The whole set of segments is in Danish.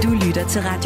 Du lytter til Radio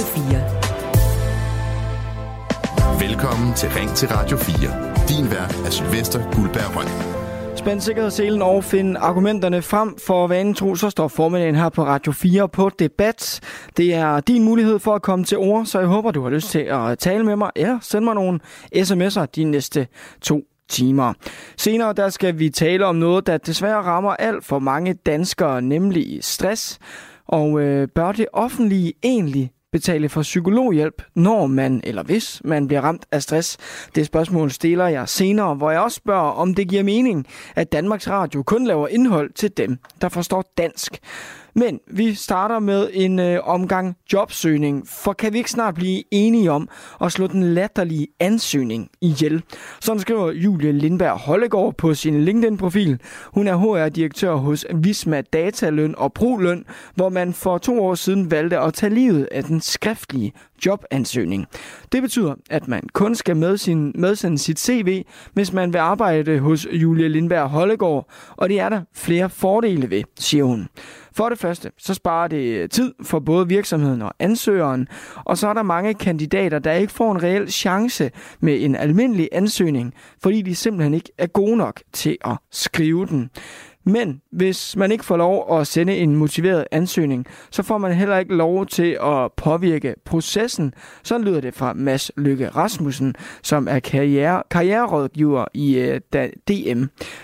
4. Velkommen til Ring til Radio 4. Din vært er Sylvester Guldberg Røn. Spænd sikkerhedsselen og find argumenterne frem. For vanen tro, så står formiddagen her på Radio 4 på debat. Det er din mulighed for at komme til ord, så jeg håber, du har lyst til at tale med mig eller sende mig nogle sms'er de næste 2 timer. Senere der skal vi tale om noget, der desværre rammer alt for mange danskere, nemlig stress. Og bør det offentlige egentlig betale for psykologhjælp, når man eller hvis man bliver ramt af stress? Det spørgsmål stiller jeg senere, hvor jeg også spørger, om det giver mening, at Danmarks Radio kun laver indhold til dem, der forstår dansk. Men vi starter med en omgang jobsøgning, for kan vi ikke snart blive enige om at slå den latterlige ansøgning ihjel? Sådan skriver Julie Lindberg Hollegaard på sin LinkedIn-profil. Hun er HR-direktør hos Visma Dataløn og ProLøn, hvor man for 2 år siden valgte at tage livet af den skriftlige jobansøgning. Det betyder, at man kun skal medsende sit CV, hvis man vil arbejde hos Julie Lindberg Hollegaard, og det er der flere fordele ved, siger hun. For det første, så sparer det tid for både virksomheden og ansøgeren, og så er der mange kandidater, der ikke får en reel chance med en almindelig ansøgning, fordi de simpelthen ikke er gode nok til at skrive den. Men hvis man ikke får lov at sende en motiveret ansøgning, så får man heller ikke lov til at påvirke processen. Så lyder det fra Mads Lykke Rasmussen, som er karriererådgiver i DM.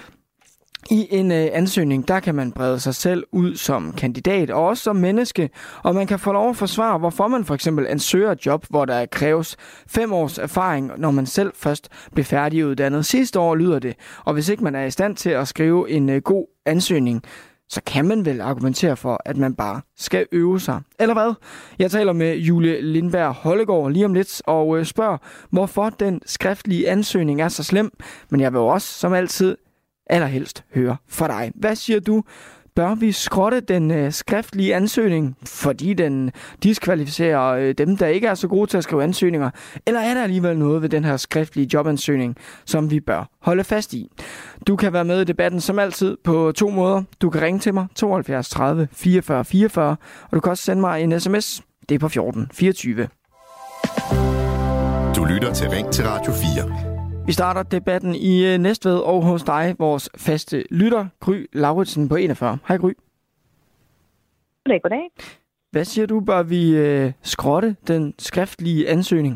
I en ansøgning, der kan man brede sig selv ud som kandidat og også som menneske, og man kan få lov at forsvare, hvorfor man for eksempel ansøger et job, hvor der kræves 5 års erfaring, når man selv først bliver færdiguddannet. Sidste år lyder det, og hvis ikke man er i stand til at skrive en god ansøgning, så kan man vel argumentere for, at man bare skal øve sig. Eller hvad? Jeg taler med Julie Lindberg Hollegaard lige om lidt og spørger, hvorfor den skriftlige ansøgning er så slem, men jeg vil også, som altid, allerhelst høre fra dig. Hvad siger du? Bør vi skrotte den skriftlige ansøgning, fordi den diskvalificerer dem, der ikke er så gode til at skrive ansøgninger? Eller er der alligevel noget ved den her skriftlige jobansøgning, som vi bør holde fast i? Du kan være med i debatten som altid på 2 måder. Du kan ringe til mig 72 30 44 44, og du kan også sende mig en sms. Det er på 14 24. Du lytter til Ring til Radio 4. Vi starter debatten i Næstved og hos dig, vores faste lytter, Gry Lauritsen på 41. Hej Gry. Goddag. Hvad siger du, bør vi skrotte den skriftlige ansøgning?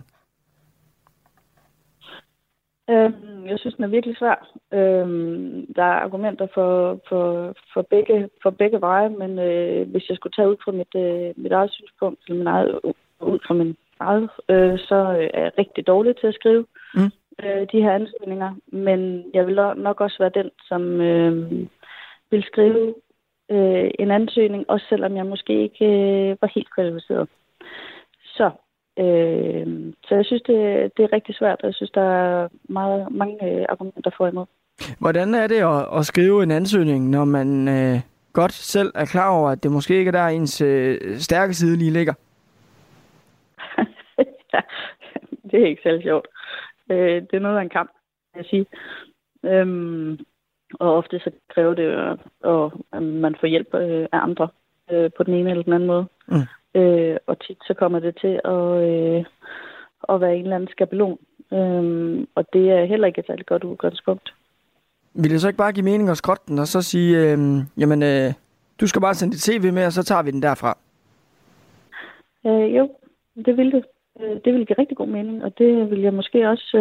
Jeg synes, den er virkelig svær. Der er argumenter for begge veje, men hvis jeg skulle tage ud fra mit eget synspunkt, eller ud fra min eget, så er jeg rigtig dårlig til at skrive. De her ansøgninger, men jeg vil nok også være den, som vil skrive en ansøgning, også selvom jeg måske ikke var helt kvalificeret. Så jeg synes, det er rigtig svært, og jeg synes, der er mange argumenter for imod. Hvordan er det at skrive en ansøgning, når man godt selv er klar over, at det måske ikke er der ens stærke side lige ligger? Ja, det er ikke selv sjovt. Det er noget af en kamp, vil jeg sige. Og ofte så kræver det, at man får hjælp af andre på den ene eller den anden måde. Og tit så kommer det til at være en eller anden skabelon. Og det er heller ikke et særligt godt udgangspunkt. Vil det så ikke bare give mening at skrotte den, og så sige, du skal bare sende dit CV med, og så tager vi den derfra? Jo, det vil det. Det vil give rigtig god mening, og det vil jeg måske også...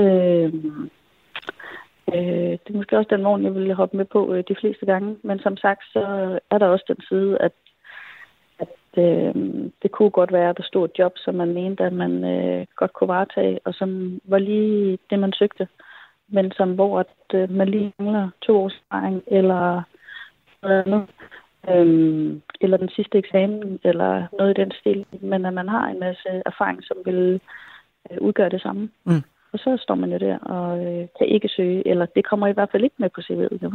det er måske også den vogn, jeg vil hoppe med på de fleste gange. Men som sagt, så er der også den side, at det kunne godt være, at der stod et job, som man mente, at man godt kunne varetage, og som var lige det, man søgte. Men som hvor at, man lige mangler 2 års erfaring, eller noget andet. Eller den sidste eksamen, eller noget i den stil, men at man har en masse erfaring, som vil udgøre det samme. Og så står man jo der og kan ikke søge, eller det kommer i hvert fald ikke med på CV'et.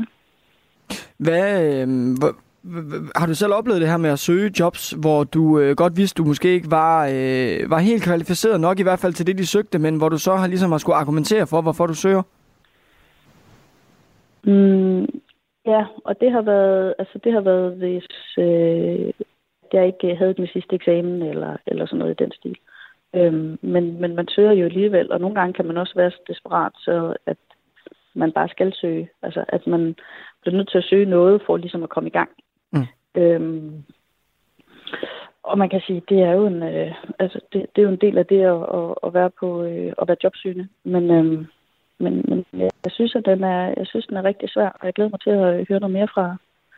Har du selv oplevet det her med at søge jobs, hvor du godt vidste, du måske ikke var helt kvalificeret nok, i hvert fald til det, de søgte, men hvor du så har ligesom at skulle argumentere for, hvorfor du søger? Ja, og det har været, hvis jeg ikke havde den sidste eksamen, eller sådan noget i den stil. Men man søger jo alligevel, og nogle gange kan man også være så desperat, så at man bare skal søge. Altså, at man bliver nødt til at søge noget for ligesom at komme i gang. Og man kan sige, det er jo det er jo en del af det at være på at være jobsøgende. Men jeg synes, at den er rigtig svær, og jeg glæder mig til at høre noget mere fra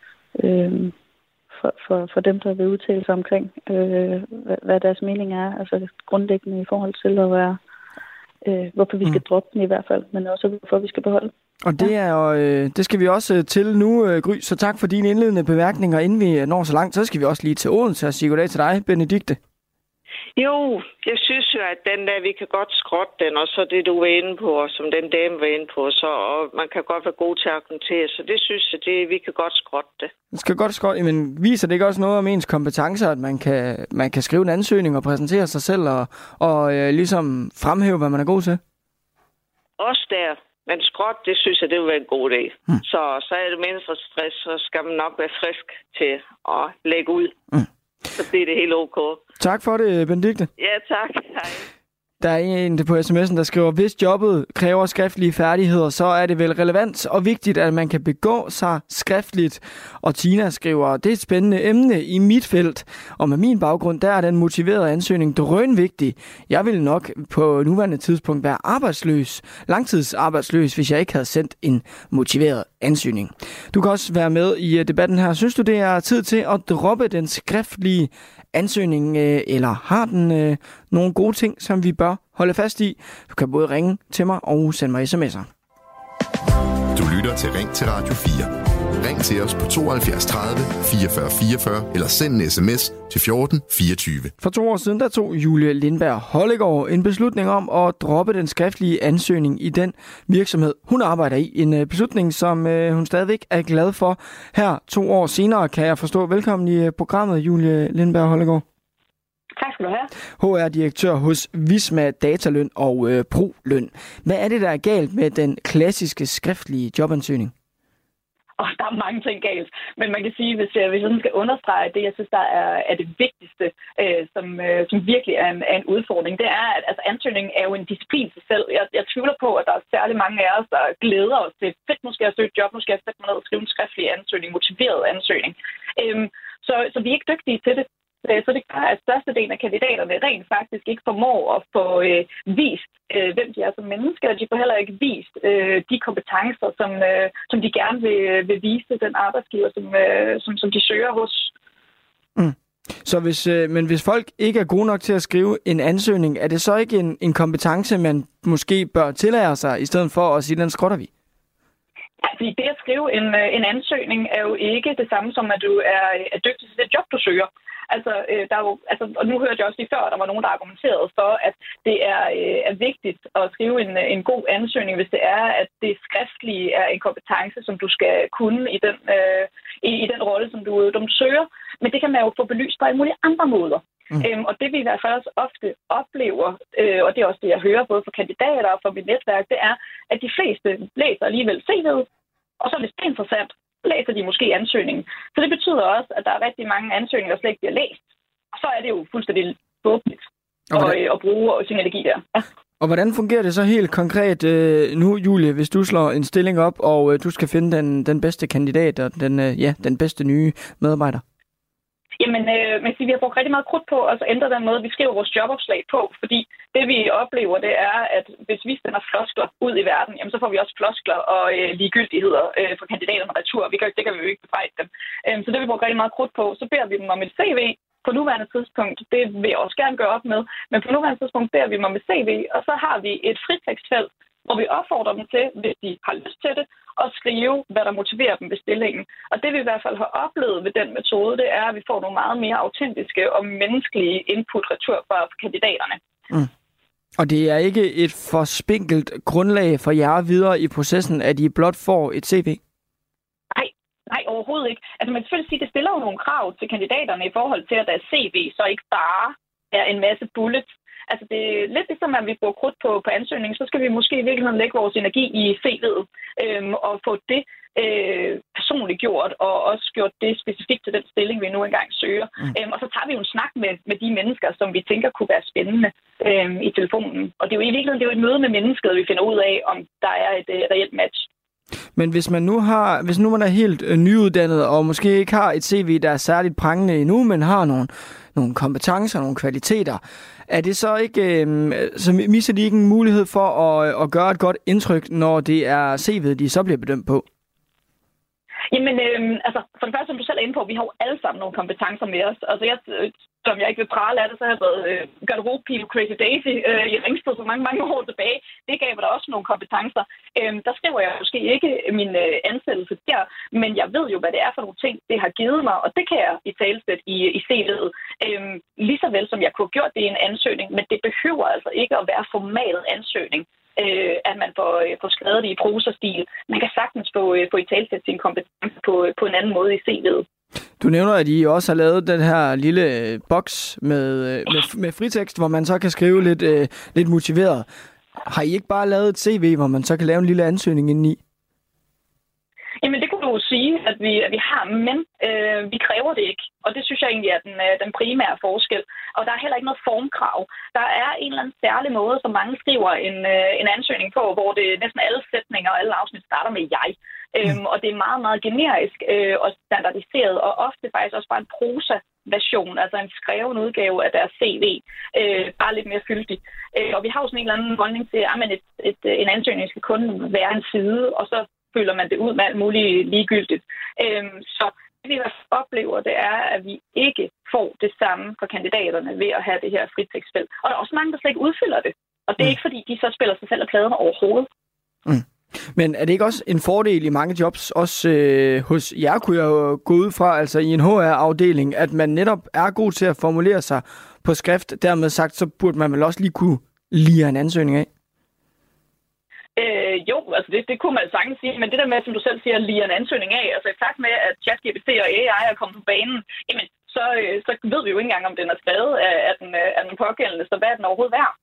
for dem, der vil udtale sig omkring, hvad deres mening er, altså grundlæggende i forhold til at være, hvorfor vi skal droppe den i hvert fald, men også hvorfor vi skal beholde. Og det er jo, det skal vi også til nu, Gry, så tak for dine indledende bemærkninger. Inden vi når så langt, så skal vi også lige til Odense og sige goddag til dig, Benedikte. Jo, jeg synes jo, at den der, vi kan godt skrotte den, og så det, du var inde på, og som den dame var inde på, så og man kan godt være god til at argumentere, så det synes jeg, vi kan godt skrotte det. Det skal godt skrotte, men viser det ikke også noget om ens kompetencer, at man kan skrive en ansøgning og præsentere sig selv, og ligesom fremhæve, hvad man er god til? Også der. Men skråt, det synes jeg, det vil være en god idé. Så er det mindre stress, så skal man nok være frisk til at lægge ud. Så bliver det helt ok. Tak for det, Benedikte. Ja, tak. Hej. Der er en på sms'en, der skriver, hvis jobbet kræver skriftlige færdigheder, så er det vel relevant og vigtigt, at man kan begå sig skriftligt. Og Tina skriver, det er et spændende emne i mit felt, og med min baggrund, der er den motiverede ansøgning drønvigtig. Jeg ville nok på nuværende tidspunkt være arbejdsløs, langtidsarbejdsløs, hvis jeg ikke havde sendt en motiveret ansøgning. Du kan også være med i debatten her. Synes du, det er tid til at droppe den skriftlige ansøgning, eller har den nogle gode ting, som vi bør holde fast i? Du kan både ringe til mig og sende mig sms'er. Du lytter til Ring til Radio 4. Ring til os på 72 30 44 44 eller send en sms til 14 24. For 2 år siden, der tog Julie Lindberg Hollegaard en beslutning om at droppe den skriftlige ansøgning i den virksomhed, hun arbejder i. En beslutning, som hun stadigvæk er glad for. Her 2 år senere kan jeg forstå. Velkommen i programmet, Julie Lindberg Hollegaard. Tak skal du have. HR-direktør hos Visma Dataløn og ProLøn. Hvad er det, der er galt med den klassiske skriftlige jobansøgning? Der er mange ting galt, men man kan sige, hvis jeg sådan skal understrege det, jeg synes, der er det vigtigste, som virkelig er en udfordring, det er, at altså, ansøgningen er jo en disciplin til selv. Jeg tvivler på, at der er særlig mange af os, der glæder os til, fedt, nu skal jeg søge et job, nu skal jeg sætte mig ned og skrive en skriftlig ansøgning, motiveret ansøgning. Så vi er ikke dygtige til det. Så det gør, at størstedelen af kandidaterne rent faktisk ikke formår at få vist, hvem de er som mennesker, og de får heller ikke vist de kompetencer, som de gerne vil vise den arbejdsgiver, som de søger hos. Så hvis folk ikke er gode nok til at skrive en ansøgning, er det så ikke en kompetence, man måske bør tillære sig, i stedet for at sige, den skrotter vi? Ja, fordi det at skrive en ansøgning er jo ikke det samme som, at du er dygtig til det job, du søger. Der er jo, og nu hørte jeg også lige før, der var nogen, der argumenterede for, at det er vigtigt at skrive en god ansøgning, hvis det er, at det skriftlige er en kompetence, som du skal kunne i den rolle, som du søger. Men det kan man jo få belyst på alle mulige andre måder. Og det vi i hvert fald også ofte oplever, og det er også det, jeg hører både fra kandidater og fra mit netværk, det er, at de fleste læser alligevel CV'et, og så hvis det er interessant, læser de måske ansøgningen. Så det betyder også, at der er rigtig mange ansøgninger, der slet ikke bliver læst. Og så er det jo fuldstændig tåbeligt at bruge sin energi der. Ja. Og hvordan fungerer det så helt konkret nu, Julie, hvis du slår en stilling op, og du skal finde den bedste kandidat og den bedste nye medarbejder? Jamen, vi har brugt rigtig meget krudt på at ændre den måde, vi skriver vores jobopslag på, fordi det vi oplever, det er, at hvis vi sender floskler ud i verden, jamen, så får vi også floskler og ligegyldigheder for kandidaterne retur. Det kan vi jo ikke bebrejde dem. Så det vi bruger rigtig meget krudt på, så beder vi dem om et CV. På nuværende tidspunkt, det vil jeg også gerne gøre op med, men på nuværende tidspunkt beder vi dem om et CV, og så har vi et fritekstfelt, hvor vi opfordrer dem til, hvis de har lyst til det, at skrive, hvad der motiverer dem ved stillingen. Og det vi i hvert fald har oplevet ved den metode, det er, at vi får nogle meget mere autentiske og menneskelige input-retur fra kandidaterne. Og det er ikke et for spinkelt grundlag for jer videre i processen, at I blot får et CV? Nej, overhovedet ikke. Altså man kan selvfølgelig sige, at det stiller jo nogle krav til kandidaterne i forhold til, at deres CV så ikke bare er en masse bullets. Altså, det er lidt ligesom, at vi bruger krudt på ansøgningen, så skal vi måske i virkeligheden lægge vores energi i CV'et og få det personligt gjort, og også gjort det specifikt til den stilling, vi nu engang søger. Og så tager vi jo en snak med de mennesker, som vi tænker kunne være spændende i telefonen. Og det er jo i virkeligheden et møde med mennesket, vi finder ud af, om der er et reelt match. Men hvis nu man er helt nyuddannet, og måske ikke har et CV, der er særligt prangende endnu, men har nogle kompetencer, nogle kvaliteter, er det så ikke, så misser de ikke en mulighed for at gøre et godt indtryk, når det er CV'et, de så bliver bedømt på? Jamen, altså, for det første, som du selv er inde på, vi har jo alle sammen nogle kompetencer med os. Altså, som jeg ikke vil prale af det, så har jeg været garderobepige Crazy Daisy i Ringsted for mange år tilbage. Det gav mig da også nogle kompetencer. Der skriver jeg måske ikke min ansættelse der, men jeg ved jo, hvad det er for nogle ting, det har givet mig, og det kan jeg i talesæt i CV'et. Lige så vel som jeg kunne have gjort det i en ansøgning, men det behøver altså ikke at være formal ansøgning. At man får skrevet det i prosastil. Man kan sagtens få i talesæt sin kompetence på en anden måde i CV'et. Du nævner, at I også har lavet den her lille boks med fritekst, hvor man så kan skrive lidt motiveret. Har I ikke bare lavet et CV, hvor man så kan lave en lille ansøgning indeni? Jamen, det kunne du jo sige, at vi har, men vi kræver det ikke. Og det synes jeg egentlig er den primære forskel. Og der er heller ikke noget formkrav. Der er en eller anden særlig måde, som mange skriver en ansøgning på, hvor det næsten alle sætninger og alle afsnit starter med jeg. Og det er meget, meget generisk og standardiseret, og ofte faktisk også bare en prosa-version, altså en skreven udgave af deres CV. Bare lidt mere fyldig. Og vi har jo sådan en eller anden holdning til, at en ansøgning skal kun være en side, og så føler man det ud med alt muligt ligegyldigt. Så det vi oplever, det er, at vi ikke får det samme for kandidaterne ved at have det her fritekstfelt. Og der er også mange, der slet ikke udfylder det. Og det er ikke, fordi de så spiller sig selv af pladerne overhovedet. Men er det ikke også en fordel i mange jobs, også hos jer, kunne jeg jo gå ud fra, altså i en HR-afdeling, at man netop er god til at formulere sig på skrift? Dermed sagt, så burde man vel også lige kunne lire en ansøgning af? Jo, altså det kunne man sagtens sige, men det der med, som du selv siger, lige en ansøgning af, altså i takt med, at ChatGPT og AI er kommet på banen, jamen, så ved vi jo ikke engang, om den er skrevet af den pågældende, så hvad er den overhovedet værd?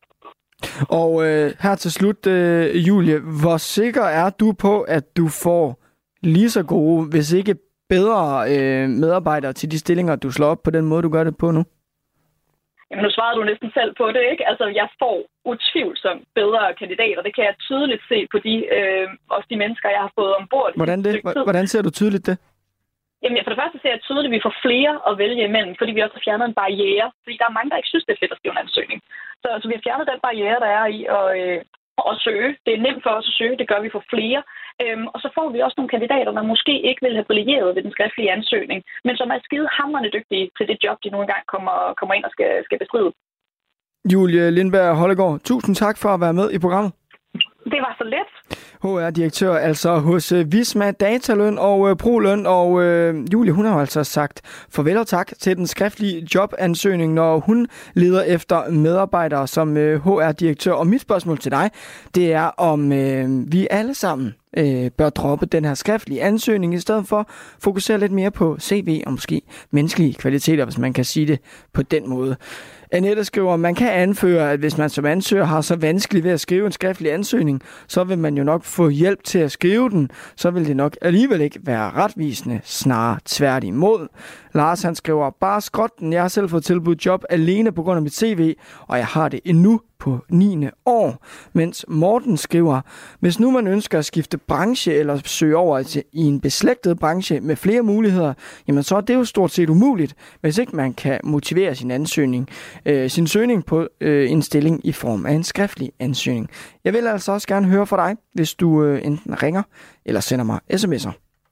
Og her til slut, Julie, hvor sikker er du på, at du får lige så gode, hvis ikke bedre medarbejdere til de stillinger, du slår op på den måde, du gør det på nu? Jamen, nu svarede du næsten selv på det, ikke? Altså, jeg får utvivlsomt bedre kandidater. Det kan jeg tydeligt se på også de mennesker, jeg har fået ombord. Hvordan ser du tydeligt det? Jamen, for det første ser jeg tydeligt, at vi får flere at vælge imellem, fordi vi også har fjernet en barriere. Fordi der er mange, der ikke synes, det er fedt at skrive en ansøgning. Så vi har fjernet den barriere, der er i at søge. Det er nemt for os at søge. Det gør vi for flere. Og så får vi også nogle kandidater, der måske ikke vil have brilleret ved den skriftlige ansøgning, men som er skide hamrende dygtige til det job, de nu engang kommer ind og skal bestride. Julie Lindberg Hollegaard, tusind tak for at være med i programmet. Det var så let. HR-direktør altså hos Visma Dataløn og ProLøn, og Julie, hun har altså sagt farvel og tak til den skriftlige jobansøgning, når hun leder efter medarbejdere som HR-direktør. Og mit spørgsmål til dig, det er, om vi alle sammen bør droppe den her skriftlige ansøgning, i stedet for fokusere lidt mere på CV og måske menneskelige kvaliteter, hvis man kan sige det på den måde. Annette skriver, man kan anføre, at hvis man som ansøger har så vanskeligt ved at skrive en skriftlig ansøgning, så vil man jo nok få hjælp til at skrive den, så vil det nok alligevel ikke være retvisende, snarere tværtimod. Lars han skriver, bare skrot den, jeg har selv fået tilbudt job alene på grund af mit CV, og jeg har det endnu på 9. år. Mens Morten skriver, hvis nu man ønsker at skifte branche eller søge over i en beslægtet branche med flere muligheder, jamen så er det jo stort set umuligt, hvis ikke man kan motivere sin søgning på en stilling i form af en skriftlig ansøgning. Jeg vil altså også gerne høre fra dig, hvis du enten ringer eller sender mig sms'er.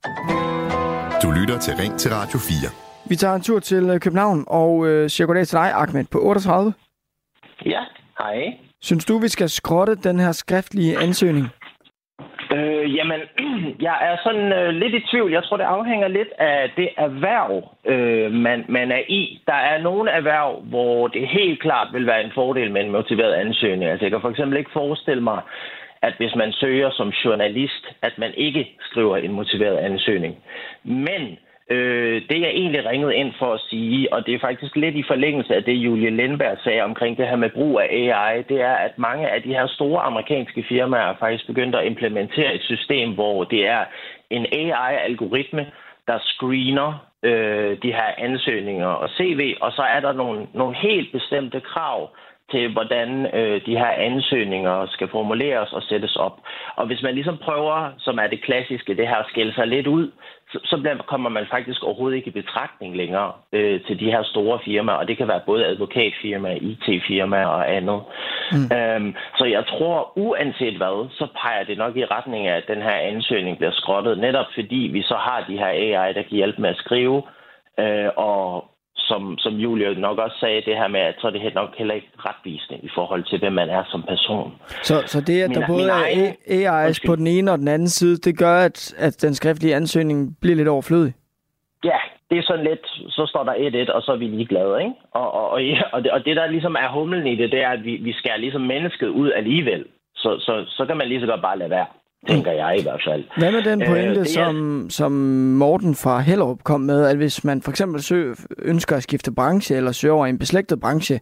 Du lytter til Ring til Radio 4. Vi tager en tur til København og siger goddag til dig, Ahmed, på 38. Ja, hej. Synes du, vi skal skrotte den her skriftlige ansøgning? Jamen, jeg er sådan lidt i tvivl. Jeg tror, det afhænger lidt af det erhverv, man er i. Der er nogle erhverv, hvor det helt klart vil være en fordel med en motiveret ansøgning. Altså, jeg kan for eksempel ikke forestille mig, at hvis man søger som journalist, at man ikke skriver en motiveret ansøgning. Men Det jeg egentlig ringede ind for at sige, og det er faktisk lidt i forlængelse af det, Julie Lindberg sagde omkring det her med brug af AI, det er, at mange af de her store amerikanske firmaer er faktisk begyndt at implementere et system, hvor det er en AI-algoritme, der screener de her ansøgninger og CV, og så er der nogle helt bestemte krav til, hvordan de her ansøgninger skal formuleres og sættes op. Og hvis man ligesom prøver, som er det klassiske, det her at skille sig lidt ud, så kommer man faktisk overhovedet ikke i betragtning længere til de her store firmaer, og det kan være både advokatfirmaer, IT-firmaer og andet. Så jeg tror, uanset hvad, så peger det nok i retning af, at den her ansøgning bliver skrottet, netop fordi vi så har de her AI, der kan hjælpe med at skrive, og som Julie nok også sagde, det her med, at så er det nok heller ikke retvisende i forhold til, hvem man er som person. Så det, at der både er AI's på den ene og den anden side, det gør, at den skriftlige ansøgning bliver lidt overflødig? Ja, det er sådan lidt, så står der 1-1, og så er vi ligeglade, ikke? Og det, der ligesom er humlen i det er, at vi skærer ligesom mennesket ud alligevel. Så kan man lige så godt bare lade være. Tænker jeg i hvert fald. Hvad med den pointe, som Morten fra Hellerup kom med, at hvis man for eksempel ønsker at skifte branche, eller søger over en beslægtet branche,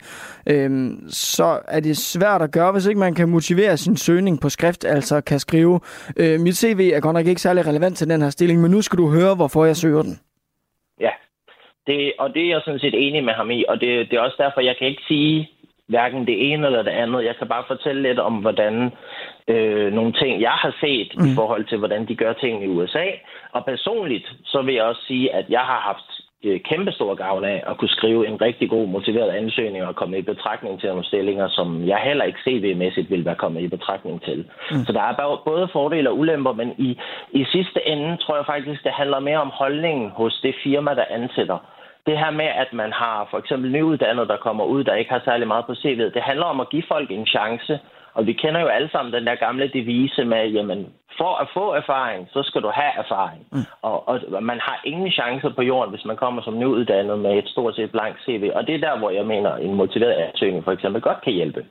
så er det svært at gøre, hvis ikke man kan motivere sin søgning på skrift, altså kan skrive, mit CV er godt nok ikke særlig relevant til den her stilling, men nu skal du høre, hvorfor jeg søger den. Ja, og det er jeg sådan set enig med ham i, og det er også derfor, jeg kan ikke sige hverken det ene eller det andet. Jeg kan bare fortælle lidt om, hvordan nogle ting, jeg har set i forhold til, hvordan de gør ting i USA. Og personligt, så vil jeg også sige, at jeg har haft kæmpestor gavn af at kunne skrive en rigtig god motiveret ansøgning og komme i betragtning til nogle stillinger, som jeg heller ikke CV-mæssigt vil være kommet i betragtning til. Så der er både fordele og ulemper, men i sidste ende tror jeg faktisk, det handler mere om holdningen hos det firma, der ansætter. Det her med, at man har for eksempel nyuddannede, der kommer ud, der ikke har særlig meget på CV'et, det handler om at give folk en chance. Og vi kender jo alle sammen den der gamle devise med, jamen, for at få erfaring, så skal du have erfaring. Og man har ingen chancer på jorden, hvis man kommer som nyuddannet med et stort set blankt CV. Og det er der, hvor jeg mener, en motiveret ansøgning for eksempel godt kan hjælpe.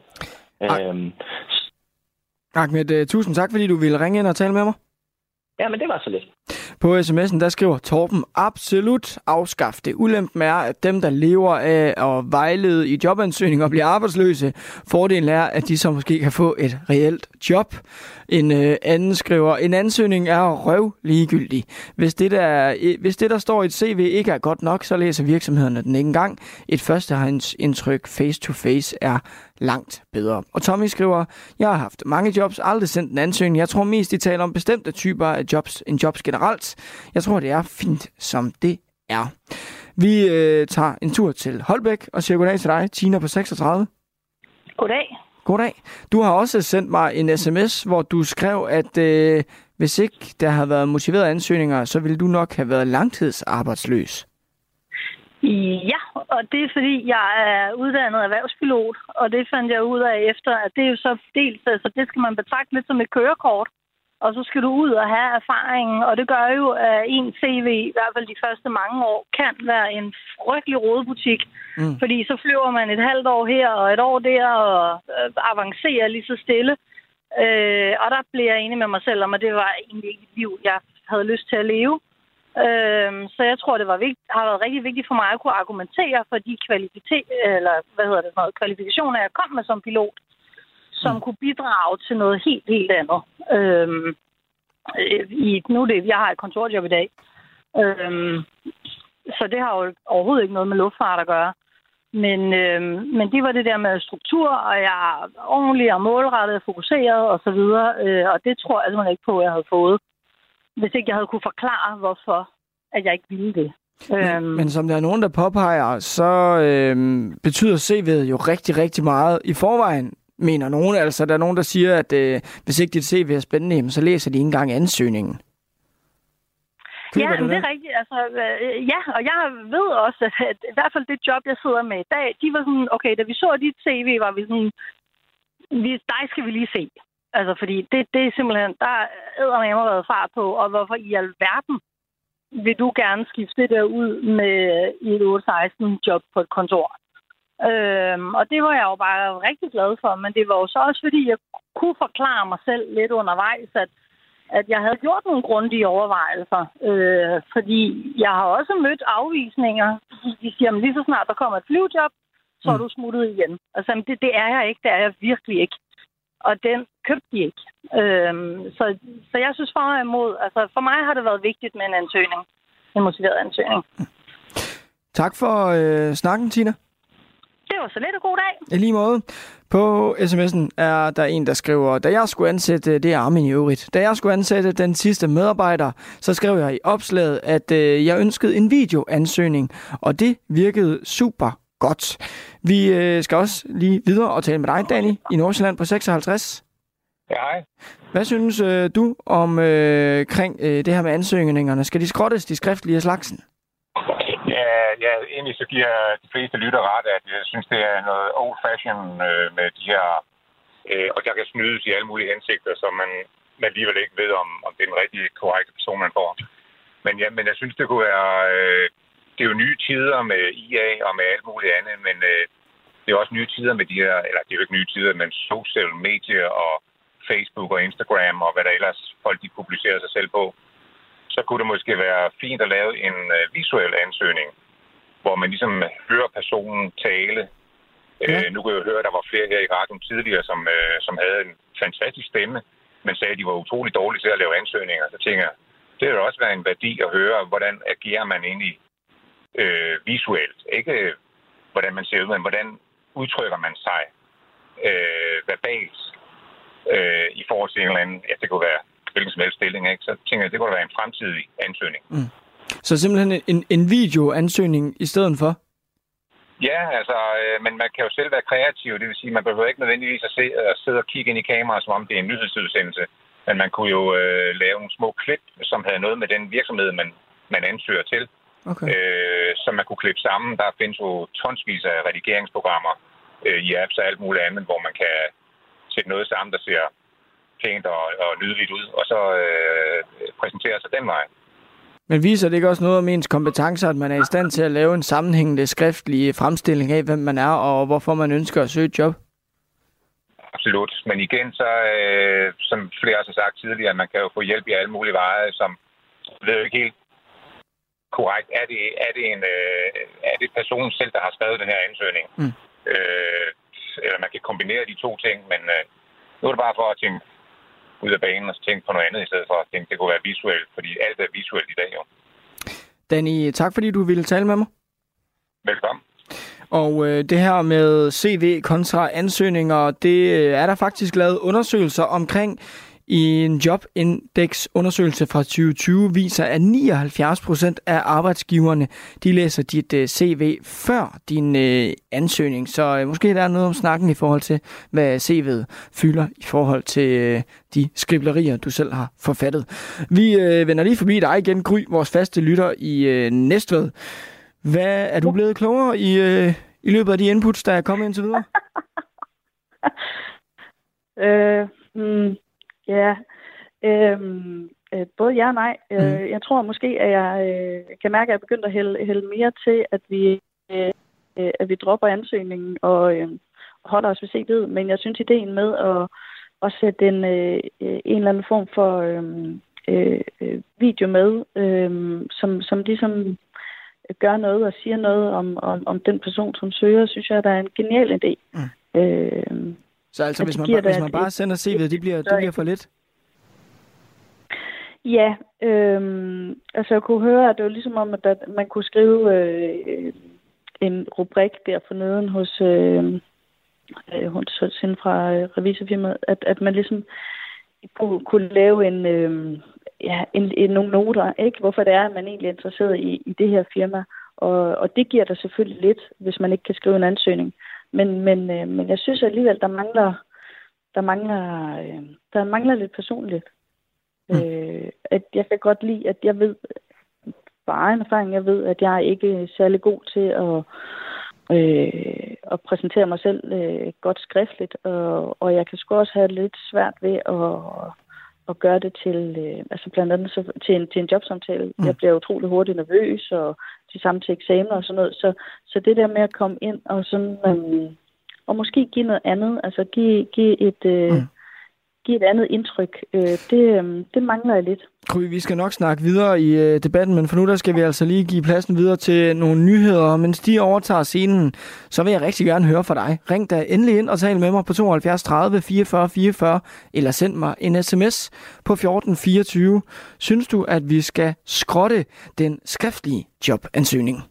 Ahmed, tusind tak, fordi du ville ringe ind og tale med mig. Ja, men det var så lidt. På sms'en, der skriver Torben, absolut afskaf det. Ulempen er, at dem, der lever af at vejlede i jobansøgninger og bliver arbejdsløse, fordelen er, at de så måske kan få et reelt job. En anden skriver, en ansøgning er røv ligegyldig. Hvis det, der står i et CV, ikke er godt nok, så læser virksomhederne den ikke engang. Et førstehåndsindtryk face-to-face er langt bedre. Og Tommy skriver, jeg har haft mange jobs, aldrig sendt en ansøgning. Jeg tror mest, de taler om bestemte typer af jobs end jobs generelt. Jeg tror, det er fint, som det er. Vi tager en tur til Holbæk og siger goddag til dig, Tina på 36. Goddag. Goddag. Du har også sendt mig en sms, hvor du skrev, at hvis ikke der havde været motiverede ansøgninger, så ville du nok have været langtidsarbejdsløs. Ja, og det er fordi, jeg er uddannet erhvervspilot, og det fandt jeg ud af efter, at det er jo så dels, altså det skal man betragte lidt som et kørekort, og så skal du ud og have erfaringen, og det gør jo, at en CV, i hvert fald de første mange år, kan være en frygtelig rodebutik, fordi så flyver man et halvt år her og et år der, og avancerer lige så stille. Og der blev jeg enig med mig selv om, at det var egentlig ikke et liv, jeg havde lyst til at leve. Så jeg tror, det har været rigtig vigtigt for mig at kunne argumentere for de kvalifikationer, jeg kom med som pilot, som kunne bidrage til noget helt, helt andet. Jeg har et kontorjob i dag, så det har jo overhovedet ikke noget med luftfart at gøre. Men det var det der med struktur, og jeg er ordentlig og målrettet og fokuseret osv., og det tror jeg simpelthen ikke på, at jeg havde fået, hvis ikke jeg havde kunne forklare, hvorfor at jeg ikke ville det. Men som der er nogen, der påpeger, så betyder CV'et jo rigtig, rigtig meget i forvejen, mener nogen. Altså, der er nogen, der siger, at hvis ikke dit CV er spændende, så læser de ikke engang ansøgningen. Ja, men det er rigtigt. Altså, ja, og jeg ved også, at i hvert fald det job, jeg sidder med i dag, de var sådan, okay, da vi så dit CV, var vi sådan, dig skal vi lige se. Altså, fordi det er simpelthen, der har været fart på, og hvorfor i alverden vil du gerne skifte det der ud med et 8-16-job på et kontor. Og det var jeg jo bare rigtig glad for, men det var jo så også, fordi jeg kunne forklare mig selv lidt undervejs, at at jeg havde gjort nogle grundige overvejelser. Fordi jeg har også mødt afvisninger. De siger, at lige så snart der kommer et flyvejob, så er du smuttet igen. Altså, det er jeg ikke. Det er jeg virkelig ikke. Og den købte de ikke. Så jeg synes for og imod. Altså, for mig har det været vigtigt med en ansøgning. En motiveret ansøgning. Tak for snakken, Tina. Det var så lidt en god dag. I lige måde. På sms'en er der en, der skriver, da jeg skulle ansætte, det er Armin i øvrigt, da jeg skulle ansætte den sidste medarbejder, så skrev jeg i opslaget, at jeg ønskede en videoansøgning, og det virkede super godt. Vi skal også lige videre og tale med dig, Danny, i Nordsjælland på 56. Ja, hej. Hvad synes du om kring det her med ansøgningerne? Skal de skrottes, de skriftlige af slagsen? Ja, egentlig så giver de fleste lytter ret, at jeg synes, det er noget old fashion med de her, og der kan snydes i alle mulige hensigter, som man alligevel ikke ved, om det er en rigtig korrekt person, man får. Men jeg synes, det kunne være, det er jo nye tider med IA og med alt muligt andet, men det er også nye tider med de her, eller det er jo ikke nye tider, men social medier og Facebook og Instagram og hvad der ellers folk de publicerer sig selv på. Så kunne det måske være fint at lave en visuel ansøgning, hvor man ligesom hører personen tale. Nu kan jeg jo høre, at der var flere her i radioen tidligere, som havde en fantastisk stemme, men sagde, at de var utrolig dårlige til at lave ansøgninger. Så tænker jeg, det vil også være en værdi at høre, hvordan agerer man egentlig visuelt. Ikke hvordan man ser ud, men hvordan udtrykker man sig verbalt i forhold til en eller anden, ja, det kunne være hvilken som helst stilling, ikke? Så tænker jeg, det kunne være en fremtidig ansøgning. Så simpelthen en videoansøgning i stedet for? Ja, altså, men man kan jo selv være kreativ, det vil sige, man behøver ikke nødvendigvis at sidde og kigge ind i kameraet, som om det er en nyhedsudsendelse, men man kunne jo lave nogle små klip, som havde noget med den virksomhed, man ansøger til, som man kunne klippe sammen. Der findes jo tonsvis af redigeringsprogrammer i apps og alt muligt andet, hvor man kan sætte noget sammen, der ser pænt og nydeligt ud, og så præsentere sig den vej. Men viser det ikke også noget om ens kompetencer, at man er i stand til at lave en sammenhængende skriftlig fremstilling af, hvem man er, og hvorfor man ønsker at søge et job? Absolut. Men igen, så som flere også har sagt tidligere, man kan jo få hjælp i alle mulige veje, som ved jo ikke helt korrekt. Er det personen selv, der har skrevet den her ansøgning? Eller man kan kombinere de to ting, men nu er det bare for at tænke ud af banen og tænke på noget andet, i stedet for at tænke, det kunne være visuelt, fordi alt er visuelt i dag jo. Danny, tak fordi du ville tale med mig. Velkommen. Og det her med CV kontra ansøgninger, det er der faktisk lavet undersøgelser omkring. I en jobindeksundersøgelse fra 2020 viser, at 79% af arbejdsgiverne de læser dit CV før din ansøgning. Så måske der er noget om snakken i forhold til, hvad CV'et fylder i forhold til de skriblerier, du selv har forfattet. Vi vender lige forbi dig igen, Gry, vores faste lytter i Næstved. Hvad er du blevet klogere i løbet af de inputs, der er kommet indtil videre? Ja, både ja og nej. Jeg tror måske, at jeg kan mærke, at jeg er begyndt at hælde mere til, at vi dropper ansøgningen og holder os ved CV'et. Men jeg synes, ideen med at sætte en eller anden form for video med, som ligesom gør noget og siger noget om den person, som søger, synes jeg, der er en genial idé. Så altså, hvis man bare sender CV'et, det bliver for lidt? Ja, altså jeg kunne høre, at det var ligesom om, at man kunne skrive en rubrik der forneden hos hende fra revisorfirmaet, at man ligesom kunne lave nogle noter, ikke? Hvorfor det er, at man egentlig er interesseret i det her firma. Og det giver der selvfølgelig lidt, hvis man ikke kan skrive en ansøgning. Men jeg synes alligevel, der mangler lidt personligt. At jeg kan godt lide, at jeg ved, på egen erfaring, at jeg ikke er særlig god til at præsentere mig selv godt skriftligt, og jeg kan sgu også have lidt svært ved at gøre det til, altså blandt andet til en jobsamtale. Jeg bliver utrolig hurtigt nervøs, og til samme til eksamener og sådan noget. Så det der med at komme ind og sådan, og måske give noget andet, altså give give et andet indtryk. Det mangler jeg lidt. Gry, vi skal nok snakke videre i debatten, men for nu der skal vi altså lige give pladsen videre til nogle nyheder. Mens de overtager scenen, så vil jeg rigtig gerne høre fra dig. Ring da endelig ind og tal med mig på 72 30 44 44, eller send mig en sms på 1424. Synes du, at vi skal skrotte den skriftlige jobansøgning?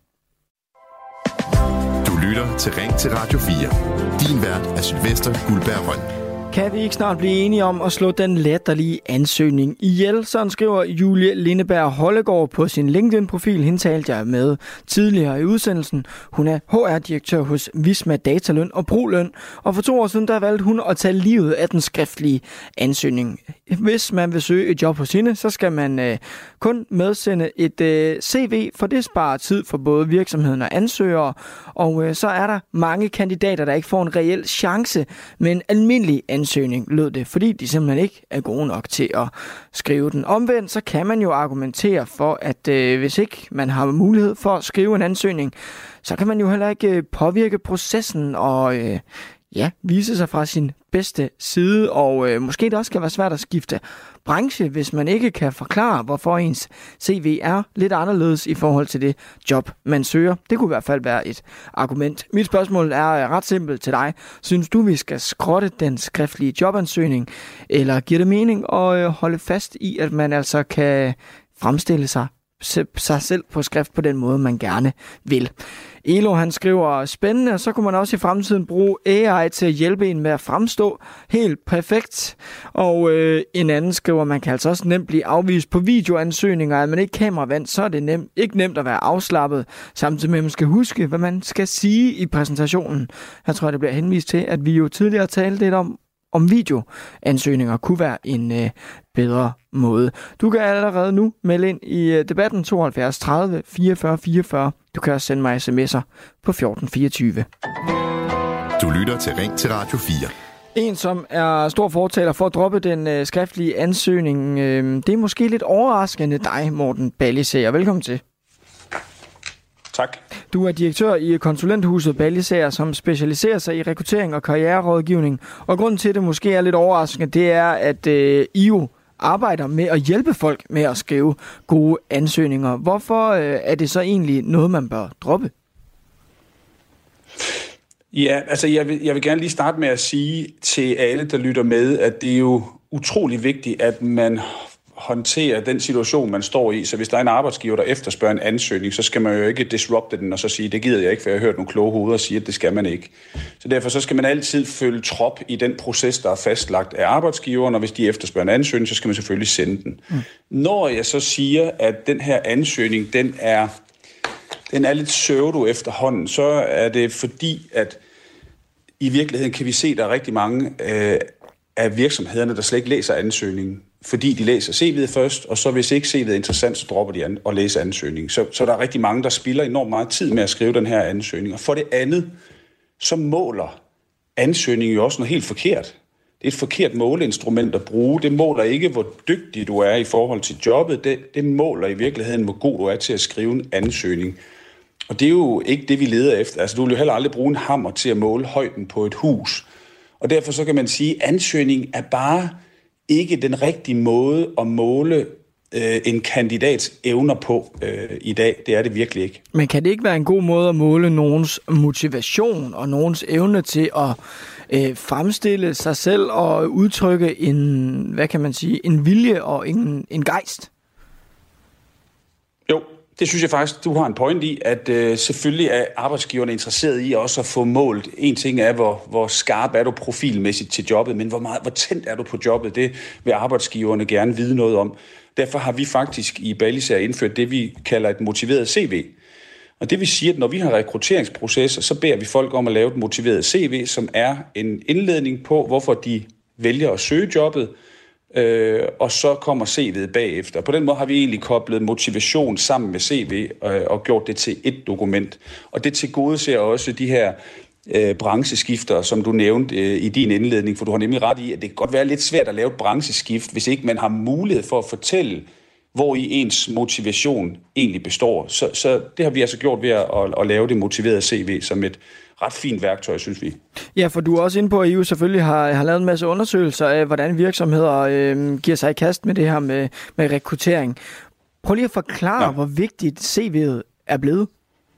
Du lytter til Ring til Radio 4. Din vært er Sylvester Guldberg Røn. Kan vi ikke snart blive enige om at slå den latterlige ansøgning ihjel? Sådan skriver Julie Lindeberg Hollegaard på sin LinkedIn-profil. Hende talte jeg med tidligere i udsendelsen. Hun er HR-direktør hos Visma Dataløn og Broløn. Og for 2 år siden, der valgte hun at tage livet af den skriftlige ansøgning. Hvis man vil søge et job hos hende, så skal man kun medsende et CV, for det sparer tid for både virksomheden og ansøgere. Og så er der mange kandidater, der ikke får en reel chance med en almindelig ansøgning, lød det, fordi de simpelthen ikke er gode nok til at skrive den. Omvendt, så kan man jo argumentere for, at hvis ikke man har mulighed for at skrive en ansøgning, så kan man jo heller ikke påvirke processen og vise sig fra sin bedste side, og måske det også kan være svært at skifte branche, hvis man ikke kan forklare, hvorfor ens CV er lidt anderledes i forhold til det job, man søger. Det kunne i hvert fald være et argument. Mit spørgsmål er ret simpelt til dig. Synes du, vi skal skrotte den skriftlige jobansøgning, eller giver det mening at holde fast i, at man altså kan fremstille sig selv på skrift på den måde, man gerne vil? Elo, han skriver, spændende, og så kunne man også i fremtiden bruge AI til at hjælpe en med at fremstå helt perfekt. Og en anden skriver, man kan altså også nemt blive afvist på videoansøgninger. Er man ikke kameravandt, så er det ikke nemt at være afslappet, samtidig med, at man skal huske, hvad man skal sige i præsentationen. Jeg tror, det bliver henvist til, at vi jo tidligere talte lidt om videoansøgninger kunne være en bedre måde. Du kan allerede nu melde ind i debatten 72 30 44 44. Du kan også sende mig sms'er på 1424. Du lytter til Ring til Radio 4. En, som er stor fortaler for at droppe den skriftlige ansøgning, det er måske lidt overraskende dig, Morten Ballisager. Velkommen til. Tak. Du er direktør i konsulenthuset Ballisager, som specialiserer sig i rekruttering og karriererådgivning. Og grunden til, at det måske er lidt overraskende, det er, at I jo arbejder med at hjælpe folk med at skrive gode ansøgninger. Hvorfor er det så egentlig noget, man bør droppe? Ja, altså jeg vil gerne lige starte med at sige til alle, der lytter med, at det er jo utrolig vigtigt, at man håndtere den situation, man står i. Så hvis der er en arbejdsgiver, der efterspørger en ansøgning, så skal man jo ikke disrupte den og så sige, det gider jeg ikke, for jeg har hørt nogle kloge hoveder sige, at det skal man ikke. Så derfor så skal man altid følge trop i den proces, der er fastlagt af arbejdsgiveren, og hvis de efterspørger en ansøgning, så skal man selvfølgelig sende den. Når jeg så siger, at den her ansøgning, den er lidt pseudo efterhånden, så er det fordi, at i virkeligheden kan vi se, at der er rigtig mange af virksomhederne, der slet ikke læser ansøgningen, fordi de læser CV'et først, og så hvis ikke CV'et er interessant, så dropper de at læse ansøgningen. Så der er rigtig mange, der spilder enormt meget tid med at skrive den her ansøgning. Og for det andet, så måler ansøgningen jo også noget helt forkert. Det er et forkert måleinstrument at bruge. Det måler ikke, hvor dygtig du er i forhold til jobbet. Det måler i virkeligheden, hvor god du er til at skrive en ansøgning. Og det er jo ikke det, vi leder efter. Altså, du vil jo heller aldrig bruge en hammer til at måle højden på et hus. Og derfor så kan man sige, at ansøgning er bare ikke den rigtige måde at måle en kandidats evner på i dag. Det er det virkelig ikke. Men kan det ikke være en god måde at måle nogens motivation og nogens evne til at fremstille sig selv og udtrykke en vilje og en gejst? Jo, det synes jeg faktisk, du har en point i, at selvfølgelig er arbejdsgiverne interesseret i også at få målt. En ting er, hvor skarp er du profilmæssigt til jobbet, men hvor tændt er du på jobbet, det vil arbejdsgiverne gerne vide noget om. Derfor har vi faktisk i Ballisager indført det, vi kalder et motiveret CV. Og det vil sige, at når vi har rekrutteringsprocesser, så beder vi folk om at lave et motiveret CV, som er en indledning på, hvorfor de vælger at søge jobbet, og så kommer CV'et bagefter. På den måde har vi egentlig koblet motivation sammen med CV og gjort det til et dokument. Og det tilgodeser også de her brancheskifter, som du nævnte i din indledning, for du har nemlig ret i, at det kan godt være lidt svært at lave et brancheskift, hvis ikke man har mulighed for at fortælle, hvor i ens motivation egentlig består. Så det har vi altså gjort ved at lave det motiverede CV som et ret fint værktøj, synes vi. Ja, for du er også inde på, at EU selvfølgelig har lavet en masse undersøgelser af, hvordan virksomheder giver sig i kast med det her med rekruttering. Prøv lige at forklare, hvor vigtigt CV'et er blevet.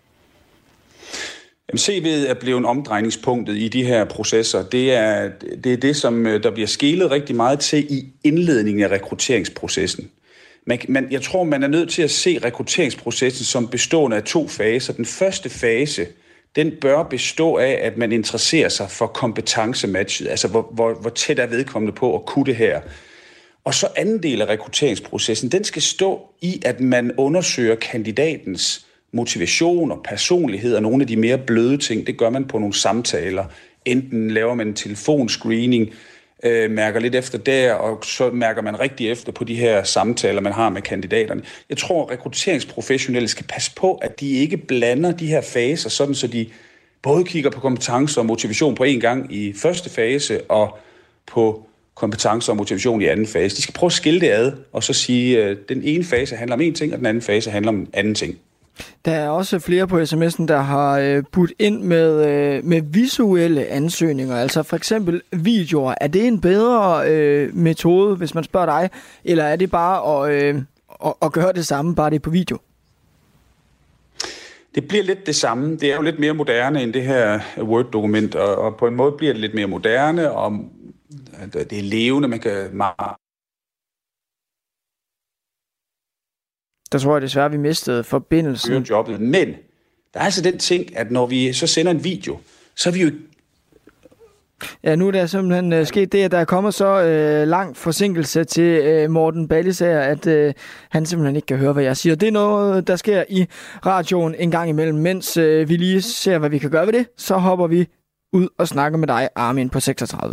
CV'et er blevet omdrejningspunktet i de her processer. Det er det, som der bliver skelet rigtig meget til i indledningen af rekrutteringsprocessen. Jeg tror, man er nødt til at se rekrutteringsprocessen som bestående af 2 faser. Den første fase, den bør bestå af, at man interesserer sig for kompetencematchet, altså hvor tæt er vedkommende på at kunne det her. Og så anden del af rekrutteringsprocessen, den skal stå i, at man undersøger kandidatens motivation og personlighed og nogle af de mere bløde ting. Det gør man på nogle samtaler. Enten laver man en telefonscreening, mærker lidt efter der, og så mærker man rigtig efter på de her samtaler, man har med kandidaterne. Jeg tror, at rekrutteringsprofessionelle skal passe på, at de ikke blander de her faser, sådan så de både kigger på kompetencer og motivation på en gang i første fase, og på kompetencer og motivation i anden fase. De skal prøve at skille det ad, og så sige, at den ene fase handler om en ting, og den anden fase handler om en anden ting. Der er også flere på sms'en, der har budt ind med visuelle ansøgninger, altså for eksempel videoer. Er det en bedre metode, hvis man spørger dig, eller er det bare at gøre det samme, bare det er på video? Det bliver lidt det samme. Det er jo lidt mere moderne end det her Word-dokument, og på en måde bliver det lidt mere moderne, og det er levende, man kan meget. Der tror jeg desværre, vi mistede forbindelsen. Jobbet. Men der er altså den ting, at når vi så sender en video, så er vi jo... Ja, nu er der simpelthen sket det, at der er kommet så lang forsinkelse til Morten Ballisager, at han simpelthen ikke kan høre, hvad jeg siger. Det er noget, der sker i radioen en gang imellem. Mens vi lige ser, hvad vi kan gøre ved det, så hopper vi ud og snakker med dig, Armin, på 36.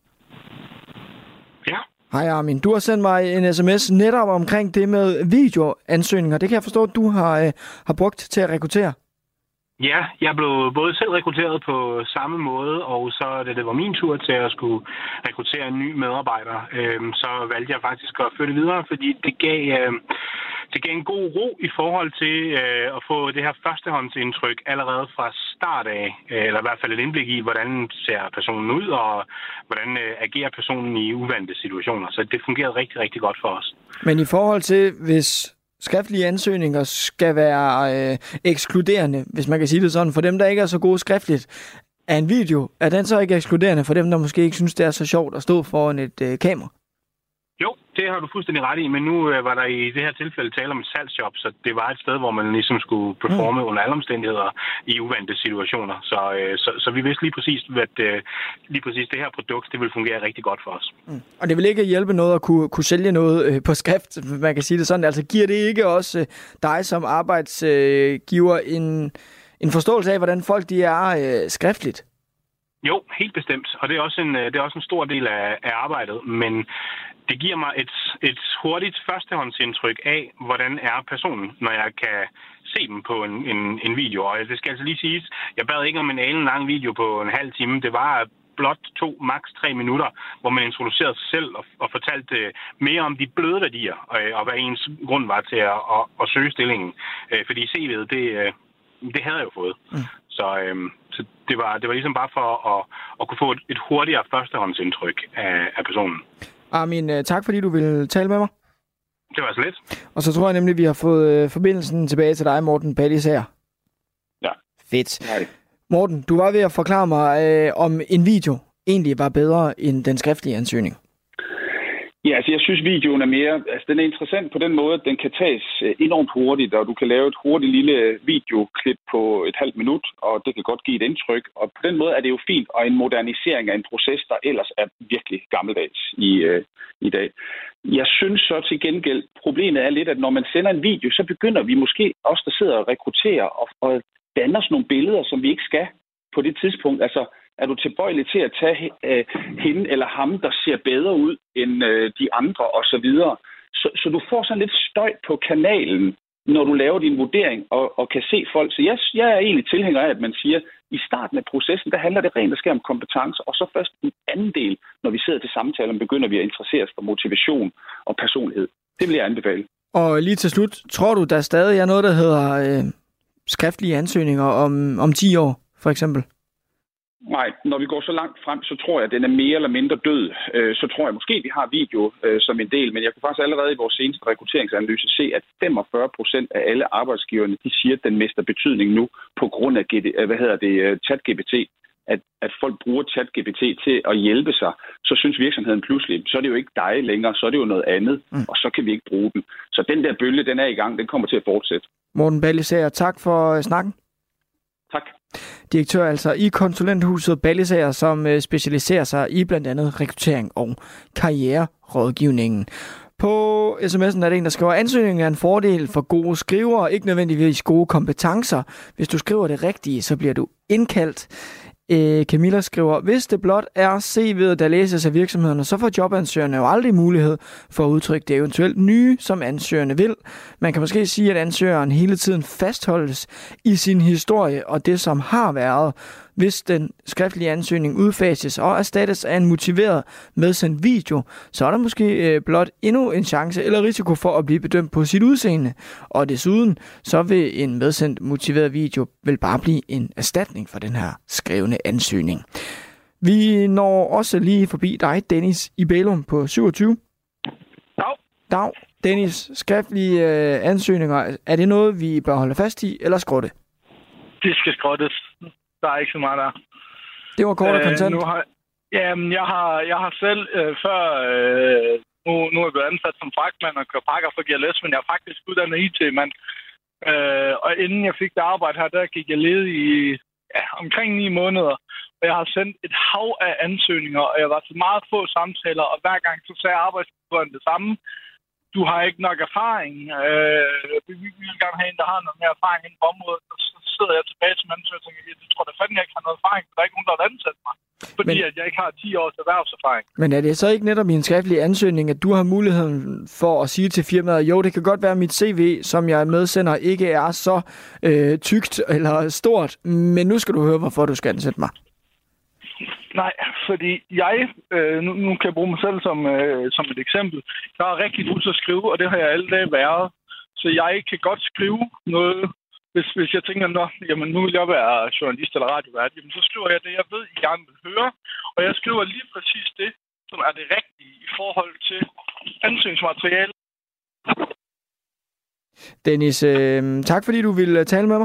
Hej Armin, du har sendt mig en sms netop omkring det med videoansøgninger. Det kan jeg forstå, at du har brugt til at rekruttere. Ja, jeg blev både selv rekrutteret på samme måde, og så da det var min tur til at skulle rekruttere en ny medarbejder, så valgte jeg faktisk at føre det videre, fordi det gav en god ro i forhold til at få det her førstehåndsindtryk allerede fra start af, eller i hvert fald et indblik i, hvordan ser personen ud, og hvordan agerer personen i uvante situationer. Så det fungerede rigtig, rigtig godt for os. Men i forhold til, hvis skriftlige ansøgninger skal være ekskluderende, hvis man kan sige det sådan, for dem, der ikke er så gode skriftligt, er en video, er den så ikke ekskluderende for dem, der måske ikke synes, det er så sjovt at stå foran et kamera? Jo, det har du fuldstændig ret i, men nu var der i det her tilfælde tale om et salgsjob, så det var et sted, hvor man ligesom skulle performe under alle omstændigheder i uvante situationer. Så vi vidste lige præcis det her produkt, det vil fungere rigtig godt for os. Og det vil ikke hjælpe noget at kunne sælge noget på skrift, man kan sige det sådan. Altså giver det ikke også dig som arbejdsgiver en forståelse af, hvordan folk de er skriftligt? Jo, helt bestemt. Og det er også en stor del af arbejdet, men det giver mig et hurtigt førstehåndsindtryk af, hvordan er personen, når jeg kan se dem på en video. Og det skal altså lige siges, jeg bad ikke om en lang video på en halv time. Det var blot 2, maks 3 minutter, hvor man introducerede sig selv og fortalte mere om de bløde værdier, og hvad ens grund var til at søge stillingen. Fordi CV'et, det havde jeg jo fået. Så det var ligesom bare for at kunne få et hurtigere førstehåndsindtryk af personen. Armin, tak fordi du ville tale med mig. Det var så lidt. Og så tror jeg nemlig, vi har fået forbindelsen tilbage til dig, Morten Ballisager. Ja. Fedt. Nej. Morten, du var ved at forklare mig, om en video egentlig var bedre end den skriftlige ansøgning. Ja, altså jeg synes, videoen er mere... Altså den er interessant på den måde, at den kan tages enormt hurtigt, og du kan lave et hurtigt lille videoklip på et halvt minut, og det kan godt give et indtryk. Og på den måde er det jo fint, og en modernisering af en proces, der ellers er virkelig gammeldags i dag. Jeg synes så til gengæld, problemet er lidt, at når man sender en video, så begynder vi måske også, der sidder og rekrutterer og danner sådan nogle billeder, som vi ikke skal på det tidspunkt. Altså, er du tilbøjelig til at tage hende eller ham, der ser bedre ud end de andre osv.? Så du får sådan lidt støj på kanalen, når du laver din vurdering og kan se folk. Så jeg er egentlig tilhænger af, at man siger, at i starten af processen, der handler det rent og skær om kompetencer, og så først en anden del, når vi sidder til samtalen, begynder vi at interessere os for motivation og personlighed. Det vil jeg anbefale. Og lige til slut, tror du, der stadig er noget, der hedder skriftlige ansøgninger om 10 år, for eksempel? Nej, når vi går så langt frem, så tror jeg, at den er mere eller mindre død. Så tror jeg måske, vi har video som en del, men jeg kunne faktisk allerede i vores seneste rekrutteringsanalyse se, at 45% af alle arbejdsgiverne, de siger, at den mister betydning nu på grund af ChatGPT. At folk bruger ChatGPT til at hjælpe sig, så synes virksomheden pludselig, så er det jo ikke dig længere, så er det jo noget andet, og så kan vi ikke bruge den. Så den der bølge, den er i gang, den kommer til at fortsætte. Morten Ballisager, tak for snakken. Tak. Direktør altså i konsulenthuset Ballisager, som specialiserer sig i blandt andet rekruttering og karriererådgivningen. På sms'en er det en, der skriver, ansøgningen er en fordel for gode skrivere, ikke nødvendigvis gode kompetencer. Hvis du skriver det rigtige, så bliver du indkaldt. Camilla skriver, hvis det blot er CV'et, der læses af virksomhederne, så får jobansøgerne jo aldrig mulighed for at udtrykke det eventuelt nye, som ansøgerne vil. Man kan måske sige, at ansøgeren hele tiden fastholdes i sin historie og det, som har været. Hvis den skriftlige ansøgning udfases og erstattes af en motiveret medsendt video, så er der måske blot endnu en chance eller risiko for at blive bedømt på sit udseende. Og desuden, så vil en medsendt motiveret video vel bare blive en erstatning for den her skrevne ansøgning. Vi når også lige forbi dig, Dennis i Bælum på 27. Dag. Dennis, skriftlige ansøgninger, er det noget, vi bør holde fast i eller skrotte? Det skal skrottes. Der er ikke så meget der. Det var kort og kontant. Jeg har selv før... Nu er jeg blevet ansat som fragtmand og kører pakker for GLS, men jeg er faktisk uddannet IT-mand. Og inden jeg fik det arbejde her, der gik jeg ledig i omkring 9 måneder. Og jeg har sendt et hav af ansøgninger, og jeg var til meget få samtaler, og hver gang så sagde arbejdsgiveren det samme. Du har ikke nok erfaring. Vi vil gerne have en, der har noget mere erfaring inden på området. Og så sidder jeg tilbage som ansøger og tænker, jeg tror da fandme, jeg ikke har noget erfaring, for der er ikke nogen, der har ansat mig. Fordi at jeg ikke har 10 års erhvervserfaring. Men er det så ikke netop i en skriftlig ansøgning, at du har muligheden for at sige til firmaet, jo, det kan godt være, at mit CV, som jeg medsender, ikke er så tykt eller stort, men nu skal du høre, hvorfor du skal ansætte mig. Nej, fordi nu kan jeg bruge mig selv som et eksempel. Jeg er rigtig god til at skrive, og det har jeg alle dage været. Så jeg kan godt skrive noget, hvis jeg tænker, nu vil jeg være journalist eller radiovært, jamen så skriver jeg det, jeg ved, I gerne vil høre. Og jeg skriver lige præcis det, som er det rigtige i forhold til ansøgningsmateriale. Dennis, tak fordi du ville tale med mig.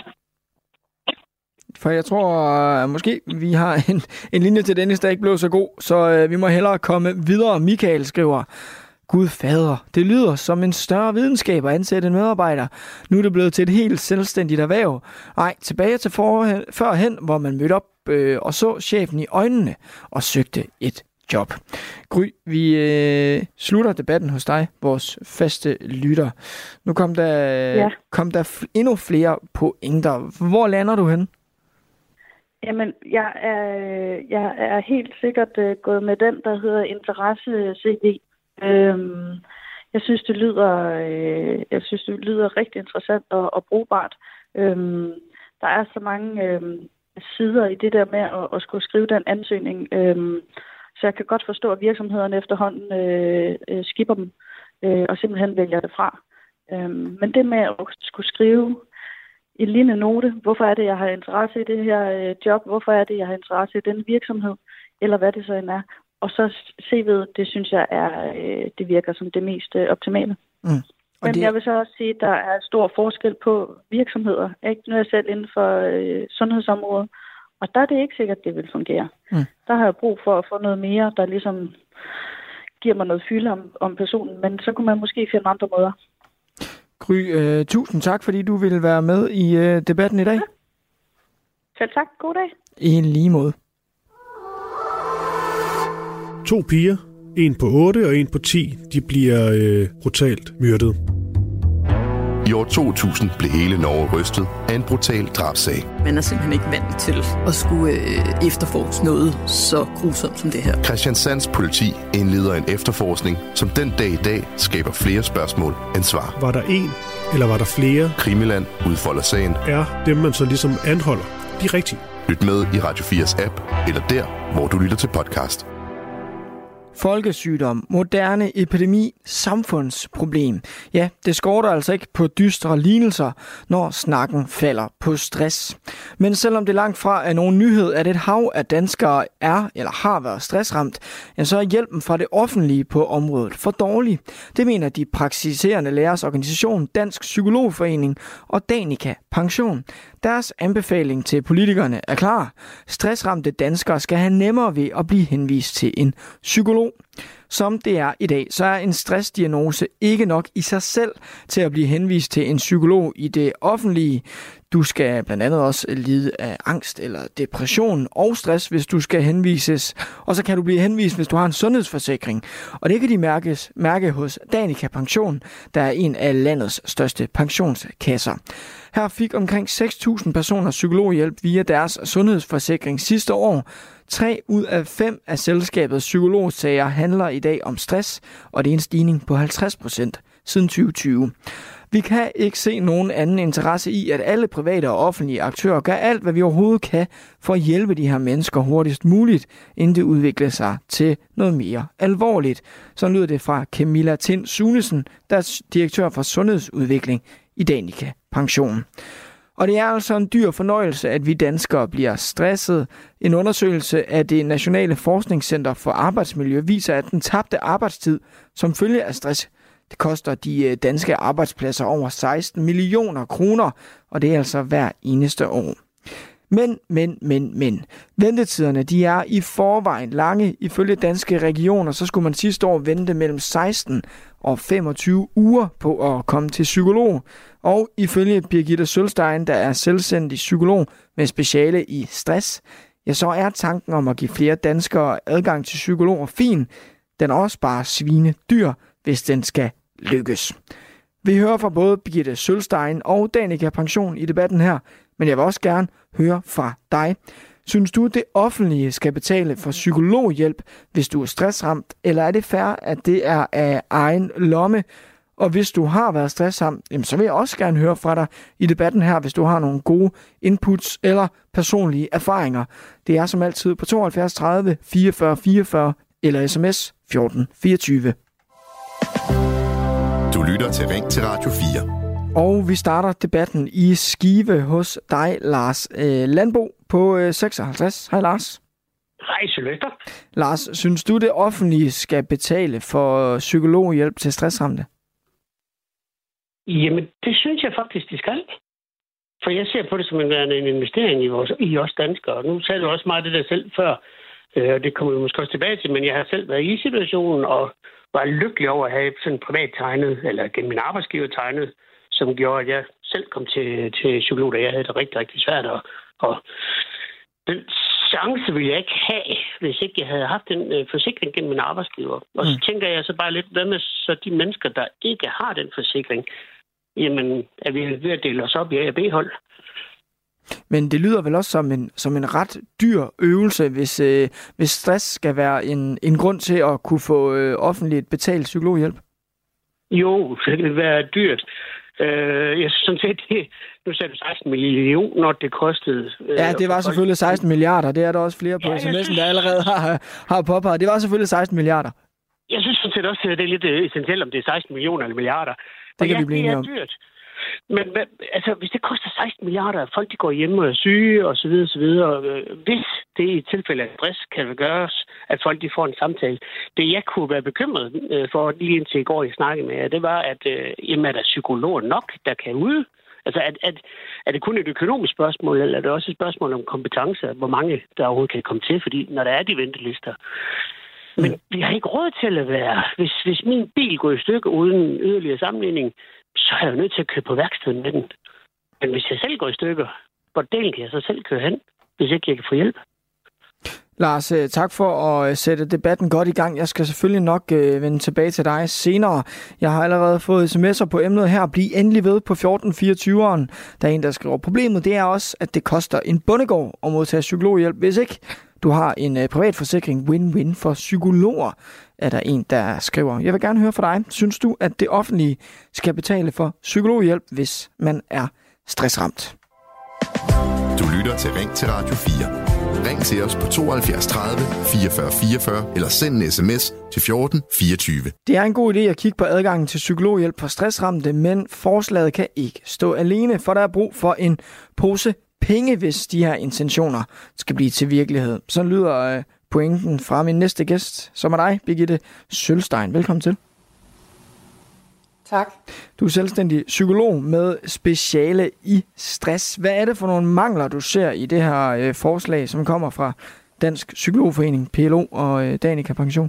For jeg tror, måske vi har en linje til Dennis, der ikke blev så god, så vi må hellere komme videre. Michael skriver, Gud fader, det lyder som en større videnskab at ansætte en medarbejder. Nu er det blevet til et helt selvstændigt erhverv. Nej, tilbage til førhen, hvor man mødte op og så chefen i øjnene og søgte et job. Gry, vi slutter debatten hos dig, vores faste lytter. Nu kom der endnu flere pointer. Hvor lander du hen? Jamen, jeg er helt sikkert gået med den, der hedder interesse-CV. Jeg synes, det lyder rigtig interessant og brugbart. Der er så mange sider i det der med at skulle skrive den ansøgning, så jeg kan godt forstå, at virksomhederne efterhånden skipper dem og simpelthen vælger det fra. Men det med at skulle skrive en lille note, hvorfor er det, jeg har interesse i det her job, hvorfor er det, jeg har interesse i den virksomhed, eller hvad det så end er. Og så CV'et, det synes jeg det virker som det mest optimale. Men jeg vil så også sige, at der er stor forskel på virksomheder. Ikke? Nu er jeg selv inden for sundhedsområdet, og der er det ikke sikkert, at det vil fungere. Der har jeg brug for at få noget mere, der ligesom giver mig noget fylde om personen, men så kunne man måske finde andre måder. Gry, tusind tak, fordi du ville være med i debatten i dag. Selv tak. God dag. I en lige måde. 2 piger, en på 8 og en på 10, de bliver brutalt myrdet. I år 2000 blev hele Norge rystet af en brutal drabsag. Man er simpelthen ikke vant til at skulle efterforske noget så grusomt som det her. Kristiansands politi indleder en efterforskning, som den dag i dag skaber flere spørgsmål end svar. Var der en, eller var der flere? Krimiland udfolder sagen. Er dem, man så ligesom anholder, de rigtige? Lyt med i Radio 4's app, eller der, hvor du lytter til podcast. Folkesygdom, moderne epidemi, samfundsproblem. Ja, det skorter altså ikke på dystre lignelser, når snakken falder på stress. Men selvom det langt fra er nogen nyhed, at et hav af danskere er eller har været stressramt, ja, så er hjælpen fra det offentlige på området for dårlig. Det mener de praktiserende lægers organisation Dansk Psykologforening og Danica Pension. Deres anbefaling til politikerne er klar. Stressramte danskere skal have nemmere ved at blive henvist til en psykolog. Som det er i dag, så er en stressdiagnose ikke nok i sig selv til at blive henvist til en psykolog i det offentlige. Du skal blandt andet også lide af angst eller depression og stress, hvis du skal henvises. Og så kan du blive henvist, hvis du har en sundhedsforsikring. Og det kan de mærke hos Danica Pension, der er en af landets største pensionskasser. Her fik omkring 6.000 personer psykologhjælp via deres sundhedsforsikring sidste år. 3 ud af 5 af selskabets psykologsager handler i dag om stress, og det er en stigning på 50% siden 2020. Vi kan ikke se nogen anden interesse i, at alle private og offentlige aktører gør alt, hvad vi overhovedet kan for at hjælpe de her mennesker hurtigst muligt, inden det udvikler sig til noget mere alvorligt. Så lyder det fra Camilla Tind Sunesen, der er direktør for sundhedsudvikling i Danica Pension. Og det er altså en dyr fornøjelse, at vi danskere bliver stresset. En undersøgelse af det Nationale Forskningscenter for Arbejdsmiljø viser, at den tabte arbejdstid som følge af stress, det koster de danske arbejdspladser over 16 millioner kroner, og det er altså hver eneste år. Men. Ventetiderne, de er i forvejen lange. Ifølge danske regioner, så skulle man sidste år vente mellem 16 og 25 uger på at komme til psykolog. Og ifølge Birgitte Sølstein, der er selvstændig psykolog med speciale i stress, ja, så er tanken om at give flere danskere adgang til psykologer fin. Den er også bare svinedyr, hvis den skal lykkes. Vi hører fra både Birgitte Sølstein og Danica Pension i debatten her, men jeg vil også gerne høre fra dig. Synes du, det offentlige skal betale for psykologhjælp, hvis du er stressramt, eller er det fair, at det er af egen lomme? Og hvis du har været stressramt, så vil jeg også gerne høre fra dig i debatten her, hvis du har nogle gode inputs eller personlige erfaringer. Det er som altid på 72 30 44 44 eller sms 1424. Du lytter til Ring til Radio 4. Og vi starter debatten i Skive hos dig, Lars Landbo på 56. Hej Lars. Hej Sylvester. Lars, synes du, det offentlige skal betale for psykologhjælp til stressramte? Jamen, det synes jeg faktisk, de skal. For jeg ser på det som en investering i os danskere. Nu sagde du også meget det der selv før, og det kommer vi måske også tilbage til, men jeg har selv været i situationen og var lykkelig over at have sådan privat tegnet, eller gennem min arbejdsgiver tegnet, som gjorde, at jeg selv kom til psykolog, da jeg havde det rigtig, rigtig svært. Og den chance ville jeg ikke have, hvis ikke jeg havde haft den forsikring gennem min arbejdsgiver. Og så tænker jeg så bare lidt, hvad med så de mennesker, der ikke har den forsikring? Jamen, er vi ved at dele os op i A- og B-hold? Men det lyder vel også som en ret dyr øvelse, hvis stress skal være en grund til at kunne få offentligt betalt psykologhjælp? Jo, det kan være dyrt. Jeg synes sådan set, nu sagde du 16 millioner, det kostede. Ja, det var selvfølgelig 16 milliarder. Det er der også flere på sms'en, der allerede har påpeget. Det var selvfølgelig 16 milliarder. Jeg synes sådan set også, at det er lidt essentielt, om det er 16 millioner eller milliarder. Det kan vi blive enige om. Det er dyrt. Men altså, hvis det koster 16 milliarder, at folk de går hjemme og er syge og så videre, hvis det i tilfælde af stress kan det gøres, at folk de får en samtale. Det jeg kunne være bekymret for lige indtil i går, jeg snakkede med jer, det var, at jamen, er der psykologer nok, der kan ude? Altså, er det kun et økonomisk spørgsmål, eller er det også et spørgsmål om kompetencer, hvor mange der overhovedet kan komme til? Fordi når der er de ventelister. Men vi har ikke råd til at være. Hvis min bil går i stykker uden yderligere sammenligning, så er jeg jo nødt til at køre på værkstedet med den. Men hvis jeg selv går i stykker, hvor delen kan jeg så selv køre hen, hvis ikke jeg kan få hjælp? Lars, tak for at sætte debatten godt i gang. Jeg skal selvfølgelig nok vende tilbage til dig senere. Jeg har allerede fået sms'er på emnet her. Bliv endelig ved på 1424'eren. Der er en, der skriver, problemet det er også, at det koster en bondegård at modtage psykologhjælp. Hvis ikke du har en privat forsikring, win-win for psykologer, er der en, der skriver. Jeg vil gerne høre fra dig. Synes du, at det offentlige skal betale for psykologhjælp, hvis man er stressramt? Du lytter til Ring til Radio 4. Ring til os på 72 30 44 44 eller send en sms til 14 24. Det er en god idé at kigge på adgangen til psykologhjælp for stressramte, men forslaget kan ikke stå alene, for der er brug for en pose penge, hvis de her intentioner skal blive til virkelighed. Så lyder pointen fra min næste gæst, som er dig, Birgitte Sølstein. Velkommen til. Tak. Du er selvstændig psykolog med speciale i stress. Hvad er det for nogle mangler, du ser i det her forslag, som kommer fra Dansk Psykologforening, PLO og Danica Pension?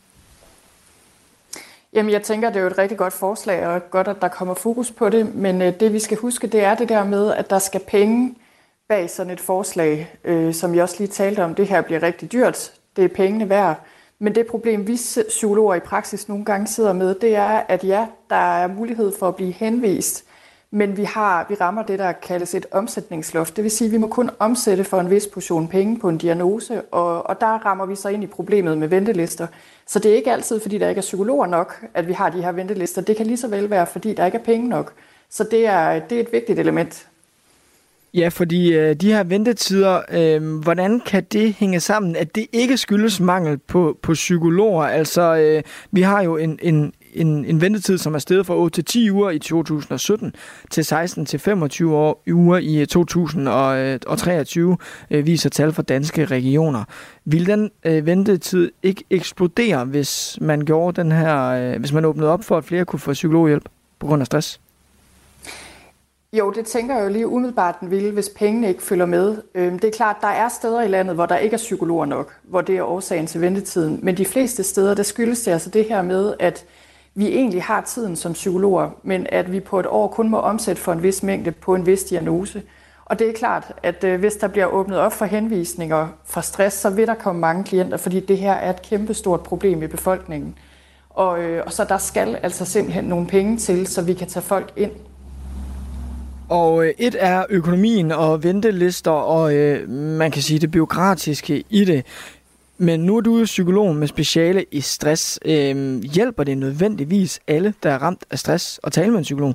Jamen, jeg tænker, det er jo et rigtig godt forslag, og godt, at der kommer fokus på det. Men det, vi skal huske, det er det der med, at der skal penge bag sådan et forslag, som jeg også lige talte om. Det her bliver rigtig dyrt. Det er pengene værd. Men det problem, vi psykologer i praksis nogle gange sidder med, det er, at ja, der er mulighed for at blive henvist, men vi rammer det, der kaldes et omsætningsloft. Det vil sige, at vi må kun omsætte for en vis portion penge på en diagnose, og der rammer vi så ind i problemet med ventelister. Så det er ikke altid, fordi der ikke er psykologer nok, at vi har de her ventelister. Det kan lige så vel være, fordi der ikke er penge nok. Så det er et vigtigt element. Ja, fordi de her ventetider, hvordan kan det hænge sammen, at det ikke skyldes mangel på psykologer? Altså, vi har jo en ventetid, som er steget fra 8 til 10 uger i 2017 til 16 til 25 uger i 2023, viser tal fra Danske Regioner. Vil den ventetid ikke eksplodere, hvis man gjorde den her, hvis man åbnede op for, at flere kunne få psykologhjælp på grund af stress? Jo, det tænker jeg jo lige umiddelbart, den ville, hvis pengene ikke følger med. Det er klart, der er steder i landet, hvor der ikke er psykologer nok, hvor det er årsagen til ventetiden. Men de fleste steder, der skyldes det altså det her med, at vi egentlig har tiden som psykologer, men at vi på et år kun må omsætte for en vis mængde på en vis diagnose. Og det er klart, at hvis der bliver åbnet op for henvisninger fra stress, så vil der komme mange klienter, fordi det her er et kæmpestort problem i befolkningen. Og så der skal altså simpelthen nogle penge til, så vi kan tage folk ind. Og et er økonomien og ventelister og man kan sige det bureaukratiske i det. Men nu er du jo psykolog med speciale i stress. Hjælper det nødvendigvis alle, der er ramt af stress, at tale med en psykolog?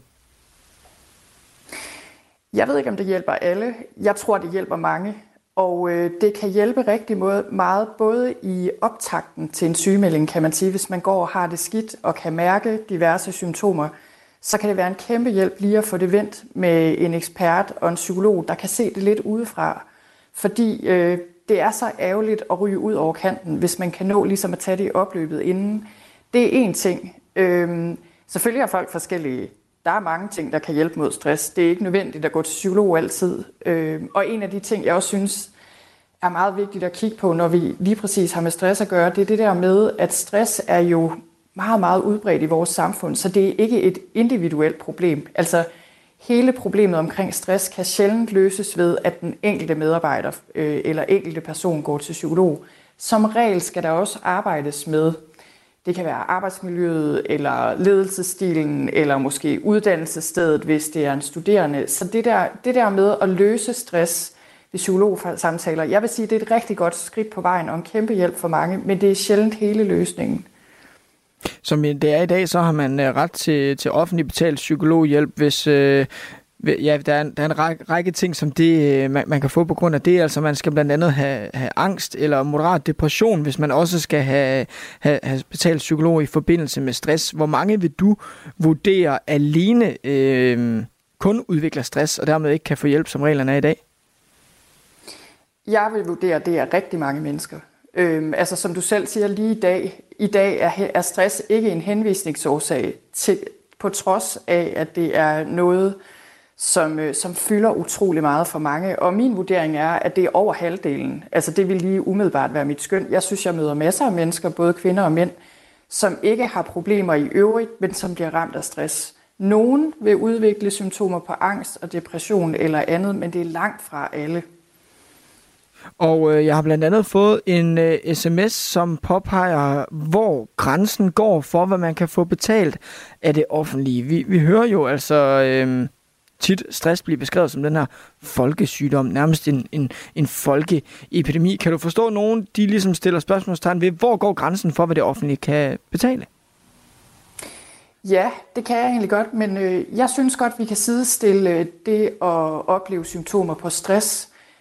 Jeg ved ikke, om det hjælper alle. Jeg tror, det hjælper mange. Og det kan hjælpe rigtig meget, både i optakten til en sygemelding, kan man sige. Hvis man går og har det skidt og kan mærke diverse symptomer, så kan det være en kæmpe hjælp lige at få det vendt med en ekspert og en psykolog, der kan se det lidt udefra. Fordi det er så ærgerligt at ryge ud over kanten, hvis man kan nå ligesom at tage det i opløbet inden. Det er én ting. Selvfølgelig er folk forskellige. Der er mange ting, der kan hjælpe mod stress. Det er ikke nødvendigt at gå til psykolog altid. Og en af de ting, jeg også synes er meget vigtigt at kigge på, når vi lige præcis har med stress at gøre, det er det der med, at stress er jo meget, meget udbredt i vores samfund, så det er ikke et individuelt problem. Altså, hele problemet omkring stress kan sjældent løses ved, at den enkelte medarbejder eller enkelte person går til psykolog. Som regel skal der også arbejdes med, det kan være arbejdsmiljøet, eller ledelsesstilen, eller måske uddannelsesstedet, hvis det er en studerende. Så det der med at løse stress ved psykologsamtaler, jeg vil sige, det er et rigtig godt skridt på vejen, og en kæmpe hjælp for mange, men det er sjældent hele løsningen. Som det er i dag, så har man ret til offentlig betalt psykologhjælp, hvis der er en række ting, som det man kan få på grund af det. Altså man skal blandt andet have angst eller moderat depression, hvis man også skal have betalt psykolog i forbindelse med stress. Hvor mange vil du vurdere alene kun udvikler stress, og dermed ikke kan få hjælp, som reglerne er i dag? Jeg vil vurdere, at det er rigtig mange mennesker. Altså som du selv siger lige i dag er stress ikke en henvisningsårsag på trods af, at det er noget, som fylder utrolig meget for mange. Og min vurdering er, at det er over halvdelen. Altså det vil lige umiddelbart være mit skøn. Jeg synes, jeg møder masser af mennesker, både kvinder og mænd, som ikke har problemer i øvrigt, men som bliver ramt af stress. Nogen vil udvikle symptomer på angst og depression eller andet, men det er langt fra alle. Og jeg har blandt andet fået en sms, som påpeger, hvor grænsen går for, hvad man kan få betalt af det offentlige. Vi hører jo altså tit stress blive beskrevet som den her folkesygdom, nærmest en folkeepidemi. Kan du forstå nogen, de ligesom stiller spørgsmålstegn ved, hvor går grænsen for, hvad det offentlige kan betale? Ja, det kan jeg egentlig godt, men jeg synes godt, vi kan sidestille det at opleve symptomer på stress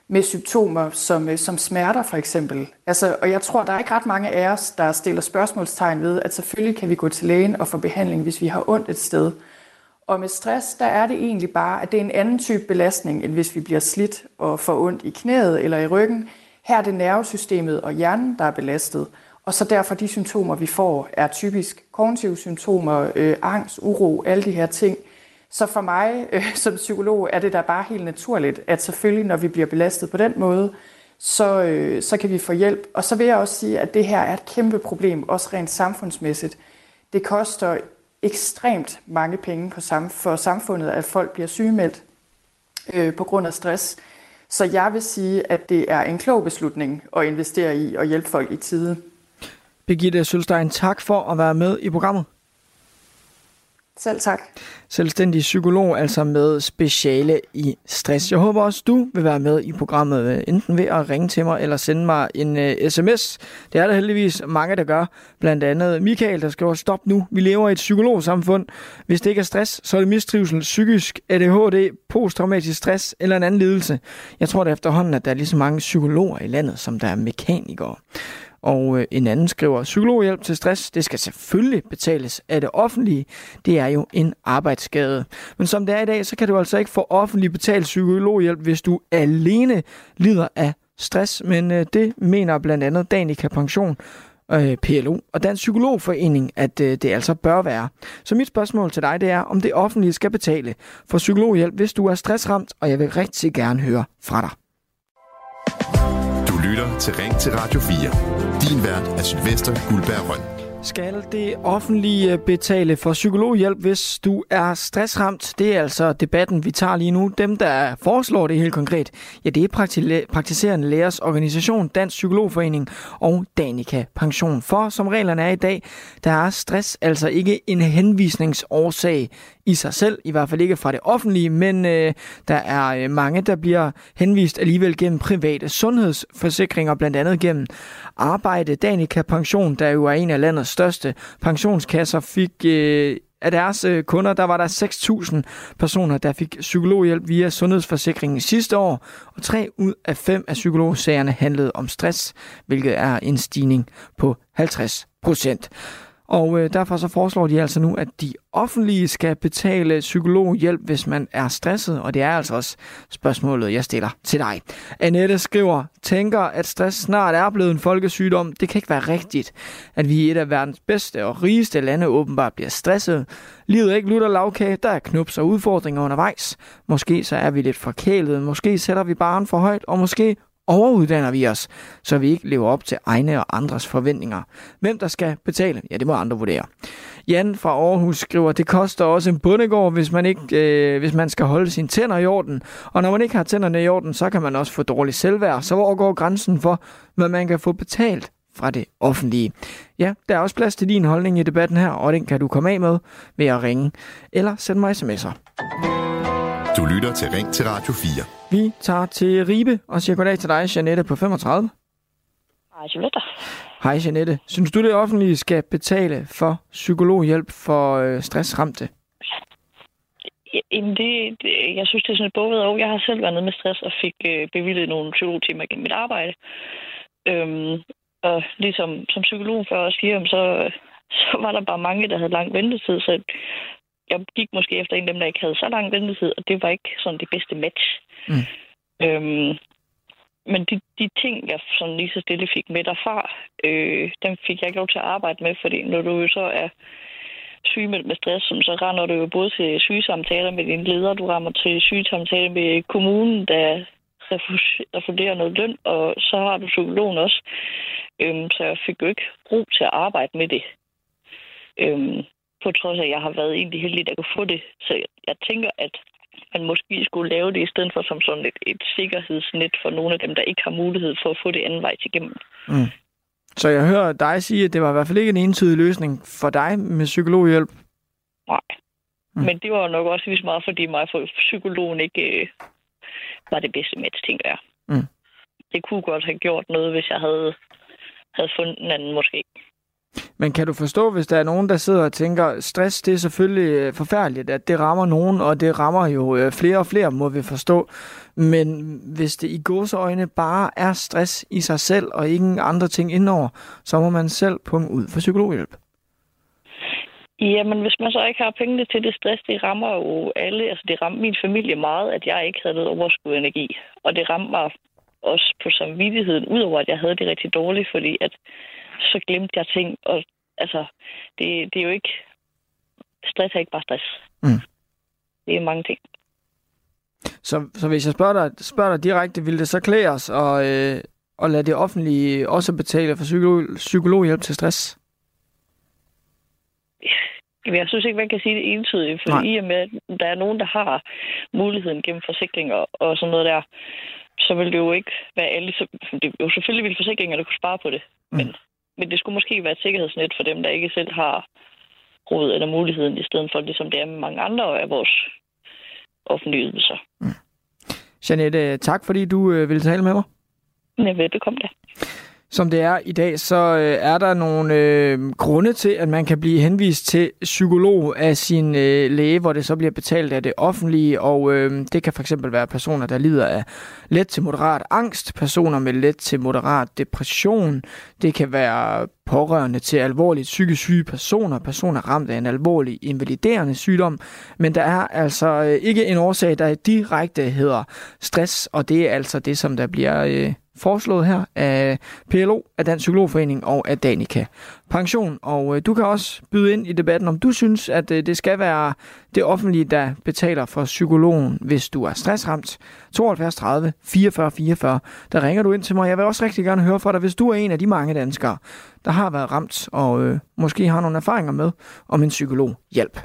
med symptomer som smerter for eksempel. Altså, og jeg tror, der er ikke ret mange af os, der stiller spørgsmålstegn ved, at selvfølgelig kan vi gå til lægen og få behandling, hvis vi har ondt et sted. Og med stress, der er det egentlig bare, at det er en anden type belastning, end hvis vi bliver slidt og får ondt i knæet eller i ryggen. Her er det nervesystemet og hjernen, der er belastet. Og så derfor de symptomer, vi får, er typisk kognitive symptomer, angst, uro, alle de her ting. Så for mig som psykolog er det da bare helt naturligt, at selvfølgelig, når vi bliver belastet på den måde, så kan vi få hjælp. Og så vil jeg også sige, at det her er et kæmpe problem, også rent samfundsmæssigt. Det koster ekstremt mange penge for samfundet, at folk bliver sygemeldt på grund af stress. Så jeg vil sige, at det er en klog beslutning at investere i og hjælpe folk i tide. Birgitte Sølstein, tak for at være med i programmet. Selv tak. Selvstændig psykolog, altså med speciale i stress. Jeg håber også, du vil være med i programmet, enten ved at ringe til mig eller sende mig en sms. Det er der heldigvis mange, der gør. Blandt andet Michael, der skriver, stop nu, vi lever i et psykologsamfund. Hvis det ikke er stress, så er det mistrivsel, psykisk, ADHD, posttraumatisk stress eller en anden lidelse. Jeg tror da efterhånden, at der er lige så mange psykologer i landet, som der er mekanikere. Og en anden skriver, psykologhjælp til stress, det skal selvfølgelig betales af det offentlige. Det er jo en arbejdsskade. Men som det er i dag, så kan du altså ikke få offentlig betalt psykologhjælp, hvis du alene lider af stress. Men det mener blandt andet Danica Pension, PLO og Dansk Psykologforening, at det altså bør være. Så mit spørgsmål til dig, det er, om det offentlige skal betale for psykologhjælp, hvis du er stressramt, og jeg vil rigtig gerne høre fra dig. Du lytter til Ring til Radio 4. Din vært er Sylvester Guldberg Røn. Skal det offentlige betale for psykologhjælp, hvis du er stressramt? Det er altså debatten, vi tager lige nu. Dem, der foreslår det helt konkret, ja, det er praktiserende lægers organisation, Dansk Psykologforening og Danica Pension. For som reglerne er i dag, der er stress altså ikke en henvisningsårsag i sig selv, i hvert fald ikke fra det offentlige, men der er mange, der bliver henvist alligevel gennem private sundhedsforsikringer, blandt andet gennem arbejde. Danica Pension, der jo er en af landets største pensionskasser, fik af deres kunder, der var der 6.000 personer, der fik psykologhjælp via sundhedsforsikringen sidste år, og 3 ud af 5 af psykologsagerne handlede om stress, hvilket er en stigning på 50%. Og derfor så foreslår de altså nu, at de offentlige skal betale psykologhjælp, hvis man er stresset. Og det er altså også spørgsmålet, jeg stiller til dig. Annette skriver, tænker, at stress snart er blevet en folkesygdom. Det kan ikke være rigtigt, at vi i et af verdens bedste og rigeste lande åbenbart bliver stresset. Livet er ikke lutter lavkage, der er knups og udfordringer undervejs. Måske så er vi lidt forkælet, måske sætter vi barren for højt, og måske overuddanner vi os, så vi ikke lever op til egne og andres forventninger. Hvem der skal betale? Ja, det må andre vurdere. Jan fra Aarhus skriver, det koster også en bondegård, hvis man skal holde sine tænder i orden. Og når man ikke har tænderne i orden, så kan man også få dårlig selvværd. Så hvor går grænsen for, hvad man kan få betalt fra det offentlige? Ja, der er også plads til din holdning i debatten her, og den kan du komme af med ved at ringe eller sende mig sms'er. Du lytter til Ring til Radio 4. Vi tager til Ribe og siger goddag til dig, Jeanette på 35. Hej, Jeanette. Hej, Jeanette. Synes du, det offentlige skal betale for psykologhjælp for stressramte? Jeg synes, det er sådan et både og. Jeg har selv været nede med stress og fik bevilget nogle psykologtimer gennem mit arbejde. Og ligesom som psykologen før også siger, så var der bare mange, der havde lang ventetid, så jeg gik måske efter en af dem, der ikke havde så lang ventetid, og det var ikke sådan det bedste match. Men de ting, jeg sådan lige så stille fik med derfra, dem fik jeg ikke lov til at arbejde med, fordi når du jo så er sygemeldt med stress, så render du jo både til sygesamtaler med din leder, du rammer til sygesamtaler med kommunen, der refunderer noget løn, og så har du psykologen også. Så jeg fik jo ikke ro til at arbejde med det. På trods af, at jeg har været egentlig heldig, at jeg kunne få det. Så jeg tænker, at man måske skulle lave det i stedet for som sådan et sikkerhedsnet for nogle af dem, der ikke har mulighed for at få det anden vej igennem. Så jeg hører dig sige, at det var i hvert fald ikke en entydig løsning for dig med psykologhjælp? Nej. Men det var nok også lige så meget, fordi mig for psykologen ikke var det bedste match, tænker jeg. Det kunne godt have gjort noget, hvis jeg havde fundet en anden måske. Men kan du forstå, hvis der er nogen, der sidder og tænker, stress, det er selvfølgelig forfærdeligt, at det rammer nogen, og det rammer jo flere og flere, må vi forstå. Men hvis det i gåseøjne bare er stress i sig selv, og ingen andre ting indover, så må man selv punge ud for psykologhjælp. Jamen, hvis man så ikke har pengene til det stress, det rammer jo alle. Altså, det ramte min familie meget, at jeg ikke havde noget overskud energi. Og det ramte mig også på samvittigheden, udover at jeg havde det rigtig dårligt, fordi at så glemte jeg ting. Og altså, det er jo ikke... Stress er ikke bare stress. Mm. Det er mange ting. Så hvis jeg spørger dig direkte, vil det så klæde os og lade det offentlige også betale for psykologhjælp til stress? Jeg synes ikke, man kan sige det entydigt, for i og med, at der er nogen, der har muligheden gennem forsikringer og sådan noget der, så vil det jo ikke være alle... Det er jo selvfølgelig vil forsikringer, der kunne spare på det, men det skulle måske være et sikkerhedsnet for dem, der ikke selv har råd eller muligheden, i stedet for ligesom det er med mange andre af vores offentlige ydelser. Jeanette, tak fordi du ville tale med mig. Ja, velbekomme da. Som det er i dag, så er der nogle grunde til, at man kan blive henvist til psykolog af sin læge, hvor det så bliver betalt af det offentlige, og det kan fx være personer, der lider af let til moderat angst, personer med let til moderat depression, det kan være pårørende til alvorligt psykisk syge personer ramt af en alvorlig invaliderende sygdom, men der er altså ikke en årsag, der direkte hedder stress, og det er altså det, som der bliver foreslået her af PLO, af Dansk Psykologforening og af Danica Pension. Og du kan også byde ind i debatten, om du synes, at det skal være det offentlige, der betaler for psykologen, hvis du er stressramt. 72 30 44 44. Der ringer du ind til mig. Jeg vil også rigtig gerne høre fra dig, hvis du er en af de mange danskere, der har været ramt og måske har nogle erfaringer med om en psykologhjælp.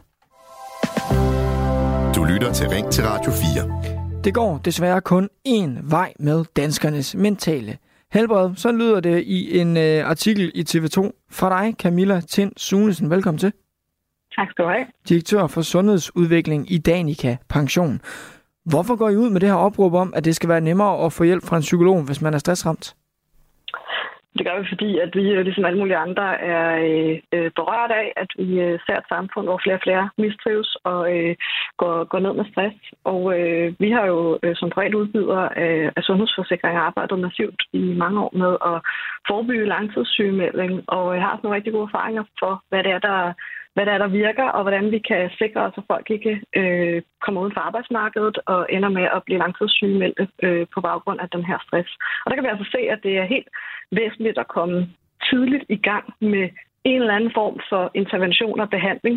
Du lytter til Ring til Radio 4. Det går desværre kun én vej med danskernes mentale helbred. Så lyder det i en artikel i TV2 fra dig, Camilla Tind Sunesen. Velkommen til. Tak skal du have. Direktør for sundhedsudvikling i Danica Pension. Hvorfor går I ud med det her opråb om, at det skal være nemmere at få hjælp fra en psykolog, hvis man er stressramt? Det gør vi, fordi at vi, ligesom alle mulige andre, er berørt af, at vi ser et samfund, hvor flere og flere mistrives og går ned med stress. Og vi har jo som privat udbyder af sundhedsforsikringer arbejdet massivt i mange år med at forebygge langtidssygemelding, og jeg har også nogle rigtig gode erfaringer for, hvad det er, der virker, og hvordan vi kan sikre os, at folk ikke kommer uden for arbejdsmarkedet og ender med at blive langtidssygemeldte på baggrund af den her stress. Og der kan vi altså se, at det er helt væsentligt at komme tidligt i gang med en eller anden form for intervention og behandling.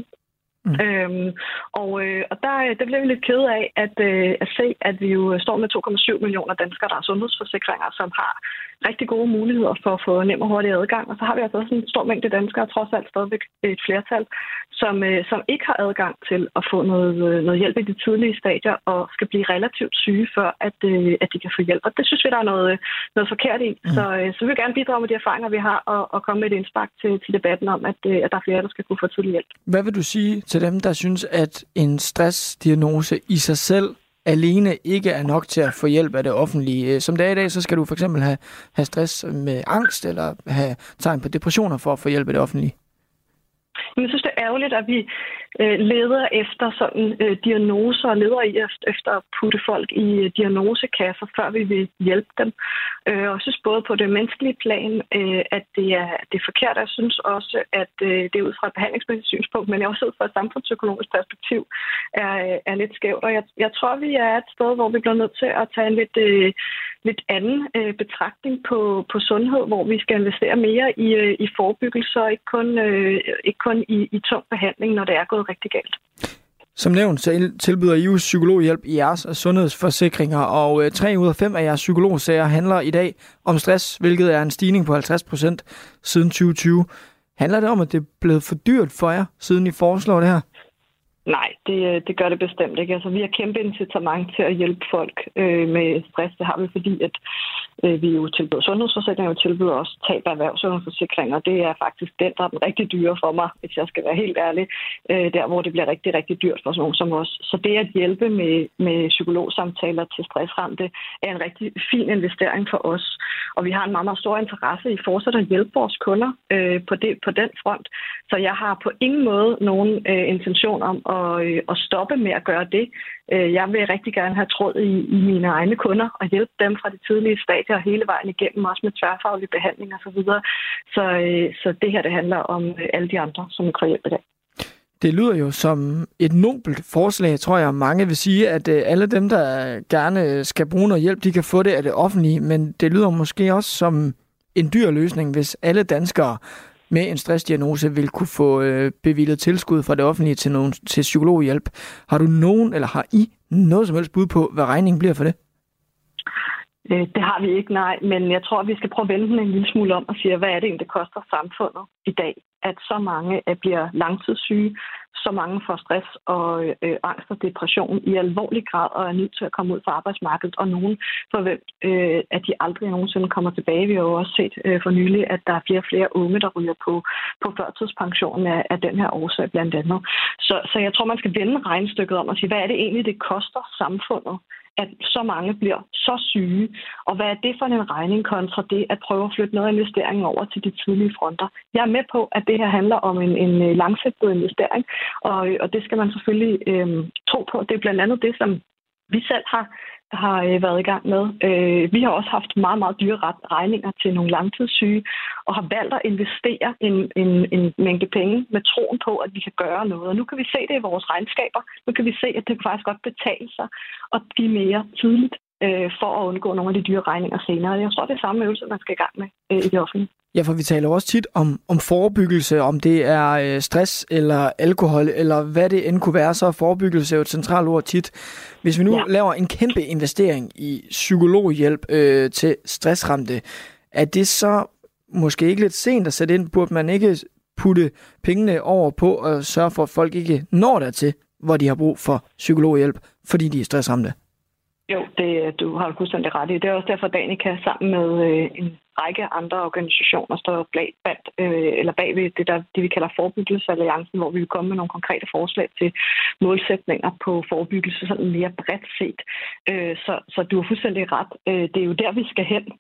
Og der bliver vi lidt kede af at se, at vi jo står med 2,7 millioner danskere, der har sundhedsforsikringer, som har rigtig gode muligheder for at få nem og hurtig adgang. Og så har vi altså også en stor mængde danskere, trods alt stadigvæk et flertal, som ikke har adgang til at få noget hjælp i de tidlige stadier og skal blive relativt syge, før at de kan få hjælp. Og det synes vi, der er noget forkert i. Så vi vil gerne bidrage med de erfaringer, vi har, og komme med et indspark til debatten om, at der er flere, der skal kunne få tidlig hjælp. Hvad vil du sige til dem, der synes, at en stressdiagnose i sig selv alene ikke er nok til at få hjælp af det offentlige? Som det er i dag, så skal du for eksempel have stress med angst eller have tegn på depressioner for at få hjælp af det offentlige. Jeg synes, det er ærgerligt, at vi leder efter sådan diagnoser og leder efter at putte folk i diagnosekasser, før vi vil hjælpe dem. Og jeg synes både på det menneskelige plan, at det er forkert. Jeg synes også, at det er ud fra et behandlingsmæssigt synspunkt, men jeg også ud fra et samfundsøkonomisk perspektiv er lidt skævt. Og jeg tror, vi er et sted, hvor vi bliver nødt til at tage en lidt anden betragtning på sundhed, hvor vi skal investere mere i forebyggelse og ikke kun i tung behandling, når det er gået rigtig galt. Som nævnt, så tilbyder I jo psykologhjælp i jeres sundhedsforsikringer, og 3 ud af 5 af jeres psykologsager handler i dag om stress, hvilket er en stigning på 50% siden 2020. Handler det om, at det er blevet for dyrt for jer, siden I foreslår det her? Nej, det gør det bestemt ikke. Altså, vi har kæmpe incitament til at hjælpe folk med stress. Det har vi, fordi at vi jo tilbyder sundhedsforsikringer, og tilbyder også tab af erhvervssundhedsforsikringer. Det er faktisk den, der er den rigtig dyre for mig, hvis jeg skal være helt ærlig. Der, hvor det bliver rigtig, rigtig dyrt for sådan nogen som os. Så det at hjælpe med psykologsamtaler til stressramte er en rigtig fin investering for os. Og vi har en meget, meget stor interesse i fortsat at hjælpe vores kunder på den front. Så jeg har på ingen måde nogen intention om at stoppe med at gøre det. Jeg vil rigtig gerne have tråd i mine egne kunder og hjælpe dem fra de tidlige stadier hele vejen igennem, også med tværfaglig behandling og så videre. Så det her, det handler om alle de andre, som kan hjælpe i dag. Det lyder jo som et nobelt forslag, tror jeg. Mange vil sige, at alle dem, der gerne skal bruge noget hjælp, de kan få det af det offentlige. Men det lyder måske også som en dyr løsning, hvis alle danskere med en stressdiagnose vil kunne få bevilget tilskud fra det offentlige til psykologhjælp. Har du har I noget som helst bud på, hvad regningen bliver for det? Det har vi ikke, nej. Men jeg tror, at vi skal prøve at vende den en lille smule om og sige, hvad er det egentlig, det koster samfundet i dag? At så mange bliver langtidssyge, så mange får stress og angst og depression i alvorlig grad og er nødt til at komme ud fra arbejdsmarkedet, og nogen for hvem, at de aldrig nogensinde kommer tilbage. Vi har jo også set for nylig, at der er flere og flere unge, der ryger på førtidspension af den her årsag blandt andet. Så jeg tror, man skal vende regnestykket om og sige, hvad er det egentlig, det koster samfundet, at så mange bliver så syge, og hvad er det for en regning kontra det at prøve at flytte noget af investeringen over til de tidlige fronter. Jeg er med på, at det her handler om en langsigtet investering, og det skal man selvfølgelig tro på. Det er blandt andet det, som vi selv har været i gang med. Vi har også haft meget, meget dyre regninger til nogle langtidssyge, og har valgt at investere en mængde penge med troen på, at vi kan gøre noget. Og nu kan vi se det i vores regnskaber. Nu kan vi se, at det faktisk godt betale sig at give mere tidligt for at undgå nogle af de dyre regninger senere. Jeg tror, det er samme øvelse, man skal i gang med i det offentlige. Ja, for vi taler også tit om forebyggelse, om det er stress eller alkohol, eller hvad det end kunne være, så er forebyggelse jo et centralt ord tit. Hvis vi nu laver en kæmpe investering i psykologhjælp til stressramte, er det så måske ikke lidt sent at sætte ind? Burde man ikke putte pengene over på at sørge for, at folk ikke når dertil, hvor de har brug for psykologhjælp, fordi de er stressramte? Jo, du har fuldstændig ret i. Det er også derfor, Danica sammen med en række andre organisationer står bag ved det vi kalder Forebyggelsesalliancen, hvor vi vil komme med nogle konkrete forslag til målsætninger på forebyggelse sådan mere bredt set. Så du har fuldstændig ret. Det er jo der, vi skal hen.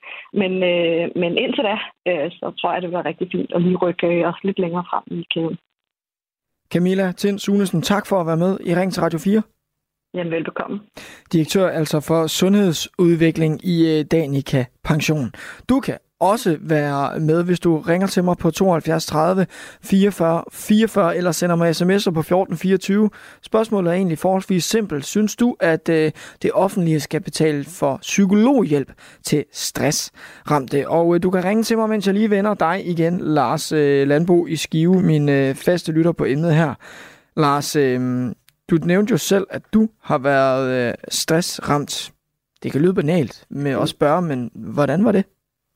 Men indtil da, så tror jeg, det vil være rigtig fint at lige rykke os lidt længere frem i kæden. Camilla Tind Sunesen, tak for at være med i Ring til Radio 4. Jamen, velbekomme. Direktør altså for sundhedsudvikling i Danica Pension. Du kan også være med, hvis du ringer til mig på 72 30 44 44 eller sender mig sms'er på 1424. Spørgsmålet er egentlig forholdsvis simpelt. Synes du, at det offentlige skal betale for psykologhjælp til stressramte? Og du kan ringe til mig, mens jeg lige vender dig igen, Lars Landbo i Skive, min faste lytter på emnet her. Lars, du nævnte jo selv, at du har været stressramt. Det kan lyde banalt med at spørge, men hvordan var det?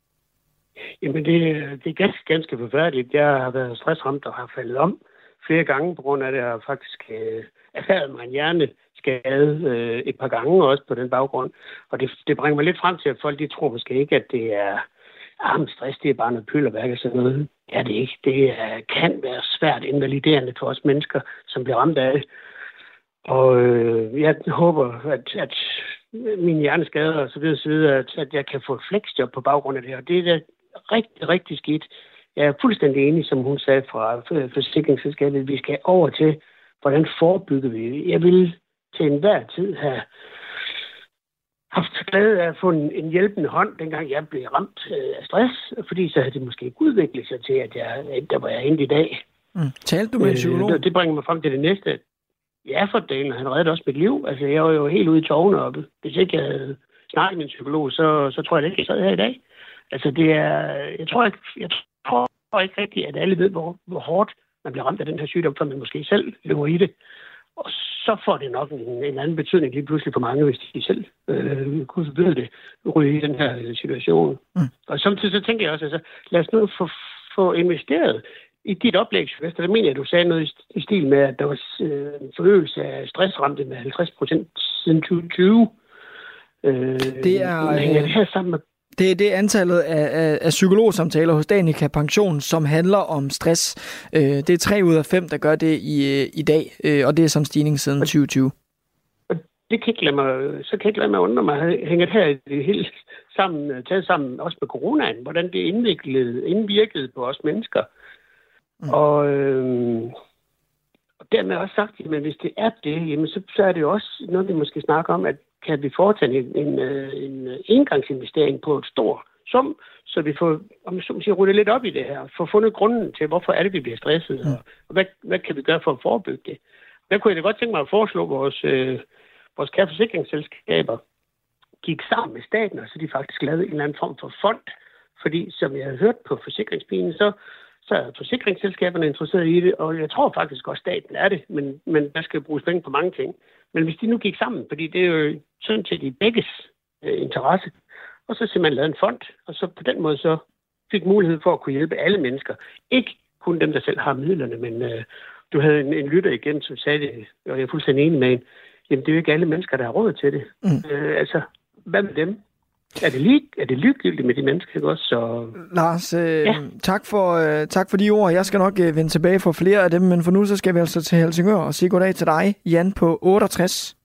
Jamen, det er ganske forfærdeligt. Jeg har været stressramt og har faldet om flere gange på grund af det. Jeg har faktisk erfaret mig en hjerneskade et par gange også på den baggrund. Og det bringer mig lidt frem til, at folk de tror måske ikke, at det er stress, det er bare noget pylderværk og sådan noget. Ja, det er ikke. Det kan være svært invaliderende for os mennesker, som bliver ramt af det. Og jeg håber, at mine hjerneskader og så videre, at jeg kan få et flexjob på baggrund af det. Og det er da rigtig, rigtig skidt. Jeg er fuldstændig enig, som hun sagde fra forsikringsselskabet. Vi skal over til, hvordan forebygger vi. Jeg vil til enhver tid have haft glæde af at få en hjælpende hånd, dengang jeg blev ramt af stress, fordi så havde det måske ikke udviklet sig til, at der var jeg endte i dag. Talte du med en psykolog? Det bringer mig frem til det næste. Ja, for delen. Han reddede også mit liv. Altså, jeg var jo helt ude i tårne oppe. Hvis ikke jeg havde snakket med en psykolog, så tror jeg ikke, jeg sad her i dag. Altså, det er... Jeg tror ikke rigtigt, at alle ved, hvor hårdt man bliver ramt af den her sygdom, for man måske selv lever i det. Og så får det nok en anden betydning lige pludselig for mange, hvis de selv kunne forbyde det, ryge i den her situation. Og samtidig så tænker jeg også, altså, lad os nu få investeret i dit oplæg, Sylvester, der mener jeg, at du sagde noget i stil med, at der var en forøgelse af stressramte med 50% siden 2020. Det er det antallet af psykologsamtaler hos Danica Pension, som handler om stress. Det er 3 ud af 5, der gør det i dag, og det er som stigning siden 2020. det kan ikke lade mig undre mig. Hænger det her helt sammen, taget sammen også med coronaen, hvordan det indvirkede på os mennesker. Og dermed også sagt, at hvis det er det, jamen, så er det jo også noget, vi måske snakker om, at kan vi foretage en engangsinvestering på et stort sum, så vi får, om man så må sige, ryddet lidt op i det her, få fundet grunden til, hvorfor er det, vi bliver stresset, og hvad kan vi gøre for at forebygge det. Der kunne jeg da godt tænke mig at foreslå vores kære forsikringsselskaber gik sammen med staten, og så de faktisk lavede en eller anden form for fond, fordi som jeg har hørt på forsikringspigen, så er forsikringsselskaberne interesseret i det, og jeg tror faktisk også, staten er det, men der skal bruges penge på mange ting. Men hvis de nu gik sammen, fordi det er jo sådan set i begges interesse, og så simpelthen lavede en fond, og så på den måde så fik mulighed for at kunne hjælpe alle mennesker. Ikke kun dem, der selv har midlerne, men du havde en lytter igen, som sagde det, og jeg er fuldstændig enig med en. Jamen, det er jo ikke alle mennesker, der har råd til det. Altså, hvad med dem? Er det ligegyldigt med de mennesker, ikke også? Så... Lars, tak for de ord. Jeg skal nok vende tilbage for flere af dem, men for nu så skal vi altså til Helsingør og sige goddag til dig, Jan på 68.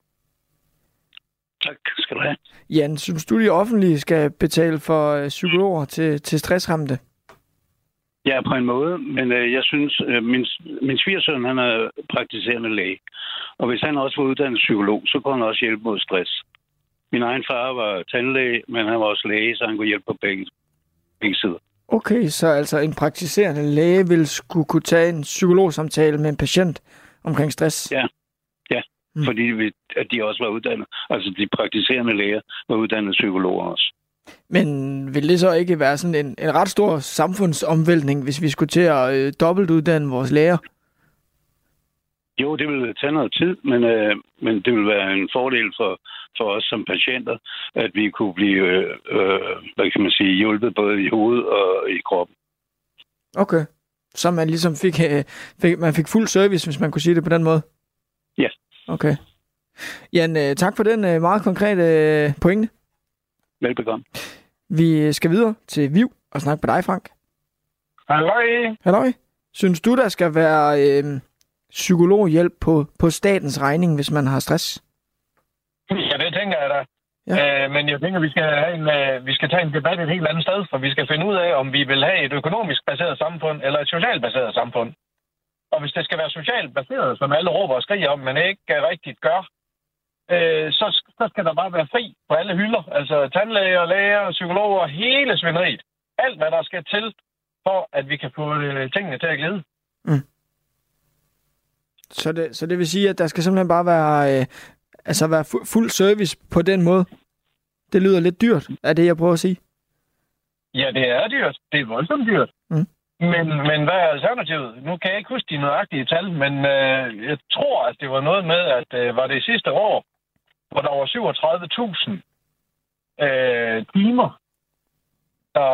Tak skal du have. Jan, synes du, de offentlige skal betale for psykologer til stressramte? Ja, på en måde, men jeg synes, min svigersøn, han er praktiserende læge. Og hvis han også var uddannet psykolog, så kunne han også hjælpe mod stress. Min egen far var tandlæge, men han var også læge, så han kunne hjælpe på begge sider. Okay, så altså en praktiserende læge ville kunne tage en psykologsamtale med en patient omkring stress? Ja. Fordi at de også var uddannet. Altså de praktiserende læger var uddannet psykologer også. Men vil det så ikke være sådan en ret stor samfundsomvæltning, hvis vi skulle til at dobbeltuddanne vores læger? Jo, det vil tage noget tid, men det vil være en fordel for os som patienter, at vi kunne blive, hvad kan man sige, hjulpet både i hovedet og i kroppen. Okay. Så man ligesom fik fuld service, hvis man kunne sige det på den måde? Ja. Okay. Jan, tak for den meget konkrete pointe. Velbekomme. Vi skal videre til Viv og snakke på dig, Frank. Halløj. Halløj. Synes du, der skal være psykologhjælp på statens regning, hvis man har stress? Ja, det tænker jeg da. Ja. Men jeg tænker, vi skal tage en debat et helt andet sted, for vi skal finde ud af, om vi vil have et økonomisk baseret samfund eller et socialt baseret samfund. Og hvis det skal være socialt baseret, som alle råber og skriger om, men ikke rigtigt gør, så skal der bare være fri på alle hylder. Altså tandlæger, læger, psykologer, hele svineriet. Alt, hvad der skal til, for at vi kan få tingene til at glide. Mm. Så det vil sige, at der skal simpelthen bare være fuld service på den måde? Det lyder lidt dyrt, er det, jeg prøver at sige? Ja, det er dyrt. Det er voldsomt dyrt. Mm. Men hvad er alternativet? Nu kan jeg ikke huske de nøjagtige tal, men jeg tror, at det var noget med, at var det sidste år, hvor der var 37.000 timer, der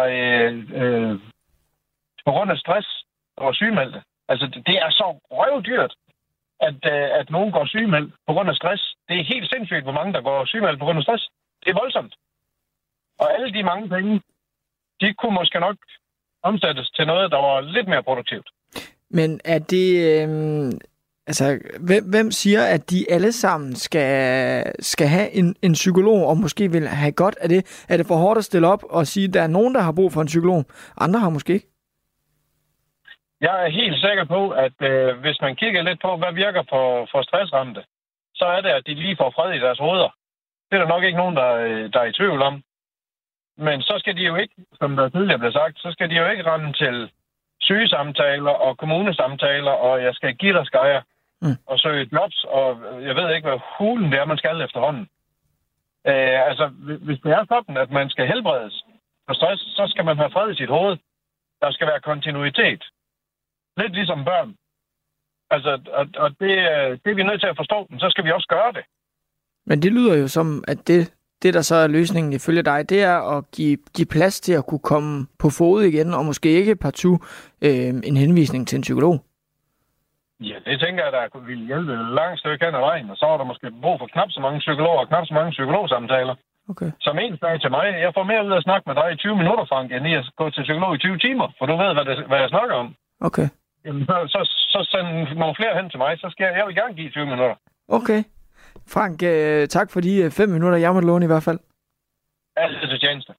på grund af stress og sygemeldte. Altså, det er så røvdyrt, at nogen går sygemeldt på grund af stress. Det er helt sindssygt, hvor mange, der går sygemeldt på grund af stress. Det er voldsomt. Og alle de mange penge, de kunne måske nok omsættes til noget, der var lidt mere produktivt. Men er det... hvem siger, at de alle sammen skal have en psykolog, og måske vil have godt af det? Er det for hårdt at stille op og sige, at der er nogen, der har brug for en psykolog? Andre har måske ikke. Jeg er helt sikker på, at hvis man kigger lidt på, hvad virker for stressramte, så er det, at de lige får fred i deres hoveder. Det er der nok ikke nogen, der er i tvivl om. Men så skal de jo ikke, som der tidligere blev sagt, så skal de jo ikke rende til sygesamtaler og kommunesamtaler, og jeg skal give dig skære og søge jobs, og jeg ved ikke, hvad hulen det er, man skal efterhånden. Hvis det er sådan, at man skal helbredes for stress, så skal man have fred i sit hoved. Der skal være kontinuitet. Lidt ligesom børn. Og det er vi nødt til at forstå, men så skal vi også gøre det. Men det lyder jo som, at det der så er løsningen ifølge dig, det er at give plads til at kunne komme på fod igen, og måske ikke partout en henvisning til en psykolog. Ja, det tænker jeg, der ville hjælpe et langt stykke hen ad vejen, og så er der måske brug for knap så mange psykologer og knap så mange psykologsamtaler. Okay. Som en sagde til mig, jeg får mere ud af at snakke med dig i 20 minutter, Frank, end i at gå til psykolog i 20 timer, for du ved, hvad jeg snakker om. Okay. Jamen, så send nogle flere hen til mig, så skal jeg vil gerne give 20 minutter. Okay. Frank, tak for de 5 minutter, jeg måtte låne i hvert fald. Altid til tjeneste.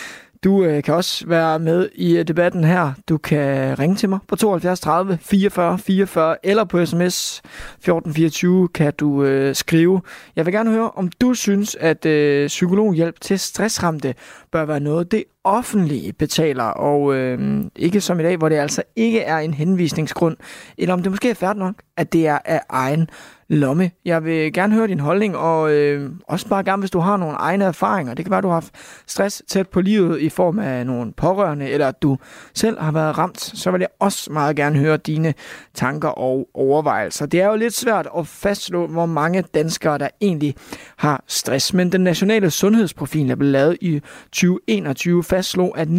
Du kan også være med i debatten her. Du kan ringe til mig på 72 30 44 44, eller på sms 1424 kan du skrive. Jeg vil gerne høre, om du synes, at psykologhjælp til stressramte bør være noget, det offentlige betaler, og ikke som i dag, hvor det altså ikke er en henvisningsgrund, eller om det måske er fair nok, at det er af egen lomme. Jeg vil gerne høre din holdning, og også bare gerne, hvis du har nogle egne erfaringer. Det kan være, at du har haft stress tæt på livet i form af nogle pårørende, eller at du selv har været ramt, så vil jeg også meget gerne høre dine tanker og overvejelser. Det er jo lidt svært at fastslå, hvor mange danskere, der egentlig har stress, men den nationale sundhedsprofil, der blev lavet i 2021, fastslog, at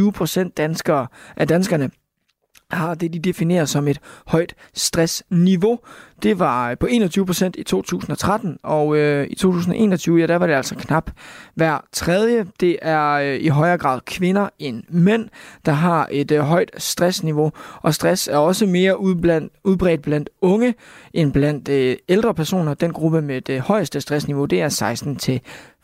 29% af danskerne har det, de definerer som et højt stressniveau. Det var på 21% i 2013, og i 2021, der var det altså knap hver tredje. Det er i højere grad kvinder end mænd, der har et højt stressniveau, og stress er også mere udbredt blandt unge end blandt ældre personer. Den gruppe med det højeste stressniveau, det er 16 til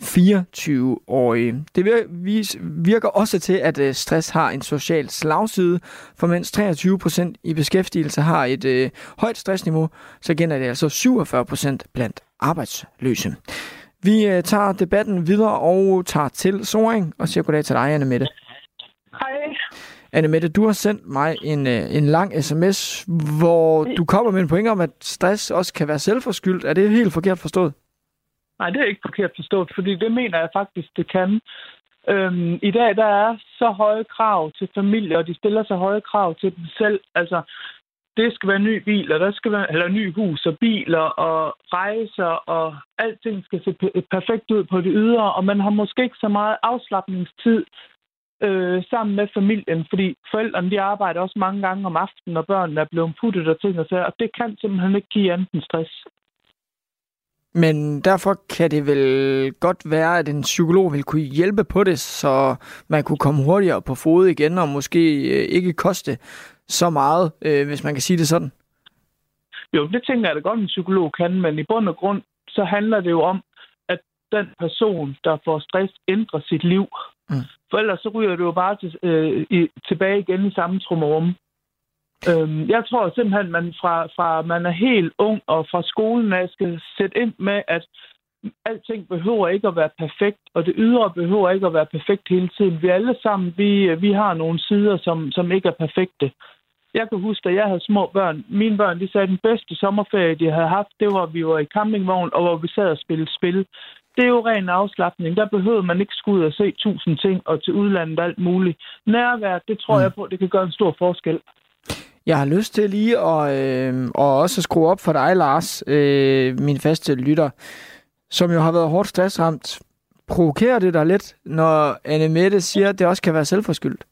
24-årige. Det virker også til, at stress har en social slagside, for mens 23% i beskæftigelse har et højt stressniveau, så gælder det altså 47% blandt arbejdsløse. Vi tager debatten videre og tager til Sorring og siger goddag til dig, Anne-Mette. Hej. Anne-Mette, du har sendt mig en lang sms, hvor du kommer med en pointe om, at stress også kan være selvforskyldt. Er det helt forkert forstået? Nej, det er ikke forkert forstået, fordi det mener jeg faktisk, det kan. I dag, der er så høje krav til familier, og de stiller så høje krav til dem selv. Altså, det skal være ny bil, og der skal være eller ny hus og biler og rejser, og alting skal se perfekt ud på det ydre, og man har måske ikke så meget afslapningstid sammen med familien, fordi forældrene, de arbejder også mange gange om aftenen, og børnene er blevet puttet og ting og sager, og det kan simpelthen ikke give andet end stress. Men derfor kan det vel godt være, at en psykolog vil kunne hjælpe på det, så man kunne komme hurtigere på fod igen, og måske ikke koste så meget, hvis man kan sige det sådan. Jo, det tænker jeg da godt, en psykolog kan, men i bund og grund, så handler det jo om, at den person, der får stress, ændrer sit liv. Mm. For ellers så ryger det jo bare tilbage igen i samme trummerum. Jeg tror simpelthen, man fra man er helt ung og fra skolen af skal sætte ind med, at alting behøver ikke at være perfekt, og det ydre behøver ikke at være perfekt hele tiden. Vi alle sammen, vi har nogle sider, som ikke er perfekte. Jeg kan huske, at jeg havde små børn. Mine børn, de sagde, at den bedste sommerferie, de havde haft, det var, at vi var i campingvogn, og hvor vi sad og spillede spil. Det er jo ren afslapning. Der behøver man ikke skulle ud og se 1000 ting, og til udlandet alt muligt. Nærvær, det tror jeg på, det kan gøre en stor forskel. Jeg har lyst til lige at også skrue op for dig, Lars, min faste lytter, som jo har været hårdt stressramt. Provokerer det dig lidt, når Anne-Mette siger, at det også kan være selvforskyldt?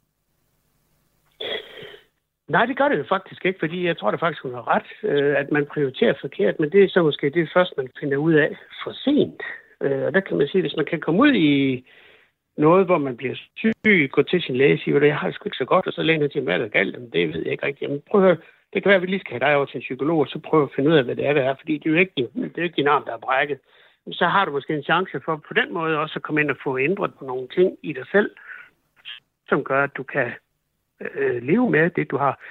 Nej, det gør det jo faktisk ikke, fordi jeg tror da faktisk, hun har ret, at man prioriterer forkert, men det er så måske det først, man finder ud af for sent. Og der kan man sige, hvis man kan komme ud i noget, hvor man bliver syg, gå til sin læge, siger, jeg har det sgu ikke så godt, og så læner til, hvad der er galt, men det ved jeg ikke rigtigt. Jamen, prøv at høre, det kan være, at vi lige skal have dig over til en psykolog, og så prøve at finde ud af, hvad det er, fordi det er jo ikke din arm, der er brækket. Så har du måske en chance for på den måde også at komme ind og få ændret på nogle ting i dig selv, som gør, at du kan leve med det, du har.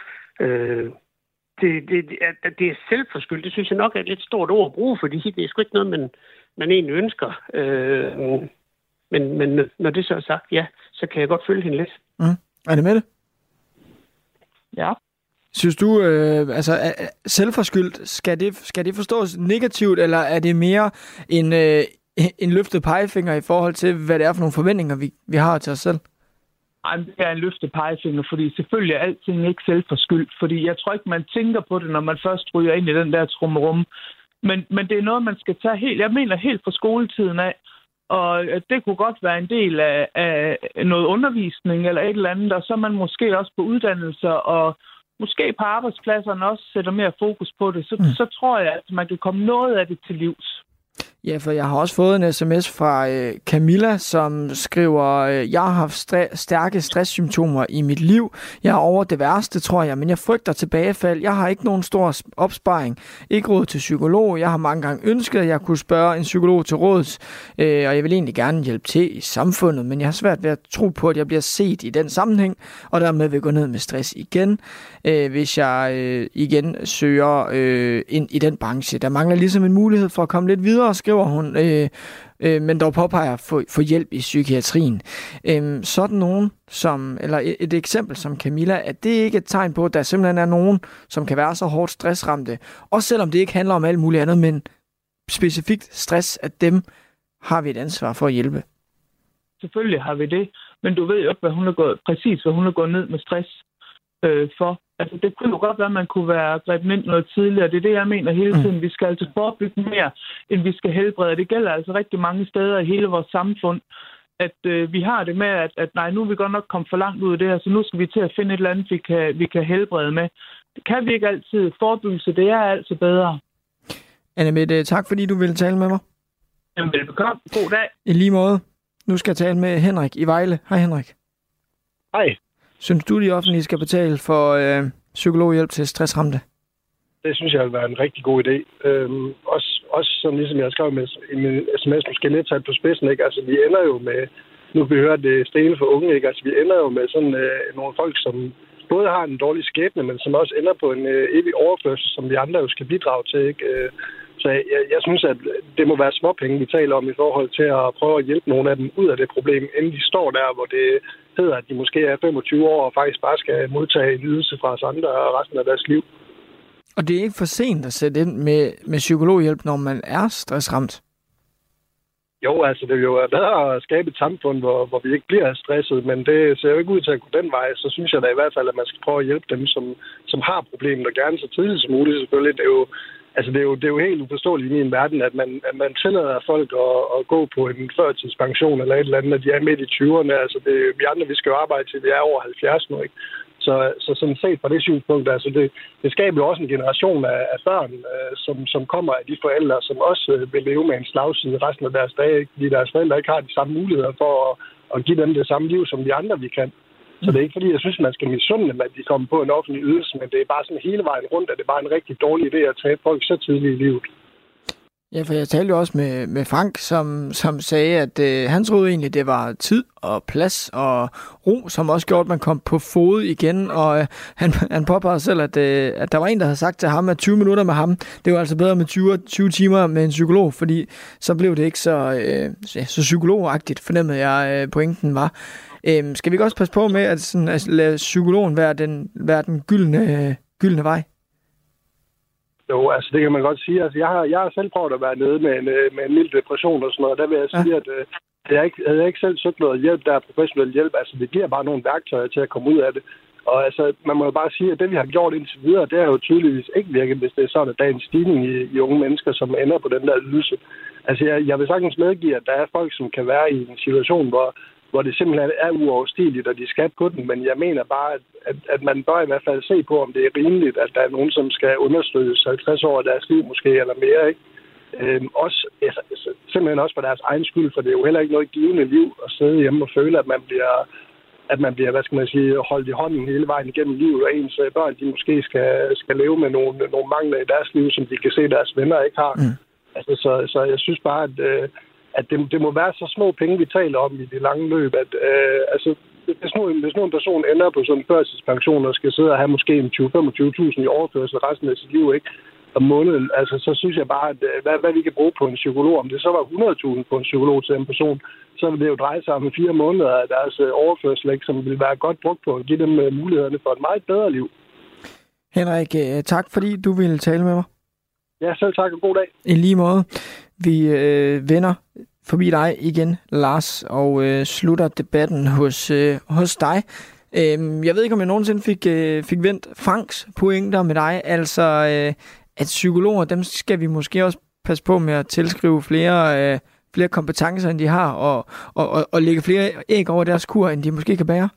Det er selvforskyldt, det synes jeg nok er et lidt stort ord at bruge, fordi det er sgu ikke noget, man egentlig ønsker. Men når det så er sagt, ja, så kan jeg godt følge hende lidt. Er det med det? Ja. Synes du, selvforskyldt, skal det forstås negativt, eller er det mere en løftet pegefinger i forhold til, hvad det er for nogle forventninger, vi har til os selv? Ej, det er en løftet pegefinger, fordi selvfølgelig er alting ikke selvforskyldt, fordi jeg tror ikke, man tænker på det, når man først ryger ind i den der trummerum. Men det er noget, man skal tage jeg mener helt fra skoletiden af, og det kunne godt være en del af noget undervisning eller et eller andet, og så er man måske også på uddannelser, og måske på arbejdspladserne også sætter mere fokus på det, så tror jeg, at man kan komme noget af det til livs. Ja, for jeg har også fået en sms fra Camilla, som skriver, jeg har haft stærke stresssymptomer i mit liv. Jeg er over det værste, tror jeg, men jeg frygter tilbagefald. Jeg har ikke nogen stor opsparing. Ikke råd til psykolog. Jeg har mange gange ønsket, at jeg kunne spørge en psykolog til råds, og jeg vil egentlig gerne hjælpe til i samfundet, men jeg har svært ved at tro på, at jeg bliver set i den sammenhæng, og dermed vil gå ned med stress igen, hvis jeg igen søger ind i den branche. Der mangler ligesom en mulighed for at komme lidt videre, skriver hun, men dog påpeger få hjælp i psykiatrien. Sådan nogen, eller et eksempel som Camilla, at det ikke er et tegn på, at der simpelthen er nogen, som kan være så hårdt stressramte, også selvom det ikke handler om alt muligt andet, men specifikt stress, at dem har vi et ansvar for at hjælpe. Selvfølgelig har vi det, men du ved jo ikke, hvad hun er gået ned med stress for. Altså, det kunne jo godt være, at man kunne være grebet ind noget tidligere. Det er det, jeg mener hele tiden. Vi skal altså forebygge mere, end vi skal helbrede. Det gælder altså rigtig mange steder i hele vores samfund, at vi har det med, at nej, nu er vi godt nok kommet for langt ud af det her, så nu skal vi til at finde et eller andet, vi kan helbrede med. Det kan vi ikke altid. Forebyggelse, det er altid bedre. Annemette, tak fordi du ville tale med mig. Jamen, velbekomme. God dag. I lige måde. Nu skal jeg tale med Henrik i Vejle. Hej Henrik. Hej. Synes du, de offentlige skal betale for psykologhjælp til stressramte? Det synes jeg vil være en rigtig god idé. Også sådan ligesom jeg skrev med i min sms, måske lidt sat på spidsen, ikke? Altså vi ender jo med, nu vi hører det stene for unge, ikke? Altså vi ender jo med sådan nogle folk, som både har en dårlig skæbne, men som også ender på en evig overførsel, som vi andre jo skal bidrage til, ikke? Så jeg synes, at det må være småpenge, vi taler om i forhold til at prøve at hjælpe nogle af dem ud af det problem, inden de står der, hvor det hedder, at de måske er 25 år og faktisk bare skal modtage en ydelse fra os andre resten af deres liv. Og det er ikke for sent at sætte ind med psykologhjælp, når man er stressramt? Jo, altså det vil jo være bedre at skabe et samfund, hvor vi ikke bliver stresset, men det ser jo ikke ud til at gå den vej. Så synes jeg da i hvert fald, at man skal prøve at hjælpe dem, som har problemet, og gerne så tidligt som muligt selvfølgelig. Det er jo helt uforståeligt i min verden, at man tillader folk at gå på en førtidspension eller et eller andet, at de er midt i 20'erne. Altså vi andre, vi skal jo arbejde til, vi er over 70 nu, ikke? Så sådan set fra det synspunkt, altså det skaber jo også en generation af børn, som kommer af de forældre, som også vil leve med en slagside resten af deres dage, ikke? Fordi deres forældre ikke har de samme muligheder for at give dem det samme liv, som de andre vi kan. Så det er ikke fordi, jeg synes, man skal misunde dem, at de kommer på en offentlig ydelse, men det er bare sådan hele vejen rundt, at det er bare en rigtig dårlig idé at tage folk så tidligt i livet. Ja, for jeg talte jo også med Frank, som sagde, at han troede egentlig, det var tid og plads og ro, som også gjorde, at man kom på fod igen. Og han påpegede selv, at der var en, der havde sagt til ham, at 20 minutter med ham, det var altså bedre med 20 timer med en psykolog, fordi så blev det ikke så psykologagtigt, fornemmede jeg pointen var. Skal vi ikke også passe på med at lade psykologen være den gyldne vej? Jo, altså det kan man godt sige. Altså, jeg har selv prøvet at være nede med en mild depression og sådan noget. Der vil jeg sige, at havde jeg ikke selv søgt noget hjælp, der er professionel hjælp. Altså det giver bare nogle værktøjer til at komme ud af det. Og altså, man må jo bare sige, at det vi har gjort indtil videre, det er jo tydeligvis ikke virket, hvis det er sådan, at der er en stigning i unge mennesker, som ender på den der ydelse. Altså jeg vil sagtens medgive, at der er folk, som kan være i en situation, hvor det simpelthen er uoverstigeligt, og de skal på den. Men jeg mener bare, at man bør i hvert fald se på, om det er rimeligt, at der er nogen, som skal understøttes 50 år af deres liv måske, eller mere, ikke? Simpelthen også for deres egen skyld, for det er jo heller ikke noget givende liv at sidde hjemme og føle, at man bliver, hvad skal man sige, holdt i hånden hele vejen igennem livet, og ens børn, de måske skal leve med nogle mangler i deres liv, som de kan se, deres venner ikke har. Altså, så jeg synes bare, at det må være så små penge, vi taler om i det lange løb, at hvis nu en person ender på sådan en førtidspension og skal sidde og have måske 20-25.000 i overførsel resten af sit liv, ikke, om måneden, altså så synes jeg bare, at hvad vi kan bruge på en psykolog, om det så var 100.000 på en psykolog til en person, så vil det jo dreje sig om 4 måneder af deres overførsel, ikke, som vil være godt brugt på at give dem mulighederne for et meget bedre liv. Henrik, tak fordi du ville tale med mig. Ja, selv tak og god dag. I lige måde. Vi vender forbi dig igen, Lars, og slutter debatten hos dig. Jeg ved ikke, om jeg nogensinde fik vendt Franks pointer med dig. Altså, at psykologer, dem skal vi måske også passe på med at tilskrive flere kompetencer, end de har, og lægge flere æg over deres kur, end de måske kan bære.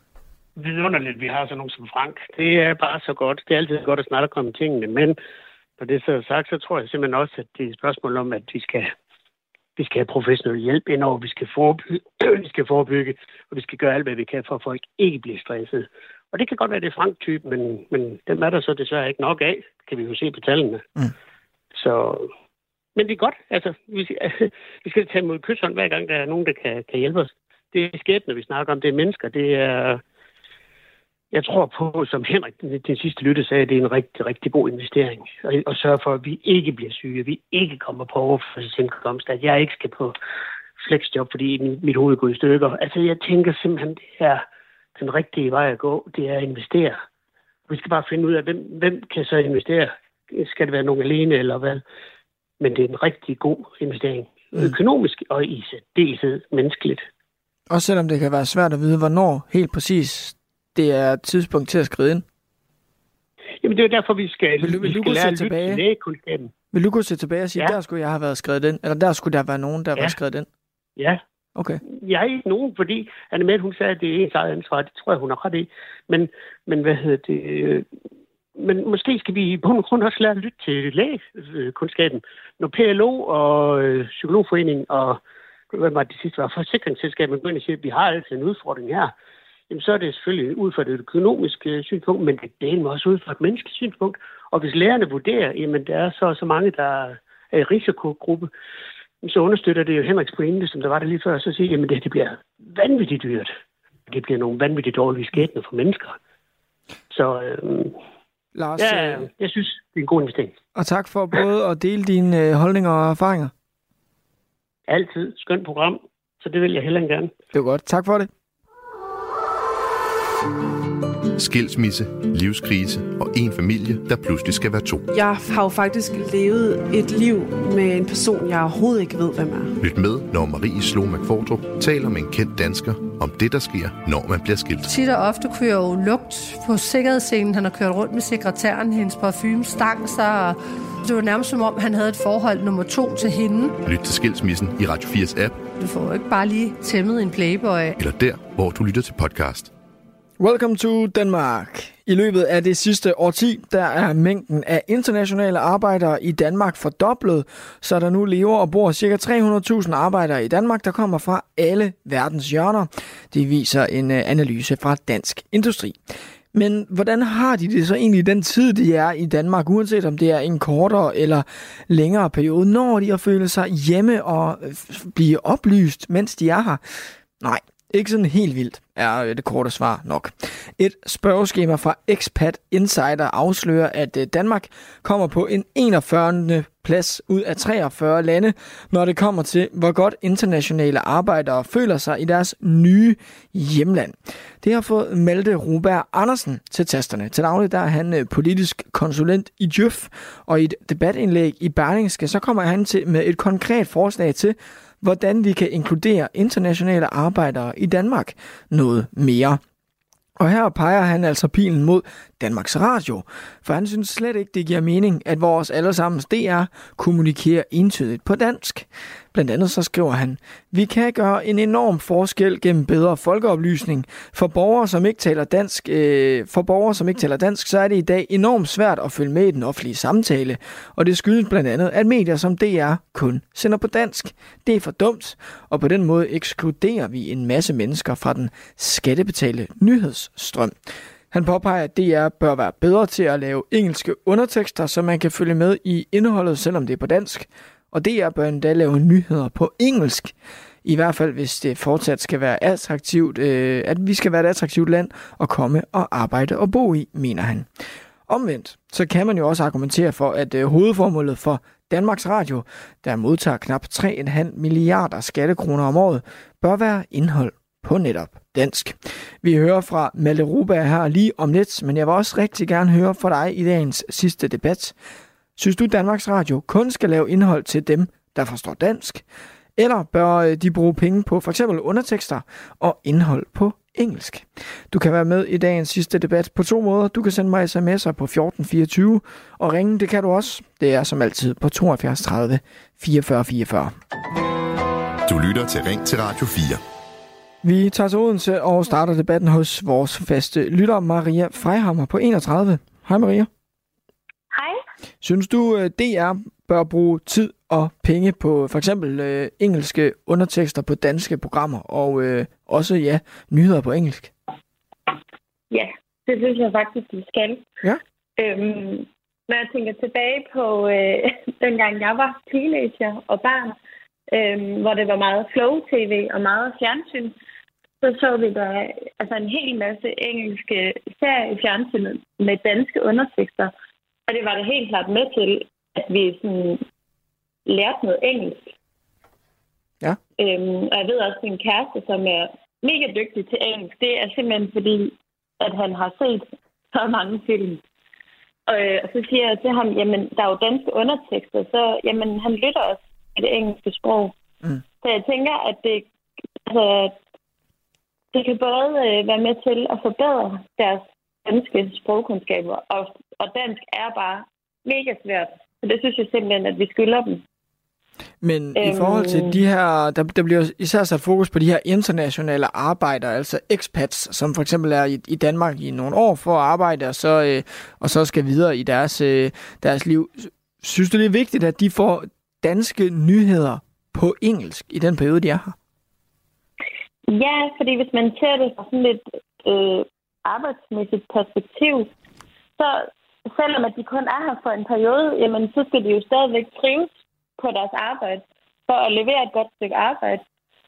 Vidunderligt, vi har sådan nogen som Frank. Det er bare så godt. Det er altid godt at snakke om tingene, men Når det så er sagt, så tror jeg simpelthen også, at det er et spørgsmål om, at vi skal have professionel hjælp indover, vi skal forebygge, og vi skal gøre alt, hvad vi kan, for at folk ikke bliver stresset. Og det kan godt være, det er Frank-type, men dem er der så desværre ikke nok af, kan vi jo se på tallene. Så, men det er godt. Altså, vi skal tage mod kysshånd, hver gang der er nogen, der kan hjælpe os. Det er skæbne, vi snakker om. Det er mennesker. Det er... Jeg tror på, som Henrik, den sidste lytte sagde, det er en rigtig, rigtig god investering. Og sørge for, at vi ikke bliver syge, at vi ikke kommer på overførselsindkomst, at jeg ikke skal på flexjob, fordi mit hoved går i stykker. Altså, jeg tænker simpelthen, det er den rigtige vej at gå, det er at investere. Vi skal bare finde ud af, hvem kan så investere. Skal det være nogen alene, eller hvad? Men det er en rigtig god investering. Økonomisk og i særdeleshed menneskeligt. Også selvom det kan være svært at vide, hvornår helt præcis det er et tidspunkt til at skride ind. Jamen, det er derfor, vi skal Vil du lære at lytte til lægekundskaben. Vil du gå tilbage og sige, der skulle jeg have været skrevet ind? Eller der skulle der være nogen, der var skrevet ind? Ja. Okay. Jeg er ikke nogen, fordi Annemette, hun sagde, at det er ens eget ansvar. Det tror jeg, hun har ret i. Men hvad hedder det... Men måske skal vi på en grund også lære at lytte til lægekundskaben. Når PLO og Psykologforeningen og hvad var det sidste var, forsikringsselskabet går ind og siger, at vi har altid en udfordring her, jamen så er det selvfølgelig ud fra det økonomiske synspunkt, men det er også ud fra et menneskeligt synspunkt. Og hvis lærerne vurderer, jamen der er så mange, der er i risikogruppe, så understøtter det jo Henriks pointe, som der var det lige før, så siger, jamen det bliver vanvittigt dyrt. Det bliver nogle vanvittigt dårlige skæbner for mennesker. Så Lars, jeg synes, det er en god investering. Og tak for både at dele dine holdninger og erfaringer. Altid. Skønt program, så det vil jeg heller gerne. Det er godt. Tak for det. Skilsmisse, livskrise og en familie, der pludselig skal være to. Jeg har jo faktisk levet et liv med en person, jeg overhovedet ikke ved, hvem er. Lyt med, når Marie Slo McFordrup taler med en kendt dansker om det, der sker, når man bliver skilt. Tit og ofte kunne jeg jo lugt på sikkerhedsscenen. Han har kørt rundt med sekretæren, hendes parfume stank sig, og det var nærmest som om, han havde et forhold nummer 2 til hende. Lyt til Skilsmissen i Radio 4's app. Du får jo ikke bare lige tæmmet en playboy. Eller der, hvor du lytter til podcast. Welcome to Denmark. I løbet af det sidste årti, der er mængden af internationale arbejdere i Danmark fordoblet, så der nu lever og bor ca. 300.000 arbejdere i Danmark, der kommer fra alle verdens hjørner. Det viser en analyse fra Dansk Industri. Men hvordan har de det så egentlig den tid, de er i Danmark, uanset om det er en kortere eller længere periode, når de at føle sig hjemme og blive oplyst, mens de er her? Nej. Ikke sådan helt vildt, er det korte svar nok. Et spørgeskema fra Expat Insider afslører, at Danmark kommer på en 41. plads ud af 43 lande, når det kommer til, hvor godt internationale arbejdere føler sig i deres nye hjemland. Det har fået Malte Ruberg Andersen til tasterne. Til daglig der er han politisk konsulent i Djøf, og i et debatindlæg i Berlingske, så kommer han til med et konkret forslag til, hvordan vi kan inkludere internationale arbejdere i Danmark noget mere. Og her peger han altså pilen mod Danmarks Radio, for han synes slet ikke, det giver mening, at vores allesammens DR kommunikerer entydigt på dansk. Blandt andet så skriver han, vi kan gøre en enorm forskel gennem bedre folkeoplysning. For borgere, som ikke taler dansk, så er det i dag enormt svært at følge med i den offentlige samtale. Og det skyldes blandt andet, at medier som DR kun sender på dansk. Det er for dumt, og på den måde ekskluderer vi en masse mennesker fra den skattebetalte nyhedsstrøm. Han påpeger, at DR bør være bedre til at lave engelske undertekster, så man kan følge med i indholdet, selvom det er på dansk. Og DR bør endda lave nyheder på engelsk. I hvert fald, hvis det fortsat skal være attraktivt, at vi skal være et attraktivt land at komme og arbejde og bo i, mener han. Omvendt, så kan man jo også argumentere for, at hovedformålet for Danmarks Radio, der modtager knap 3,5 milliarder skattekroner om året, bør være indhold på netop dansk. Vi hører fra Malte Ruberg her lige om lidt, men jeg vil også rigtig gerne høre fra dig i dagens sidste debat. Synes du, Danmarks Radio kun skal lave indhold til dem, der forstår dansk? Eller bør de bruge penge på f.eks. undertekster og indhold på engelsk? Du kan være med i dagens sidste debat på 2 måder. Du kan sende mig sms'er på 1424, og ringe, det kan du også. Det er som altid på 72 30 44 44. Du lytter til Ring til Radio 4. Vi tager til Odense og starter debatten hos vores faste lytter, Maria Freihammer på 31. Hej Maria. Hej. Synes du, DR bør bruge tid og penge på for eksempel engelske undertekster på danske programmer, og også nyheder på engelsk? Ja, det synes jeg faktisk, vi skal. Ja. Når jeg tænker tilbage på dengang jeg var teenager og barn, hvor det var meget flow-tv og meget fjernsyn, så vi der altså en hel masse engelske serier i fjernsynet med danske undertekster. Og det var da helt klart med til, at vi sådan lærte noget engelsk. Ja. Og jeg ved også, at min kæreste, som er mega dygtig til engelsk, det er simpelthen fordi, at han har set så mange film. Og så siger jeg til ham, jamen, der er jo danske undertekster, så jamen, han lytter også til det engelske sprog. Mm. Så jeg tænker, at det kan både være med til at forbedre deres danske sprogkundskaber, og dansk er bare mega svært. Så det synes jeg simpelthen, at vi skylder dem. Men i forhold til de her, der bliver især sat fokus på de her internationale arbejdere, altså expats, som for eksempel er i Danmark i nogle år for at arbejde, og så skal videre i deres liv. Synes du, det er vigtigt, at de får danske nyheder på engelsk i den periode, de er her? Ja, fordi hvis man ser det fra sådan lidt arbejdsmæssigt perspektiv, så selvom at de kun er her for en periode, jamen så skal de jo stadigvæk trives på deres arbejde for at levere et godt stykke arbejde.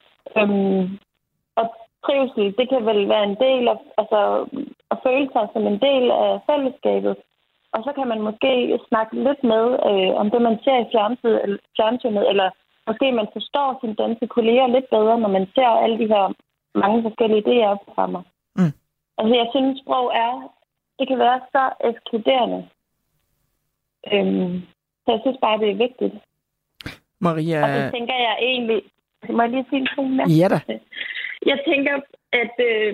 Og trivsel, det kan vel være en del af, altså at føle sig som en del af fællesskabet. Og så kan man måske snakke lidt med om det, man ser i fjernsynet, eller måske man forstår sine danske kolleger lidt bedre, når man ser alle de her mange forskellige DR-programmer. Mm. Altså jeg synes, sprog det kan være så ekskluderende. Så jeg synes bare, det er vigtigt. Maria... Og det tænker jeg egentlig... Må jeg lige sige en ting mere? Ja da. Jeg tænker, at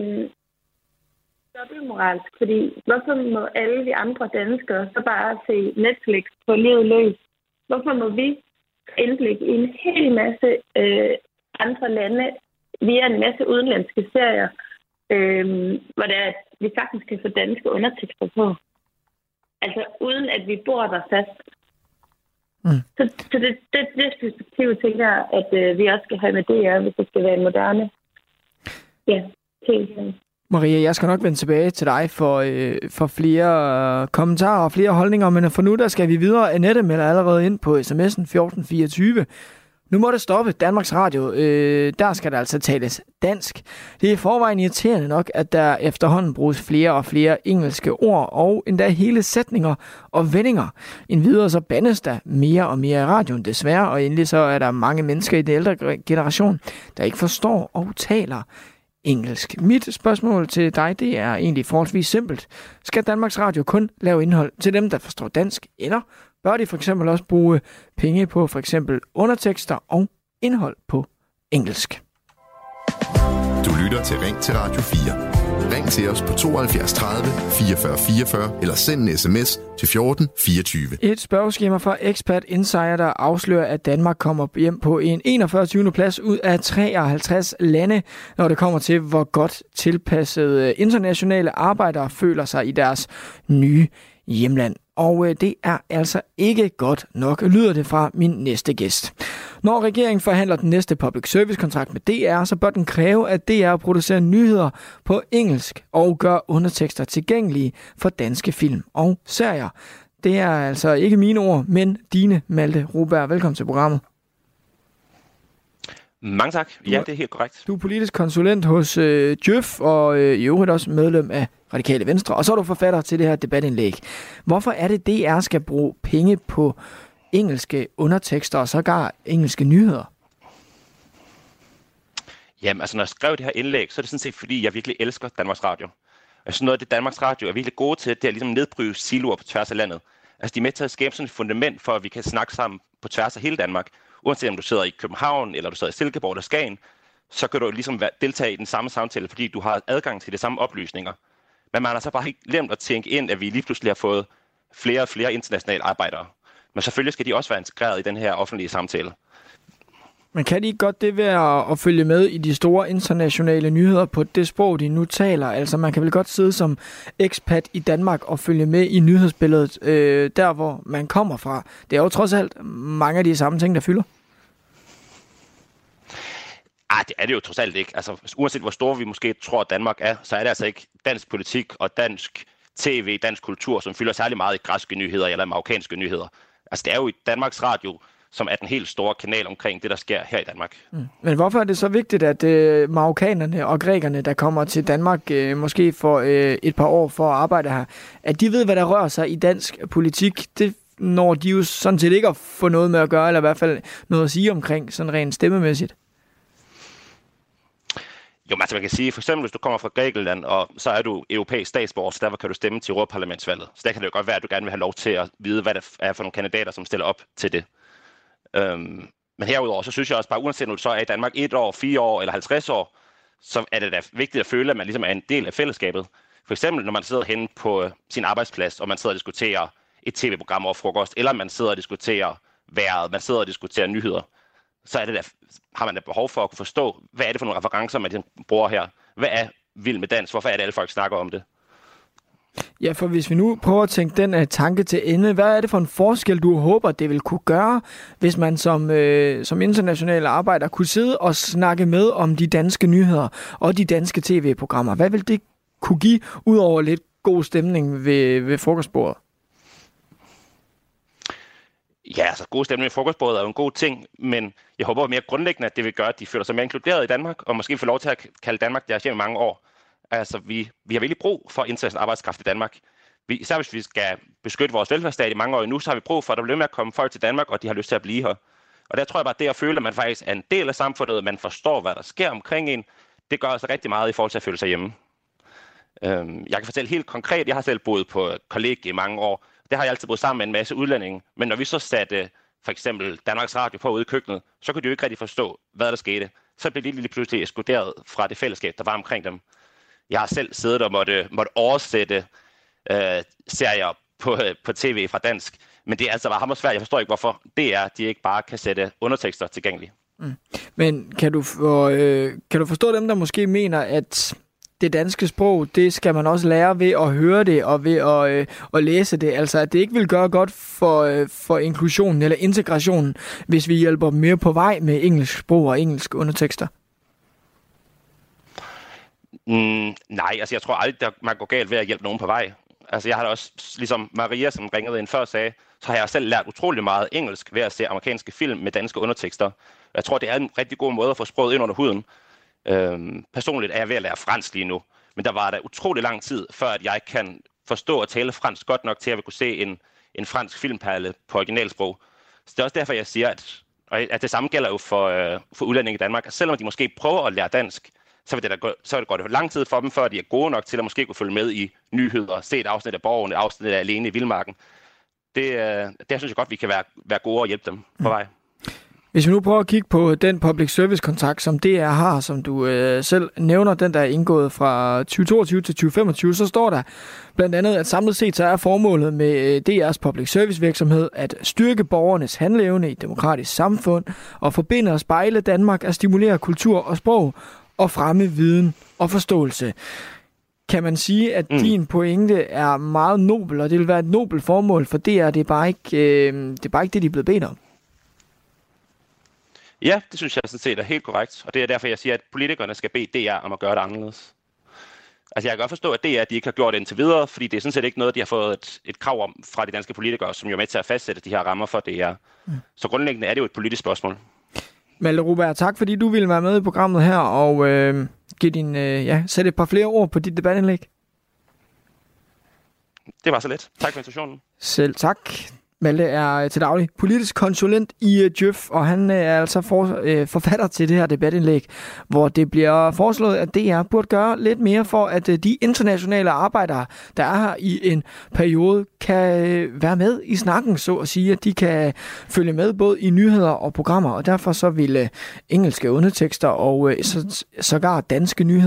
dobbeltmoralsk, fordi hvorfor må alle de andre danskere så bare se Netflix på livet løs? Hvorfor må vi indblik i en hel masse andre lande via en masse udenlandske serier, hvor det er, at vi faktisk kan få danske undertekster på? Altså uden at vi bor der fast. Mm. Så det perspektiv tænker jeg, at vi også skal have med DR, hvis det skal være en moderne ting. Maria, jeg skal nok vende tilbage til dig for flere kommentarer og flere holdninger, men for nu der skal vi videre. Annette melder allerede ind på sms'en 1424. Nu må det stoppe. Danmarks Radio, der skal der altså tales dansk. Det er i forvejen irriterende nok, at der efterhånden bruges flere og flere engelske ord, og endda hele sætninger og vendinger. Endvidere så bandes der mere og mere i radioen, desværre, og endelig så er der mange mennesker i den ældre generation, der ikke forstår og taler engelsk. Mit spørgsmål til dig, det er egentlig forholdsvis simpelt. Skal Danmarks Radio kun lave indhold til dem, der forstår dansk, eller bør de for eksempel også bruge penge på for eksempel undertekster og indhold på engelsk? Du lytter til Ring til Radio 4. Ring til os på 72 30 44 44 eller send en sms til 14 24. Et spørgeskema fra Expat Insider, der afslører, at Danmark kommer hjem på en 41. plads ud af 53 lande, når det kommer til, hvor godt tilpassede internationale arbejdere føler sig i deres nye hjemland. Og det er altså ikke godt nok, lyder det fra min næste gæst. Når regeringen forhandler den næste public service kontrakt med DR, så bør den kræve, at DR producerer nyheder på engelsk og gør undertekster tilgængelige for danske film og serier. Det er altså ikke mine ord, men dine, Malte Roberg. Velkommen til programmet. Mange tak. Ja, det er helt korrekt. Du er politisk konsulent hos Djøf og i øvrigt også medlem af Radikale Venstre. Og så er du forfatter til det her debatindlæg. Hvorfor er det, DR skal bruge penge på engelske undertekster og sågar engelske nyheder? Jamen, altså når jeg skrev det her indlæg, så er det sådan set, fordi jeg virkelig elsker Danmarks Radio. Jeg synes noget af det, Danmarks Radio er virkelig gode til, det er ligesom nedbryde siloer på tværs af landet. Altså de er med til at skabe sådan et fundament for, at vi kan snakke sammen på tværs af hele Danmark. Uanset om du sidder i København, eller du sidder i Silkeborg eller Skagen, så kan du ligesom deltage i den samme samtale, fordi du har adgang til de samme oplysninger. Men man har så bare ikke glemt at tænke ind, at vi lige pludselig har fået flere og flere internationale arbejdere. Men selvfølgelig skal de også være integreret i den her offentlige samtale. Men kan de ikke godt det ved at følge med i de store internationale nyheder på det sprog, de nu taler? Altså man kan vel godt sidde som ekspat i Danmark og følge med i nyhedsbilledet der, hvor man kommer fra. Det er jo trods alt mange af de samme ting, der fylder. Det er det jo trods alt ikke. Altså uanset hvor store vi måske tror, Danmark er, så er det altså ikke dansk politik og dansk tv, dansk kultur, som fylder særlig meget i græske nyheder eller marokkanske nyheder. Altså det er jo i Danmarks Radio, som er den helt store kanal omkring det, der sker her i Danmark. Men hvorfor er det så vigtigt, at marokkanerne og grækerne, der kommer til Danmark måske for et par år for at arbejde her, at de ved, hvad der rører sig i dansk politik? Det når de jo sådan set ikke at få noget med at gøre, eller i hvert fald noget at sige omkring, sådan rent stemmemæssigt. Jo, altså man kan sige, for eksempel hvis du kommer fra Grækenland, og så er du europæisk statsborger, så derfor kan du stemme til Europaparlamentsvalget. Så der kan det jo godt være, at du gerne vil have lov til at vide, hvad der er for nogle kandidater, som stiller op til det. Men herudover, så synes jeg også bare, uanset om du så er i Danmark 1 år, 4 år eller 50 år, så er det da vigtigt at føle, at man ligesom er en del af fællesskabet. For eksempel, når man sidder henne på sin arbejdsplads, og man sidder og diskuterer et tv-program over frokost, eller man sidder og diskuterer vejret, man sidder og diskuterer nyheder, så er det der, har man da behov for at kunne forstå, hvad er det for nogle referencer, man bruger her? Hvad er Vild med Dans? Hvorfor er det, alle folk snakker om det? Ja, for hvis vi nu prøver at tænke den tanke til ende, hvad er det for en forskel, du håber, det vil kunne gøre, hvis man som international arbejder kunne sidde og snakke med om de danske nyheder og de danske tv-programmer? Hvad vil det kunne give, ud over lidt god stemning ved frokostbordet? Ja, altså god stemning ved frokostbordet er jo en god ting, men jeg håber mere grundlæggende, at det vil gøre, at de føler sig mere inkluderet i Danmark, og måske få lov til at kalde Danmark deres hjem i mange år. Altså, vi har virkelig brug for international arbejdskraft i Danmark. Især hvis vi skal beskytte vores velfærdsstat i mange år nu, så har vi brug for, at der bliver med at komme folk til Danmark, og de har lyst til at blive her. Og der tror jeg bare, at det at føle, at man faktisk er en del af samfundet, og man forstår, hvad der sker omkring en, det gør altså rigtig meget i forhold til at føle sig hjemme. Jeg kan fortælle helt konkret, jeg har selv boet på kollegie i mange år. Det har jeg altid boet sammen med en masse udlændinge. Men når vi så satte for eksempel Danmarks Radio på ude i køkkenet, så kunne de jo ikke rigtig forstå, hvad der skete. Så blev de lige pludselig ekskluderet fra det fællesskab, der var omkring dem. Jeg har selv siddet og måtte oversætte serier på tv fra dansk. Men det er altså bare hammersvært. Jeg forstår ikke, hvorfor det er, at de ikke bare kan sætte undertekster tilgængelige. Men kan du forstå dem, der måske mener, at det danske sprog, det skal man også lære ved at høre det og ved at læse det? Altså, at det ikke vil gøre godt for inklusionen eller integrationen, hvis vi hjælper dem mere på vej med engelsk sprog og engelske undertekster? Nej, altså jeg tror aldrig, at man går galt ved at hjælpe nogen på vej. Altså jeg har da også, ligesom Maria, som ringede ind før, sagde, så har jeg selv lært utrolig meget engelsk ved at se amerikanske film med danske undertekster. Jeg tror, det er en rigtig god måde at få sproget ind under huden. Personligt er jeg ved at lære fransk lige nu, men der var der utrolig lang tid, før at jeg kan forstå og tale fransk godt nok til, at vi kunne se en fransk filmperle på originalsprog. Så det er også derfor, jeg siger, at det samme gælder jo for udlændinge i Danmark. At selvom de måske prøver at lære dansk, så vil det gå lang tid for dem, før de er gode nok til at måske kunne følge med i nyheder, se et afsnit af Borgen, et afsnit af Alene i Vildmarken. Det synes jeg godt, vi kan være gode og hjælpe dem på vej. Hvis vi nu prøver at kigge på den public service kontrakt, som DR har, som du selv nævner, den der er indgået fra 2022 til 2025, så står der blandt andet, at samlet set så er formålet med DR's public service virksomhed at styrke borgernes handleevne i et demokratisk samfund og forbinde og spejle Danmark, at stimulere kultur og sprog og fremme viden og forståelse. Kan man sige, at din pointe er meget nobel, og det vil være et nobelt formål for DR, det er bare ikke det, de er blevet bedt om? Ja, det synes jeg sådan set er helt korrekt, og det er derfor, jeg siger, at politikerne skal bede DR om at gøre det anderledes. Altså jeg kan godt forstå, at DR de ikke har gjort det indtil videre, fordi det er sådan set ikke noget, de har fået et krav om fra de danske politikere, som jo er med til at fastsætte de her rammer for DR. Så grundlæggende er det jo et politisk spørgsmål. Malte Ruberg, tak fordi du ville være med i programmet her og sætte et par flere ord på dit debatindlæg. Det var så let. Tak for invitationen. Selv tak. Malte er til daglig politisk konsulent i Djøf, og han er altså forfatter til det her debatindlæg, hvor det bliver foreslået, at DR burde gøre lidt mere for, at de internationale arbejdere, der er her i en periode, kan være med i snakken, så at sige, at de kan følge med både i nyheder og programmer, og derfor så vil engelske undertekster og sågar danske nyheder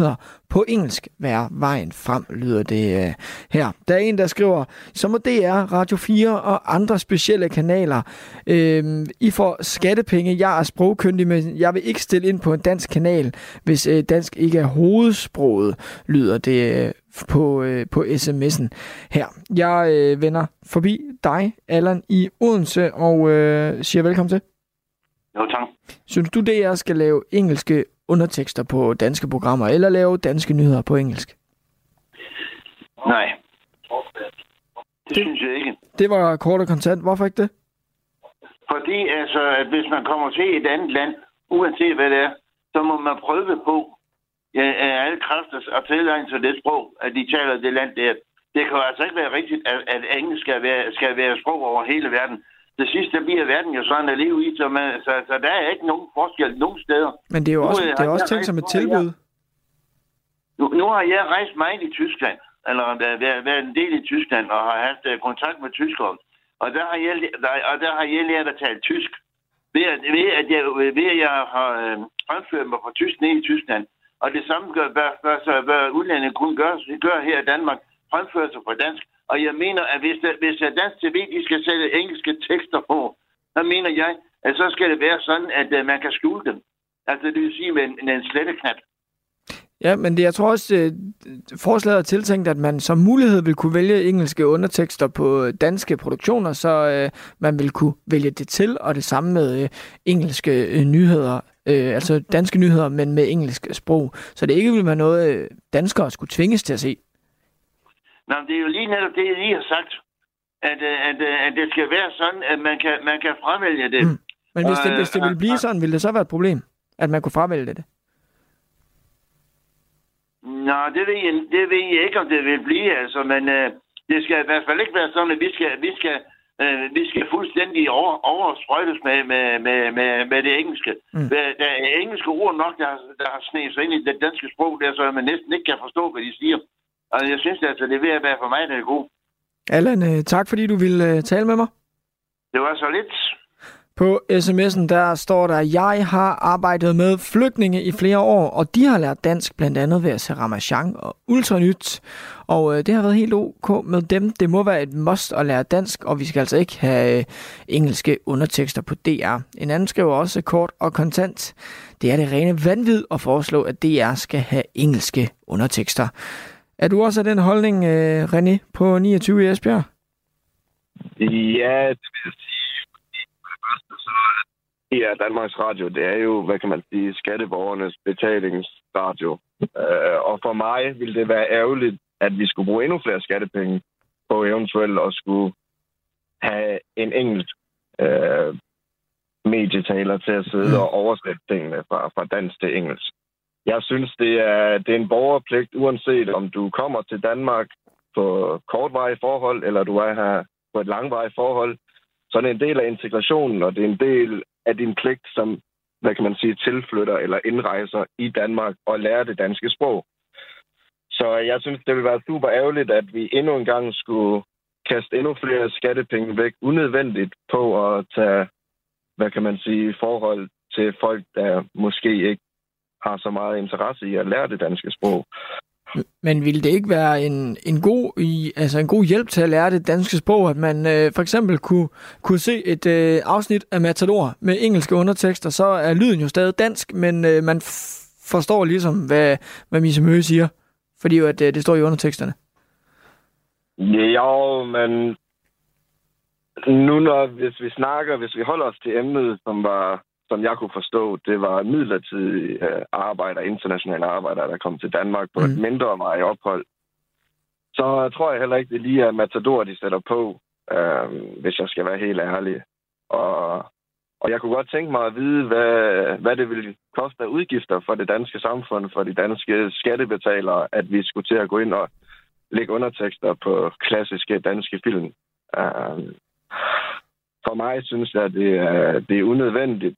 på engelsk være vejen frem, lyder det her. Der er en, der skriver, så må DR, Radio 4 og andre specielle kanaler. I får skattepenge. Jeg er sprogkyndig, men jeg vil ikke stille ind på en dansk kanal, hvis dansk ikke er hovedsproget, lyder det på sms'en her. Jeg vender forbi dig, Allan, i Odense, og siger velkommen til. Jo, tak. Synes du, det jeg skal lave engelske undertekster på danske programmer, eller lave danske nyheder på engelsk? Nej. Det synes jeg ikke. Det var kort og kontant. Hvorfor ikke det? Fordi altså, at hvis man kommer til et andet land, uanset hvad det er, så må man prøve på alle kræfter at tilegne sig det sprog, at de taler det land der. Det kan altså ikke være rigtigt, at engelsk skal være sprog over hele verden. Det sidste bliver verden jo sådan at leve i, så der er ikke nogen forskel nogen steder. Men det er jo også tænkt som et tilbud. Nu har jeg rejst meget i Tyskland, eller været en del i Tyskland, og har haft kontakt med tyskere. Og der har jeg lært at tale tysk. Ved at jeg har fremført mig fra tysk ned i Tyskland. Og det samme bør udlændinge kun gøre her i Danmark, fremføre sig på dansk. Og jeg mener, at hvis dansk TV de skal sætte engelske tekster på, så mener jeg, at så skal det være sådan, at man kan skjule dem. Altså det vil sige med en sletteknap. Ja, men jeg tror også, forslaget er tiltænkt, at man som mulighed vil kunne vælge engelske undertekster på danske produktioner, så man vil kunne vælge det til, og det samme med engelske nyheder, altså danske nyheder, men med engelsk sprog. Så det ikke vil være noget, danskere skulle tvinges til at se. Nå, det er jo lige netop det, jeg lige har sagt, at det skal være sådan, at man kan fravælge det. Men hvis det ville blive sådan, ville det så være et problem, at man kunne fravælge det? Nå, det ved jeg ikke, om det vil blive, altså, men det skal i hvert fald ikke være sådan, at vi skal fuldstændig oversprøjtes med det engelske. Der er engelske ord nok, der har sneget sig ind i det danske sprog, der, så man næsten ikke kan forstå, hvad de siger. Og jeg synes altså, det er ved at være for mig, det er god. Allan, tak fordi du ville tale med mig. Det var så lidt. På sms'en der står der, jeg har arbejdet med flygtninge i flere år, og de har lært dansk blandt andet ved at se Ramachan og Ultranyt. Og det har været helt ok med dem. Det må være et must at lære dansk, og vi skal altså ikke have engelske undertekster på DR. En anden skriver også kort og kontant. Det er det rene vanvid at foreslå, at DR skal have engelske undertekster. Er du også af den holdning, René, på 29 i Esbjerg? Ja, det vil jeg sige. Ja, Danmarks Radio, det er jo, hvad kan man sige, skatteborgernes betalingsradio. Og for mig ville det være ærgerligt, at vi skulle bruge endnu flere skattepenge på eventuelt at skulle have en engelsk medietaler til at sidde og oversætte tingene fra dansk til engelsk. Jeg synes, det er en borgerpligt, uanset om du kommer til Danmark på kortvarige forhold, eller du er her på et langvarigt forhold. Så det er en del af integrationen, og det er en del af din pligt som, hvad kan man sige, tilflytter eller indrejser i Danmark og lærer det danske sprog. Så jeg synes, det vil være super ærgerligt, at vi endnu en gang skulle kaste endnu flere skattepenge væk unødvendigt på at tage, hvad kan man sige, forhold til folk, der måske ikke har så meget interesse i at lære det danske sprog. Men ville det ikke være en god hjælp til at lære det danske sprog, at man for eksempel kunne se et afsnit af Matador med engelske undertekster, så er lyden jo stadig dansk, men man forstår ligesom, hvad Misse Møge siger, fordi jo, at det står i underteksterne. Ja, men nu hvis vi holder os til emnet, som jeg kunne forstå, det var midlertidige internationale arbejdere, der kom til Danmark på et mindre varigt ophold. Så tror jeg heller ikke, det lige er Matador, de sætter på, hvis jeg skal være helt ærlig. Og jeg kunne godt tænke mig at vide, hvad det ville koste af udgifter for det danske samfund, for de danske skattebetalere, at vi skulle til at gå ind og lægge undertekster på klassiske danske film. For mig synes jeg, at det er unødvendigt.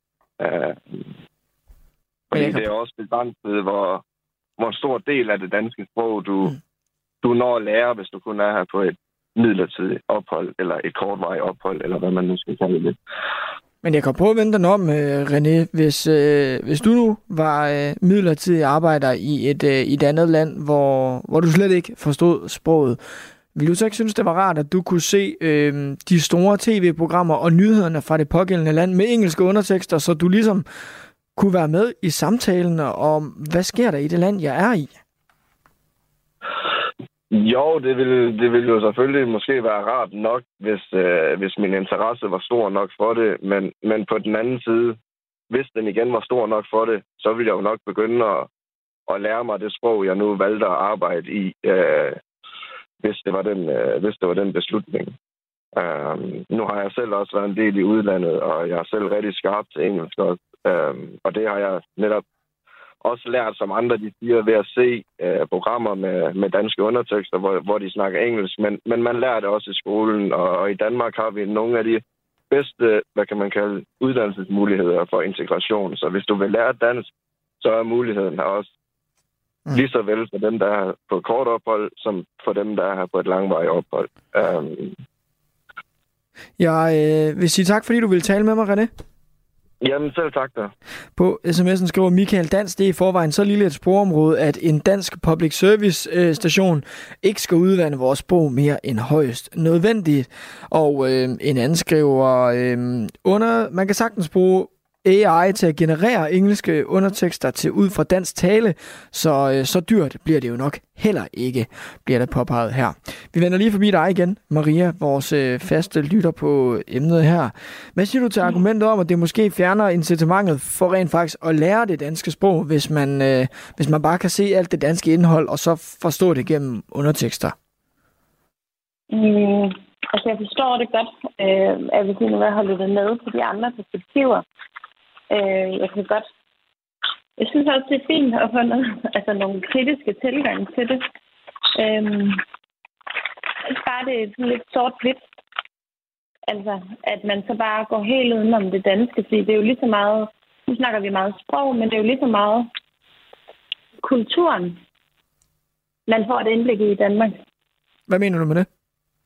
Fordi det er også begrænset, hvor stor del af det danske sprog du når at lære, hvis du kun er her på et midlertidigt ophold, eller et kortvarigt ophold, eller hvad man nu skal kalde det. Men jeg kan prøve at vente den om, René. Hvis du nu var midlertidig arbejder i et andet land, hvor du slet ikke forstod sproget, ville du så ikke synes, det var rart, at du kunne se de store tv-programmer og nyhederne fra det pågældende land med engelske undertekster, så du ligesom kunne være med i samtalen om, hvad sker der i det land, jeg er i? Jo, det ville jo selvfølgelig måske være rart nok, hvis min interesse var stor nok for det, men på den anden side, hvis den igen var stor nok for det, så ville jeg jo nok begynde at lære mig det sprog, jeg nu valgte at arbejde i, hvis det var den beslutning. Nu har jeg selv også været en del i udlandet, og jeg er selv rigtig skarp til engelsk også, og det har jeg netop også lært, som andre de siger, ved at se programmer med danske undertekster, hvor de snakker engelsk. Men man lærer det også i skolen, og i Danmark har vi nogle af de bedste, hvad kan man kalde, uddannelsesmuligheder for integration. Så hvis du vil lære dansk, så er muligheden her også lige så vel for dem, der er på et kort ophold, som for dem, der er her på et langvarigt ophold. Jeg vil sige tak, fordi du ville tale med mig, René. Jamen, selv tak da. På sms'en skriver Michael Dans, det er i forvejen så lille et sprogområde, at en dansk public service station ikke skal udvande vores sprog mere end højst nødvendigt. Og en anden skriver, man kan sagtens bruge AI til at generere engelske undertekster til ud fra dansk tale, så dyrt bliver det jo nok heller ikke, bliver der påpeget her. Vi vender lige forbi dig igen, Maria, vores faste lytter på emnet her. Hvad siger du til argumentet om, at det måske fjerner incitamentet for rent faktisk at lære det danske sprog, hvis man bare kan se alt det danske indhold, og så forstå det gennem undertekster? Altså, jeg forstår det godt, at hvis nu vil holde det med på de andre perspektiver. Jeg kan godt. Jeg synes også, det er fint at få nogle kritiske tilgang til det. Jeg synes bare, det er sådan lidt sort-hvidt. Altså, at man så bare går helt udenom det danske, fordi det er jo lige så meget, nu snakker vi meget sprog, men det er jo lige så meget kulturen, man får et indblik i Danmark. Hvad mener du med det?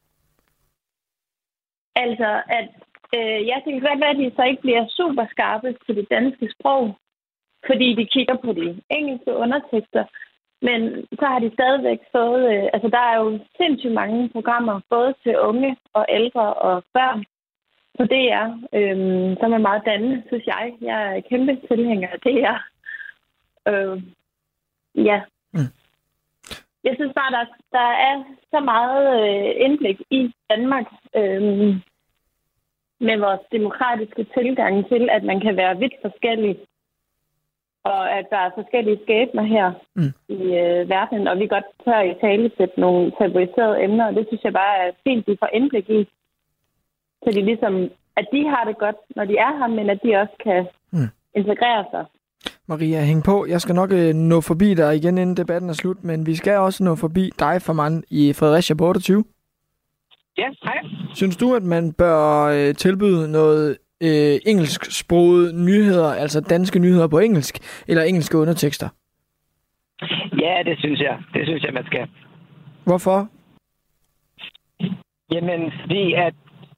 Altså, at jeg tænker godt være, at de så ikke bliver super skarpe til det danske sprog, fordi de kigger på de engelske undertekster. Men så har de stadigvæk fået... altså, der er jo sindssygt mange programmer, både til unge og ældre og børn på DR, som er meget dannende, synes jeg. Jeg er kæmpe tilhænger af DR. Ja. Jeg synes bare, der er så meget indblik i Danmark, med vores demokratiske tilgang til, at man kan være vidt forskellig, og at der er forskellige skæbner her i verden, og vi godt tør i tale sætte nogle tabuiserede emner, og det synes jeg bare er fint, de får indblik i. Så de ligesom, at de har det godt, når de er her, men at de også kan integrere sig. Maria, hæng på. Jeg skal nok nå forbi dig igen, inden debatten er slut, men vi skal også nå forbi dig, Farman, i Fredericia på 28. Ja, hej. Synes du, at man bør tilbyde noget engelsksproget nyheder, altså danske nyheder på engelsk, eller engelske undertekster? Ja, det synes jeg. Det synes jeg, man skal. Hvorfor? Jamen, fordi at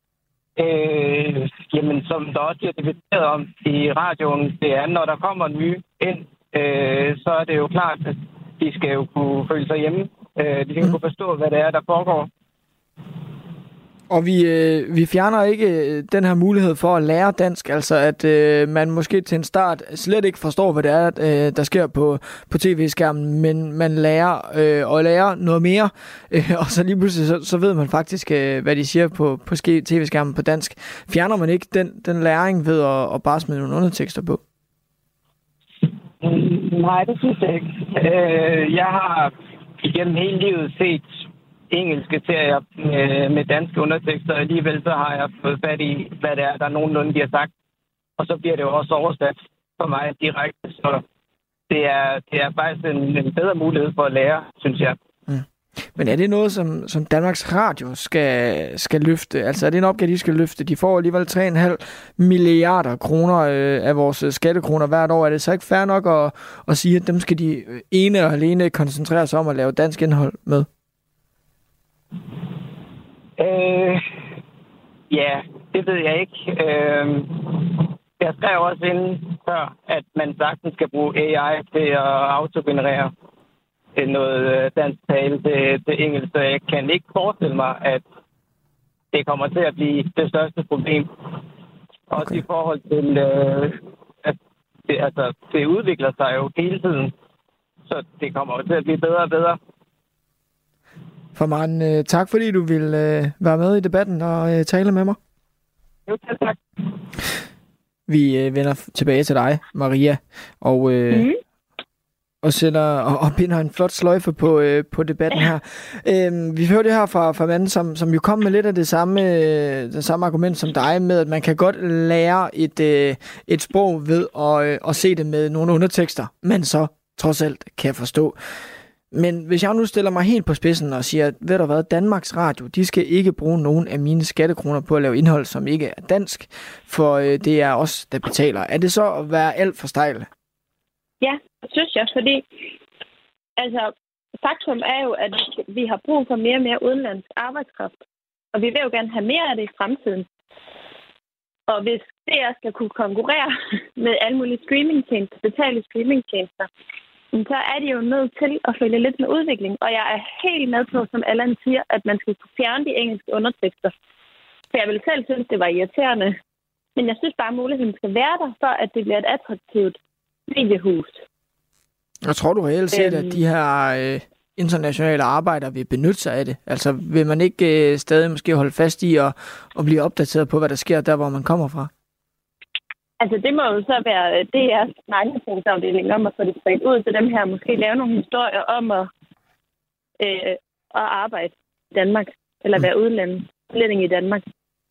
som der også bliver debatteret om i radioen, det er, når der kommer nye ind, så er det jo klart, at de skal jo kunne føle sig hjemme. De skal kunne forstå, hvad det er, der foregår. Og vi fjerner ikke den her mulighed for at lære dansk, altså at man måske til en start slet ikke forstår, hvad det er, der sker på tv-skærmen, men man lærer noget mere, og så lige pludselig så ved man faktisk, hvad de siger på tv-skærmen på dansk. Fjerner man ikke den læring ved at bare smide nogle undertekster på? Nej, det synes jeg ikke. Jeg har igennem hele livet set engelske serier med danske undertekster, og alligevel så har jeg fået fat i, hvad det er, der nogenlunde de har sagt. Og så bliver det jo også oversat for mig direkte, så det er faktisk en bedre mulighed for at lære, synes jeg. Men er det noget, som Danmarks Radio skal løfte? Altså er det en opgave, de skal løfte? De får alligevel 3,5 milliarder kroner af vores skattekroner hvert år. Er det så ikke fair nok at sige, at dem skal de ene og alene koncentrere sig om at lave dansk indhold med? Ja, det ved jeg ikke. Jeg skrev også inden før, at man sagtens skal bruge AI til at autogenerere noget dansk tale til engelsk. Så jeg kan ikke forestille mig, at det kommer til at blive det største problem. Også i forhold til, at det udvikler sig jo hele tiden. Så det kommer jo til at blive bedre og bedre. Farman, tak fordi du vil være med i debatten og tale med mig. Jo, tak. Vi vender tilbage til dig, Maria, og og binder en flot sløjfe på debatten her. Vi hører det her fra manden, som jo kom med lidt af det samme argument som dig, med at man kan godt lære et sprog ved at se det med nogle undertekster, man så trods alt kan forstå. Men hvis jeg nu stiller mig helt på spidsen og siger, ved du hvad, Danmarks Radio, de skal ikke bruge nogen af mine skattekroner på at lave indhold, som ikke er dansk, for det er os, der betaler. Er det så at være alt for stejl? Ja, det synes jeg, fordi faktum er jo, at vi har brug for mere og mere udenlandsk arbejdskraft, og vi vil jo gerne have mere af det i fremtiden. Og hvis DR skal kunne konkurrere med alle mulige streamingtjenester, betale streamingtjenester, så er de jo nødt til at følge lidt med udvikling. Og jeg er helt med på, som Allan siger, at man skal kunne fjerne de engelske undertekster. For jeg vil selv synes, det var irriterende. Men jeg synes bare, at muligheden skal være der, for at det bliver et attraktivt mediehus. Og tror du reelt set, at de her internationale arbejdere vil benytte sig af det? Altså vil man ikke stadig måske holde fast i at blive opdateret på, hvad der sker der, hvor man kommer fra? Altså det må jo så være DR's markedsafdeling om at få det spredt ud til dem her. Måske lave nogle historier om at arbejde i Danmark, eller være udlænding i Danmark.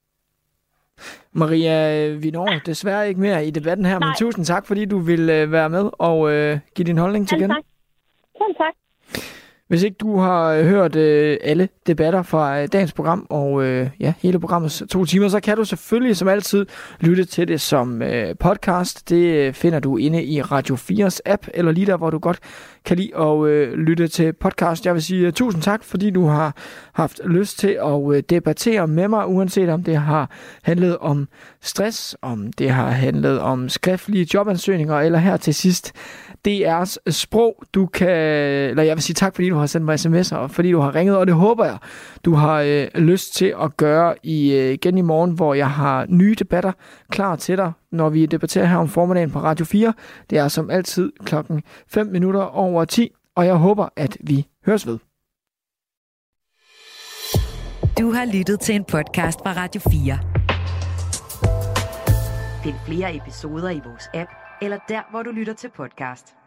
Maria, vi når desværre ikke mere i debatten her, men tusind tak, fordi du vil være med og give din holdning til igen. Tak. Hvis ikke du har hørt alle debatter fra dagens program og hele programmets 2 timer, så kan du selvfølgelig som altid lytte til det som podcast. Det finder du inde i Radio 4's app, eller lige der, hvor du godt kan lide at lytte til podcast. Jeg vil sige tusind tak, fordi du har haft lyst til at debattere med mig, uanset om det har handlet om stress, om det har handlet om skriftlige jobansøgninger, eller her til sidst DR's sprog. Jeg vil sige tak, fordi du har sendt mig sms'er, og fordi du har ringet, og det håber jeg, du har lyst til at gøre igen i morgen, hvor jeg har nye debatter klar til dig, når vi debatterer her om formiddagen på Radio 4. Det er som altid 5:05, og jeg håber, at vi høres ved. Du har lyttet til en podcast fra Radio 4. Find flere episoder i vores app, eller der, hvor du lytter til podcast.